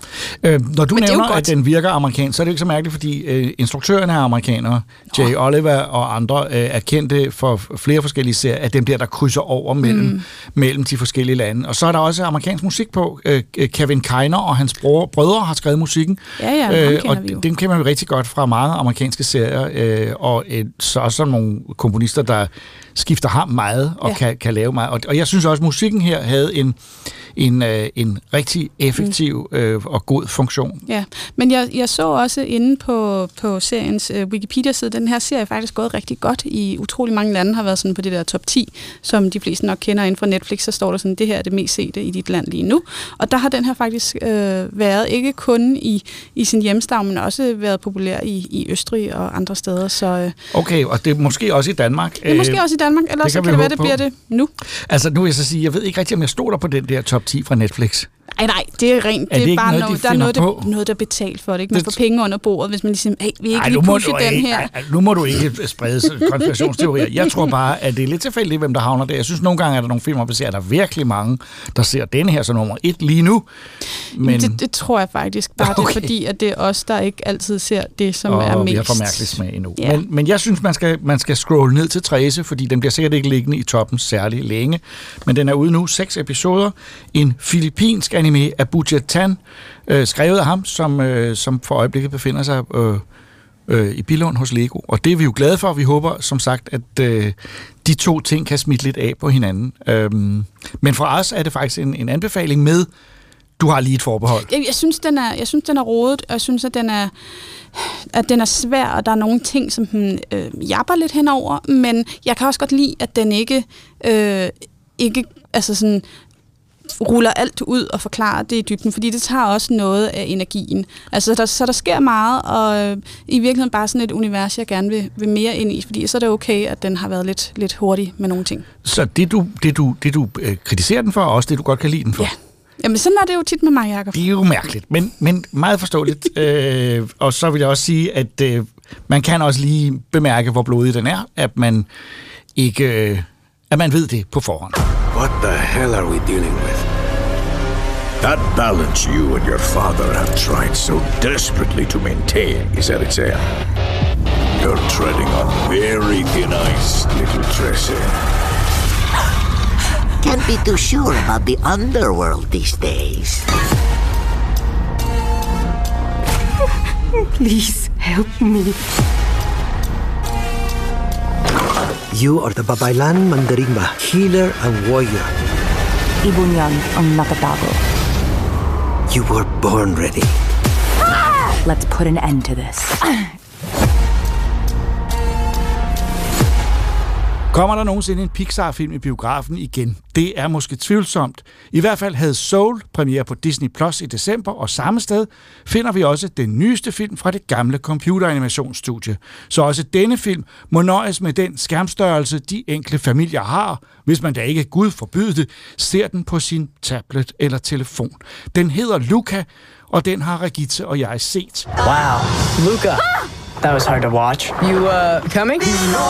Når du nævner, at den virker amerikansk, så er det ikke så mærkeligt, fordi instruktørerne er amerikanere. Jay Oliver og andre er kendte for flere forskellige serier af dem der krydser over mellem de forskellige lande. Og så er der også amerikansk musik på. Kevin Kiner og hans brødre har skrevet musikken. Og den kender vi rigtig godt fra mange amerikanske serier. Og så også nogle komponister, der skifter ham meget og kan lave meget. Og jeg synes også, at musikken her havde en rigtig effektiv og god funktion. Ja, men jeg så også inde på seriens Wikipedia-side, den her serie er faktisk gået rigtig godt i utrolig mange lande, har været sådan på det der top 10, som de fleste nok kender inden for Netflix, så står der sådan, det her er det mest sete i dit land lige nu. Og der har den her faktisk været ikke kun i sin hjemstavn, men også været populær i Østrig og andre steder. Så, okay, og det er måske også i Danmark. Det er måske også i Danmark, ellers så kan det være, det bliver det nu. Altså nu vil jeg så sige, jeg ved ikke rigtig, om jeg stoler på den der top 10 fra Netflix. Nej, det er rent. Det er bare noget, der er noget, der er betalt for det. Ikke? Man får penge under bordet, hvis man ligesom, hey, vi ikke lige pushe den her. Nu må du ikke sprede konspirationsteorier. Jeg tror bare, at det er lidt tilfældigt, hvem der havner der. Jeg synes, nogle gange er der nogle filmer, hvor der er virkelig mange, der ser den her som nummer 1 lige nu. Men det tror jeg faktisk bare, det er fordi, at det er os, der ikke altid ser det, som er mest. Vi har for mærkelig smag endnu. Ja. Men jeg synes, man skal scrolle ned til Trece, fordi den bliver sikkert ikke liggende i toppen særlig længe. Men den er ude nu, 6 episoder. En filippinsk anime af Budget Tan, skrevet af ham, som for øjeblikket befinder sig i Billund hos Lego. Og det er vi jo glade for. Vi håber, som sagt, at de to ting kan smitte lidt af på hinanden. Men for os er det faktisk en anbefaling med, du har lige et forbehold. Jeg synes, den er rodet, og jeg synes, at den er svær, og der er nogle ting, som den japper lidt henover, men jeg kan også godt lide, at den ikke altså sådan ruller alt ud og forklarer det i dybden, fordi det tager også noget af energien. Altså, så der sker meget, og i virkeligheden bare sådan et univers, jeg gerne vil mere ind i, fordi så er det okay, at den har været lidt hurtig med nogle ting. Så det du kritiserer den for, og også det, du godt kan lide den for? Ja. Jamen, sådan er det jo tit med mig, Jacob. Det er jo mærkeligt, men meget forståeligt. Og så vil jeg også sige, at man kan også lige bemærke, hvor blodig den er, at man ikke... at man ved det på forhånd. What the hell are we dealing with? That balance you and your father have tried so desperately to maintain is at its end. You're treading on very thin ice, little Trece. Can't be too sure about the underworld these days. Please help me. You are the Babaylan Mandarimba, healer and warrior. Ibunyang ang nakatago. You were born ready. Let's put an end to this. Kommer der nogensinde en Pixar-film i biografen igen? Det er måske tvivlsomt. I hvert fald havde Soul premiere på Disney Plus i december, og samme sted finder vi også den nyeste film fra det gamle computeranimationsstudie. Så også denne film må nøjes med den skærmstørrelse, de enkelte familier har, hvis man da ikke, Gud forbyde det, ser den på sin tablet eller telefon. Den hedder Luca, og den har Regitze og jeg set. Wow, Luca. That was hard to watch. You, coming?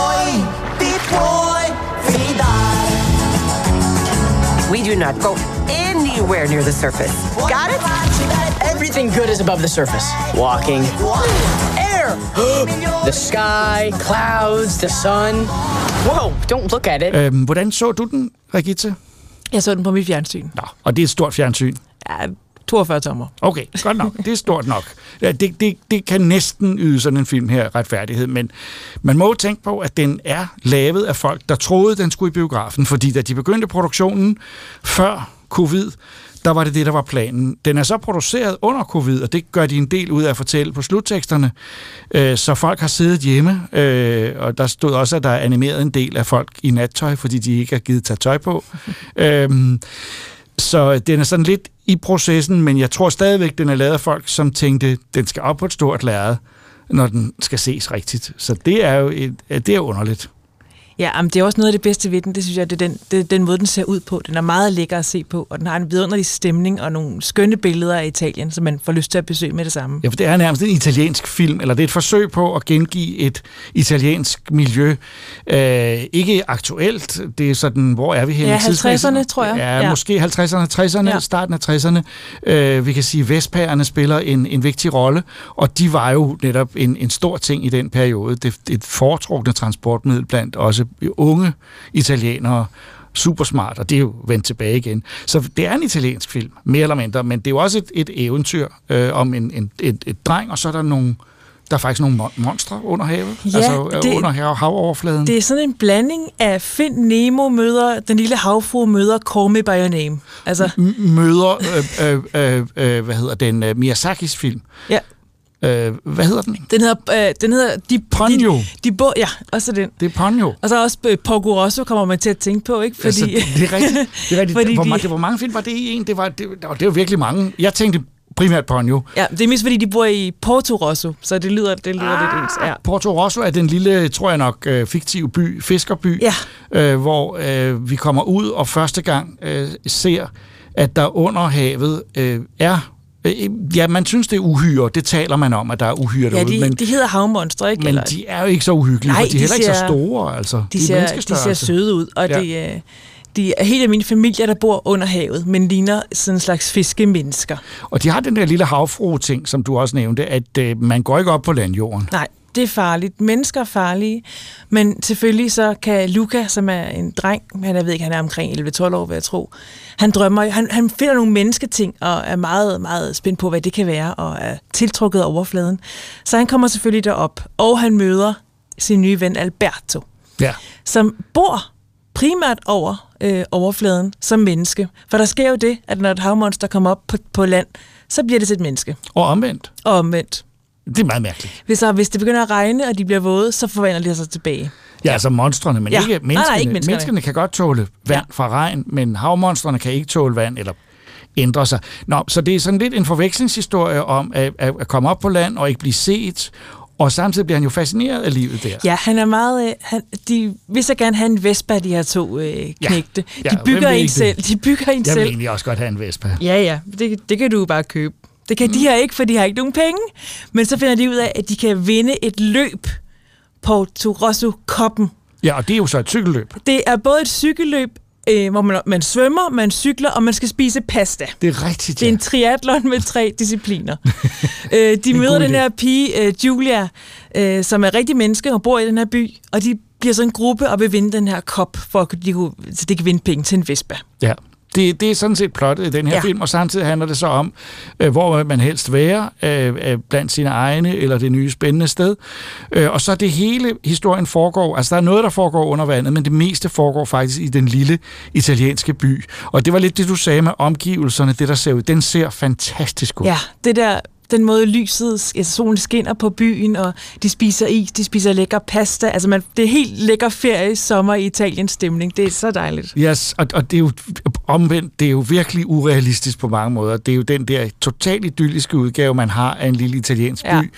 We do not go anywhere near the surface. Got it? Everything good is above the surface. Walking. Air! The sky, clouds, the sun. Whoa, don't look at it. Hvordan så du den, Regitze? Jeg så den på mit fjernsyn. Nå, og det er et stort fjernsyn. Ja, 42 tommer. Okay, godt nok. Det er stort nok. Ja, det kan næsten yde sådan en film her retfærdighed, men man må jo tænke på, at den er lavet af folk, der troede, den skulle i biografen, fordi da de begyndte produktionen før covid, der var det, der var planen. Den er så produceret under covid, og det gør de en del ud af at fortælle på slutteksterne, så folk har siddet hjemme, og der stod også, at der er animeret en del af folk i nattøj, fordi de ikke har givet tage tøj på. Så den er sådan lidt i processen, men jeg tror stadigvæk, den er lavet af folk, som tænkte, den skal op på et stort lærred, når den skal ses rigtigt. Så det er jo det er underligt. Ja, men det er også noget af det bedste ved den, det synes jeg, det er den måde, den ser ud på. Den er meget lækker at se på, og den har en vidunderlig stemning og nogle skønne billeder af Italien, som man får lyst til at besøge med det samme. Ja, for det er nærmest en italiensk film, eller det er et forsøg på at gengive et italiensk miljø. Ikke aktuelt, det er sådan, hvor er vi her? Ja, 50'erne, tror jeg. Ja, måske 50'erne, 60'erne, starten af 60'erne. Vi kan sige, at Vespagerne spiller en vigtig rolle, og de var jo netop en stor ting i den periode. Det er et foretrukne transportmiddel blandt også unge italienere, super smart, og det er jo vendt tilbage igen. Så det er en italiensk film, mere eller mindre, men det er jo også et eventyr om et dreng, og så er der nogle Der er faktisk nogle monstre under havet, Ja, under havoverfladen. Det er sådan en blanding af Find Nemo møder Den lille havfrue møder Call Me By Your Name. Altså møder, hvad hedder den, Miyazakis film. Ja. Hvad hedder den? Den hedder Ponyo. Ja, også den. Det er Ponyo. Og så også Porco Rosso kommer man til at tænke på, ikke? Fordi, altså, det er rigtigt. Fordi hvor mange film var det i en? Det var jo virkelig mange. Jeg tænkte primært Ponyo. Ja, det er mest fordi, de bor i Porto Rosso, så det lyder lidt ens. Ja. Porto Rosso er den lille, tror jeg nok, fiktive by, fiskerby, hvor vi kommer ud og første gang ser, at der under havet er... Ja, man synes, det er uhyre. Det taler man om, at der er uhyre derude. Ja, de hedder havmonstre, ikke? Men de er jo ikke så uhyggelige, for de er heller ikke så store. Altså. De ser søde ud, og de er helt almindelige familier, der bor under havet, men ligner sådan en slags fiskemennesker. Og de har den der lille havfrue-ting, som du også nævnte, at man går ikke op på landjorden. Nej, det er farligt. Mennesker er farlige, men selvfølgelig så kan Luca, som er en dreng, han er omkring 11-12 år, vil jeg tro, han drømmer, han finder nogle mennesketing, og er meget, meget spændt på, hvad det kan være, og er tiltrukket af overfladen. Så han kommer selvfølgelig derop, og han møder sin nye ven Alberto, som bor primært over overfladen som menneske. For der sker jo det, at når et havmonster kommer op på land, så bliver det til et menneske. Og omvendt. Det er meget mærkeligt. Hvis det begynder at regne, og de bliver våde, så forvandler de sig tilbage. Ja, altså monstrene, men ikke menneskene. Nej, ikke menneskerne. Menneskene kan godt tåle vand fra regn, men havmonstrene kan ikke tåle vand eller ændre sig. Nå, så det er sådan lidt en forvekslingshistorie om at komme op på land og ikke blive set, og samtidig bliver han jo fascineret af livet der. Ja, han er meget... de vil så gerne have en Vespa, de her to knægte. De bygger en selv. Jeg vil egentlig også godt have en Vespa. Ja, det kan du bare købe. Det kan de her ikke, for de har ikke nogen penge. Men så finder de ud af, at de kan vinde et løb på Rosso-koppen. Ja, og det er jo så et cykelløb. Det er både et cykelløb, hvor man svømmer, man cykler, og man skal spise pasta. Det er rigtigt, Det er en triathlon med 3 discipliner. De møder den her pige, Julia, som er rigtig menneske og bor i den her by, og de bliver så en gruppe og vil vinde den her kop, så de kan vinde penge til en Vespa. Ja. Det er sådan set plottet i den her film, og samtidig handler det så om, hvor man helst være blandt sine egne, eller det nye spændende sted. Og så det hele historien foregår, altså der er noget, der foregår under vandet, men det meste foregår faktisk i den lille italienske by. Og det var lidt det, du sagde med omgivelserne, det der ser ud. Den ser fantastisk ud. Ja, det der... Den måde lyset, altså solen skinner på byen, og de spiser is, de spiser lækker pasta. Altså det er helt lækker ferie, sommer i Italiens stemning. Det er så dejligt. Yes, og det er jo omvendt, det er jo virkelig urealistisk på mange måder. Det er jo den der totalt idylliske udgave, man har af en lille italiensk by,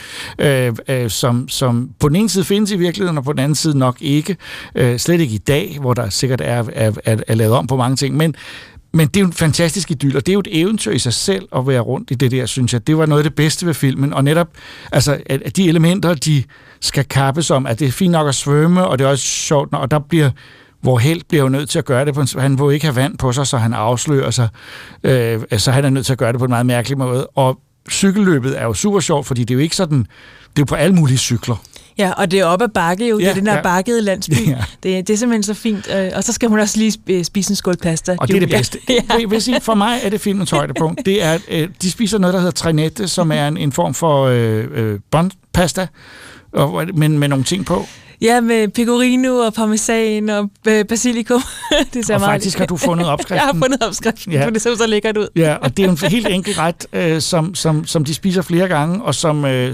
som på den ene side findes i virkeligheden, og på den anden side nok ikke. Slet ikke i dag, hvor der sikkert er lavet om på mange ting, men det er jo en fantastisk idyll, og det er jo et eventyr i sig selv at være rundt i det der, synes jeg. Det var noget af det bedste ved filmen, og netop altså, at de elementer, de skal kappes om, at det er fint nok at svømme, og det er også sjovt, og der bliver, hvor Helt bliver jo nødt til at gøre det, han vil ikke have vand på sig, så han afslører sig, så han er nødt til at gøre det på en meget mærkelig måde. Og cykelløbet er jo super sjovt, fordi det er jo ikke sådan, det er jo på alle mulige cykler. Ja, og det er op ad bakke jo, det er den der bakkede landsby. Ja. Det er simpelthen så fint. Og så skal hun også lige spise en skål pasta. Og det er det bedste. Jeg vil sige, for mig er det filmens højdepunkt. Det er, de spiser noget, der hedder trinette, som er en form for båndpasta, men med nogle ting på. Ja, med pecorino og parmesan og basilikum. Det ser og meget faktisk har du fundet opskriften. Jeg har fundet opskriften, for det ser så lækkert ud. Ja, og det er en helt enkel ret, som de spiser flere gange, og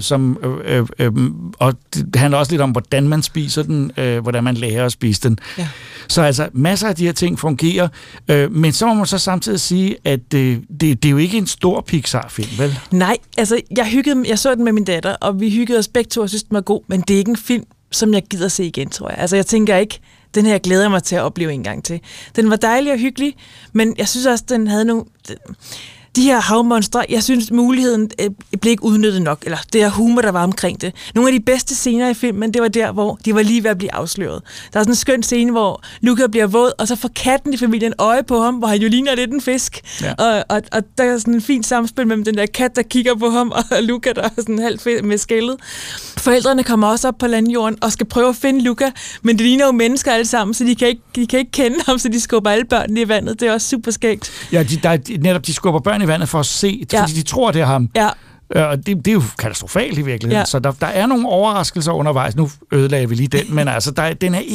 og det handler også lidt om, hvordan man spiser den, hvordan man lærer at spise den. Ja. Så altså, masser af de her ting fungerer, men så må man så samtidig sige, at det er jo ikke en stor Pixar-film, vel? Nej, altså, jeg så den med min datter, og vi hyggede os begge to og synes, den var god, men det er ikke en film, som jeg gider se igen, tror jeg. Altså, jeg tænker ikke, den her glæder mig til at opleve en gang til. Den var dejlig og hyggelig, men jeg synes også, den havde nogle... De her havmonstre, jeg synes, muligheden blev ikke udnyttet nok, eller det her humor, der var omkring det. Nogle af de bedste scener i filmen, det var der, hvor de var lige ved at blive afsløret. Der er sådan en skøn scene, hvor Luca bliver våd, og så får katten i familien øje på ham, hvor han jo ligner lidt en fisk. Ja. Og der er sådan en fin samspil mellem den der kat, der kigger på ham, og Luca, der er sådan halvt med skældet. Forældrene kommer også op på landjorden og skal prøve at finde Luca, men det ligner jo mennesker alle sammen, så de kan ikke kende ham, så de skubber alle børnene i vandet. Det er også super skægt. Ja, de skubber børn i vandet for at se, fordi de tror, det er ham. Ja. Og det er jo katastrofalt i virkeligheden. Ja. Så der er nogle overraskelser undervejs. Nu ødelagde vi lige den, men altså,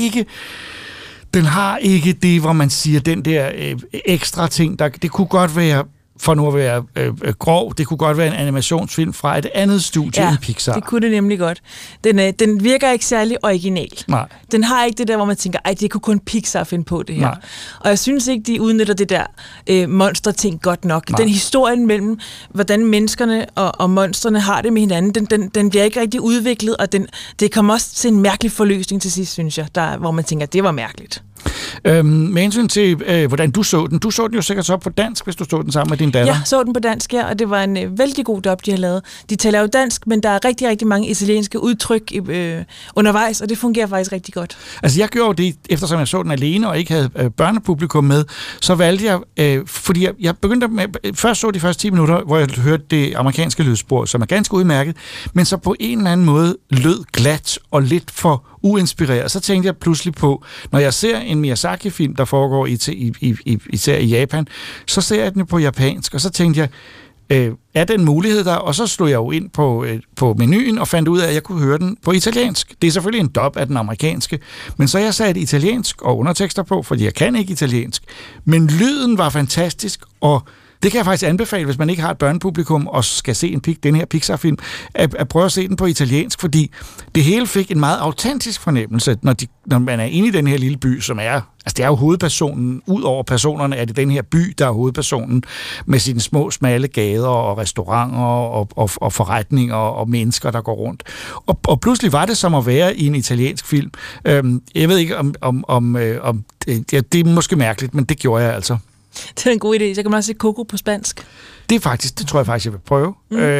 den har ikke det, hvor man siger, den der ekstra ting. Det kunne godt være, for nu at være grov, det kunne godt være en animationsfilm fra et andet studie end Pixar. Det kunne det nemlig godt. Den virker ikke særlig original. Nej. Den har ikke det der, hvor man tænker, det kunne kun Pixar finde på det her. Nej. Og jeg synes ikke, de udnytter det der monster-ting godt nok. Nej. Den historien mellem, hvordan menneskerne og monstrene har det med hinanden, den bliver ikke rigtig udviklet, og det kommer også til en mærkelig forløsning til sidst, synes jeg, hvor man tænker, det var mærkeligt. Med hensyn til, hvordan du så den. Du så den jo sikkert så på dansk, hvis du så den sammen med din datter. Ja, så den på dansk, ja, og det var en vældig god dub, de har lavet. De taler jo dansk, men der er rigtig, rigtig mange italienske udtryk undervejs, og det fungerer faktisk rigtig godt. Altså, jeg gjorde det, eftersom jeg så den alene, og ikke havde børnepublikum med, så valgte jeg, fordi jeg begyndte med, først så de første 10 minutter, hvor jeg hørte det amerikanske lydspor, som er ganske udmærket, men så på en eller anden måde lød glat og lidt for uinspireret. Så tænkte jeg pludselig på, når jeg ser en Miyazaki-film, der foregår især i Japan, så ser jeg den på japansk, og så tænkte jeg, er den mulighed der? Og så slog jeg jo ind på menuen og fandt ud af, at jeg kunne høre den på italiensk. Det er selvfølgelig en dub af den amerikanske, men så jeg satte italiensk og undertekster på, fordi jeg kan ikke italiensk. Men lyden var fantastisk, og det kan jeg faktisk anbefale, hvis man ikke har et børnepublikum og skal se den her Pixar-film, at prøve at se den på italiensk, fordi det hele fik en meget autentisk fornemmelse, når man er inde i den her lille by, som er, altså det er jo hovedpersonen, ud over personerne er det den her by, der er hovedpersonen, med sine små, smalle gader og restauranter og forretninger og mennesker, der går rundt. Og pludselig var det som at være i en italiensk film. Jeg ved ikke, om det er måske mærkeligt, men det gjorde jeg altså. Det er en god idé. Så kan man også se Coco på spansk. Det tror jeg faktisk, jeg vil prøve.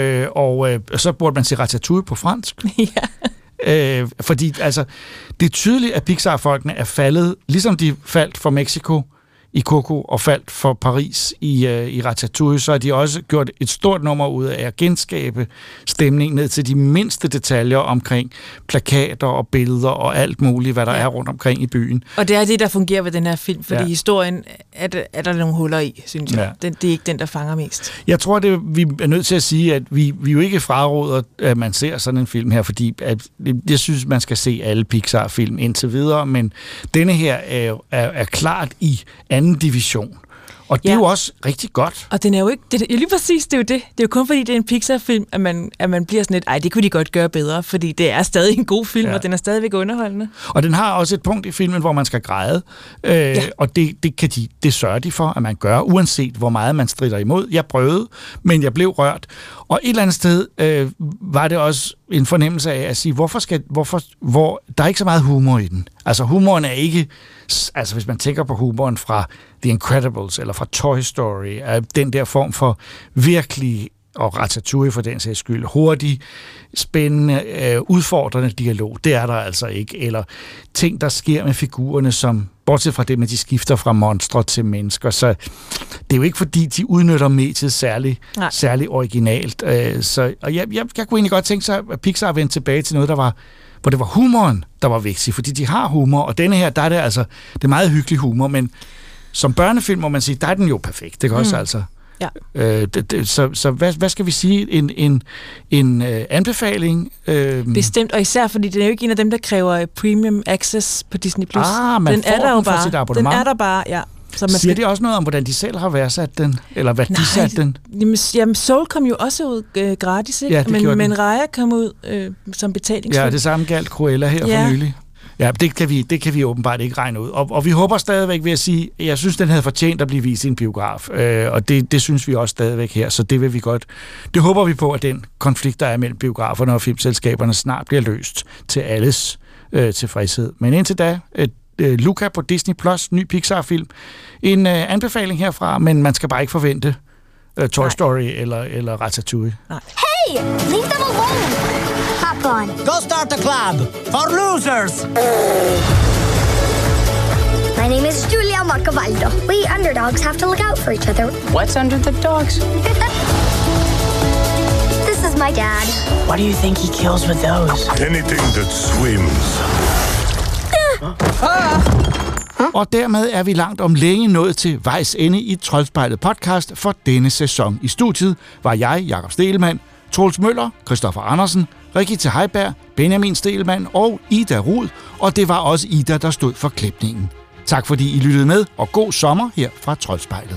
Og så burde man se Ratatouille på fransk. Ja. Fordi altså, det er tydeligt, at Pixar-folkene er faldet, ligesom de faldt for Mexico i Coco og faldt for Paris i Ratatouille, så har de også gjort et stort nummer ud af at genskabe stemningen ned til de mindste detaljer omkring plakater og billeder og alt muligt, hvad der er rundt omkring i byen. Og det er det, der fungerer ved den her film, fordi historien er der nogle huller i, synes jeg. Ja. Det er ikke den, der fanger mest. Jeg tror, vi er nødt til at sige, at vi jo ikke fraråder, at man ser sådan en film her, fordi jeg synes, man skal se alle Pixar-film indtil videre, men denne her er klart i anden division. Og det er jo også rigtig godt. Og den er jo ikke... lige præcis, det er jo det. Det er jo kun fordi, det er en Pixar-film, at man bliver sådan lidt, det kunne de godt gøre bedre, fordi det er stadig en god film, og den er stadigvæk underholdende. Og den har også et punkt i filmen, hvor man skal græde. Og det sørger de for, at man gør, uanset hvor meget man strider imod. Jeg prøvede, men jeg blev rørt. Og et eller andet sted var det også en fornemmelse af at sige, hvor der er ikke så meget humor i den. Altså humoren er ikke... Altså hvis man tænker på humoren fra The Incredibles eller fra Toy Story, er den der form for virkelig, og Ratatouille for den sags skyld, hurtig, spændende, udfordrende dialog, det er der altså ikke. Eller ting, der sker med figurerne, som, bortset fra det med, de skifter fra monstre til mennesker, så det er jo ikke fordi, de udnytter mediet særlig originalt. Og jeg kunne egentlig godt tænke sig, at Pixar vendte tilbage til noget, hvor det var humoren, der var vigtig, fordi de har humor, og denne her, der er det altså, det er meget hyggelig humor, men som børnefilm må man sige, der er den jo perfekt, det kan også altså. Ja. Så hvad skal vi sige? En anbefaling? Bestemt, og især fordi den er jo ikke en af dem, der kræver premium access på Disney+. Man den får er der den for sit abonnement. Den er der bare, ja. Siger de også noget om, hvordan de selv har værdsat den? Eller hvad de satte den? Jamen, Soul kom jo også ud gratis, ikke? Ja, men Raya kom ud som betalingsfilm. Ja, det samme galt Cruella her for nylig. Ja, det kan vi åbenbart ikke regne ud. Og vi håber stadigvæk ved at sige, at jeg synes, den havde fortjent at blive vist i en biograf. Og det synes vi også stadigvæk her, så det vil vi godt. Det håber vi på, at den konflikt, der er mellem biograferne og filmselskaberne, snart bliver løst til alles tilfredshed. Men indtil da, Luca på Disney+, ny Pixar-film. En anbefaling herfra, men man skal bare ikke forvente Toy Story eller Ratatouille. Nej. Hey! Leave them alone! Hop on. Go start a club for losers! My name is Julia Marcavaldo. We underdogs have to look out for each other. What's under the dogs? This is my dad. What do you think he kills with those? Anything that swims. Og dermed er vi langt om længe nået til vejs ende i Troldspejlet podcast for denne sæson. I studiet var jeg, Jakob Stegelmann, Troels Møller, Christoffer Andersen, Rigitte Heiberg, Benjamin Stegelmann og Ida Rud, og det var også Ida, der stod for klipningen. Tak fordi I lyttede med, og god sommer her fra Troldspejlet.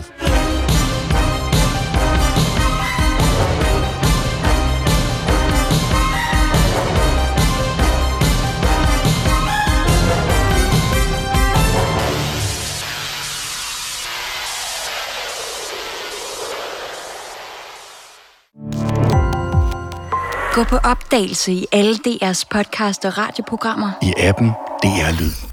Gå på opdagelse i alle DR's podcast og radioprogrammer. I appen DR Lyd.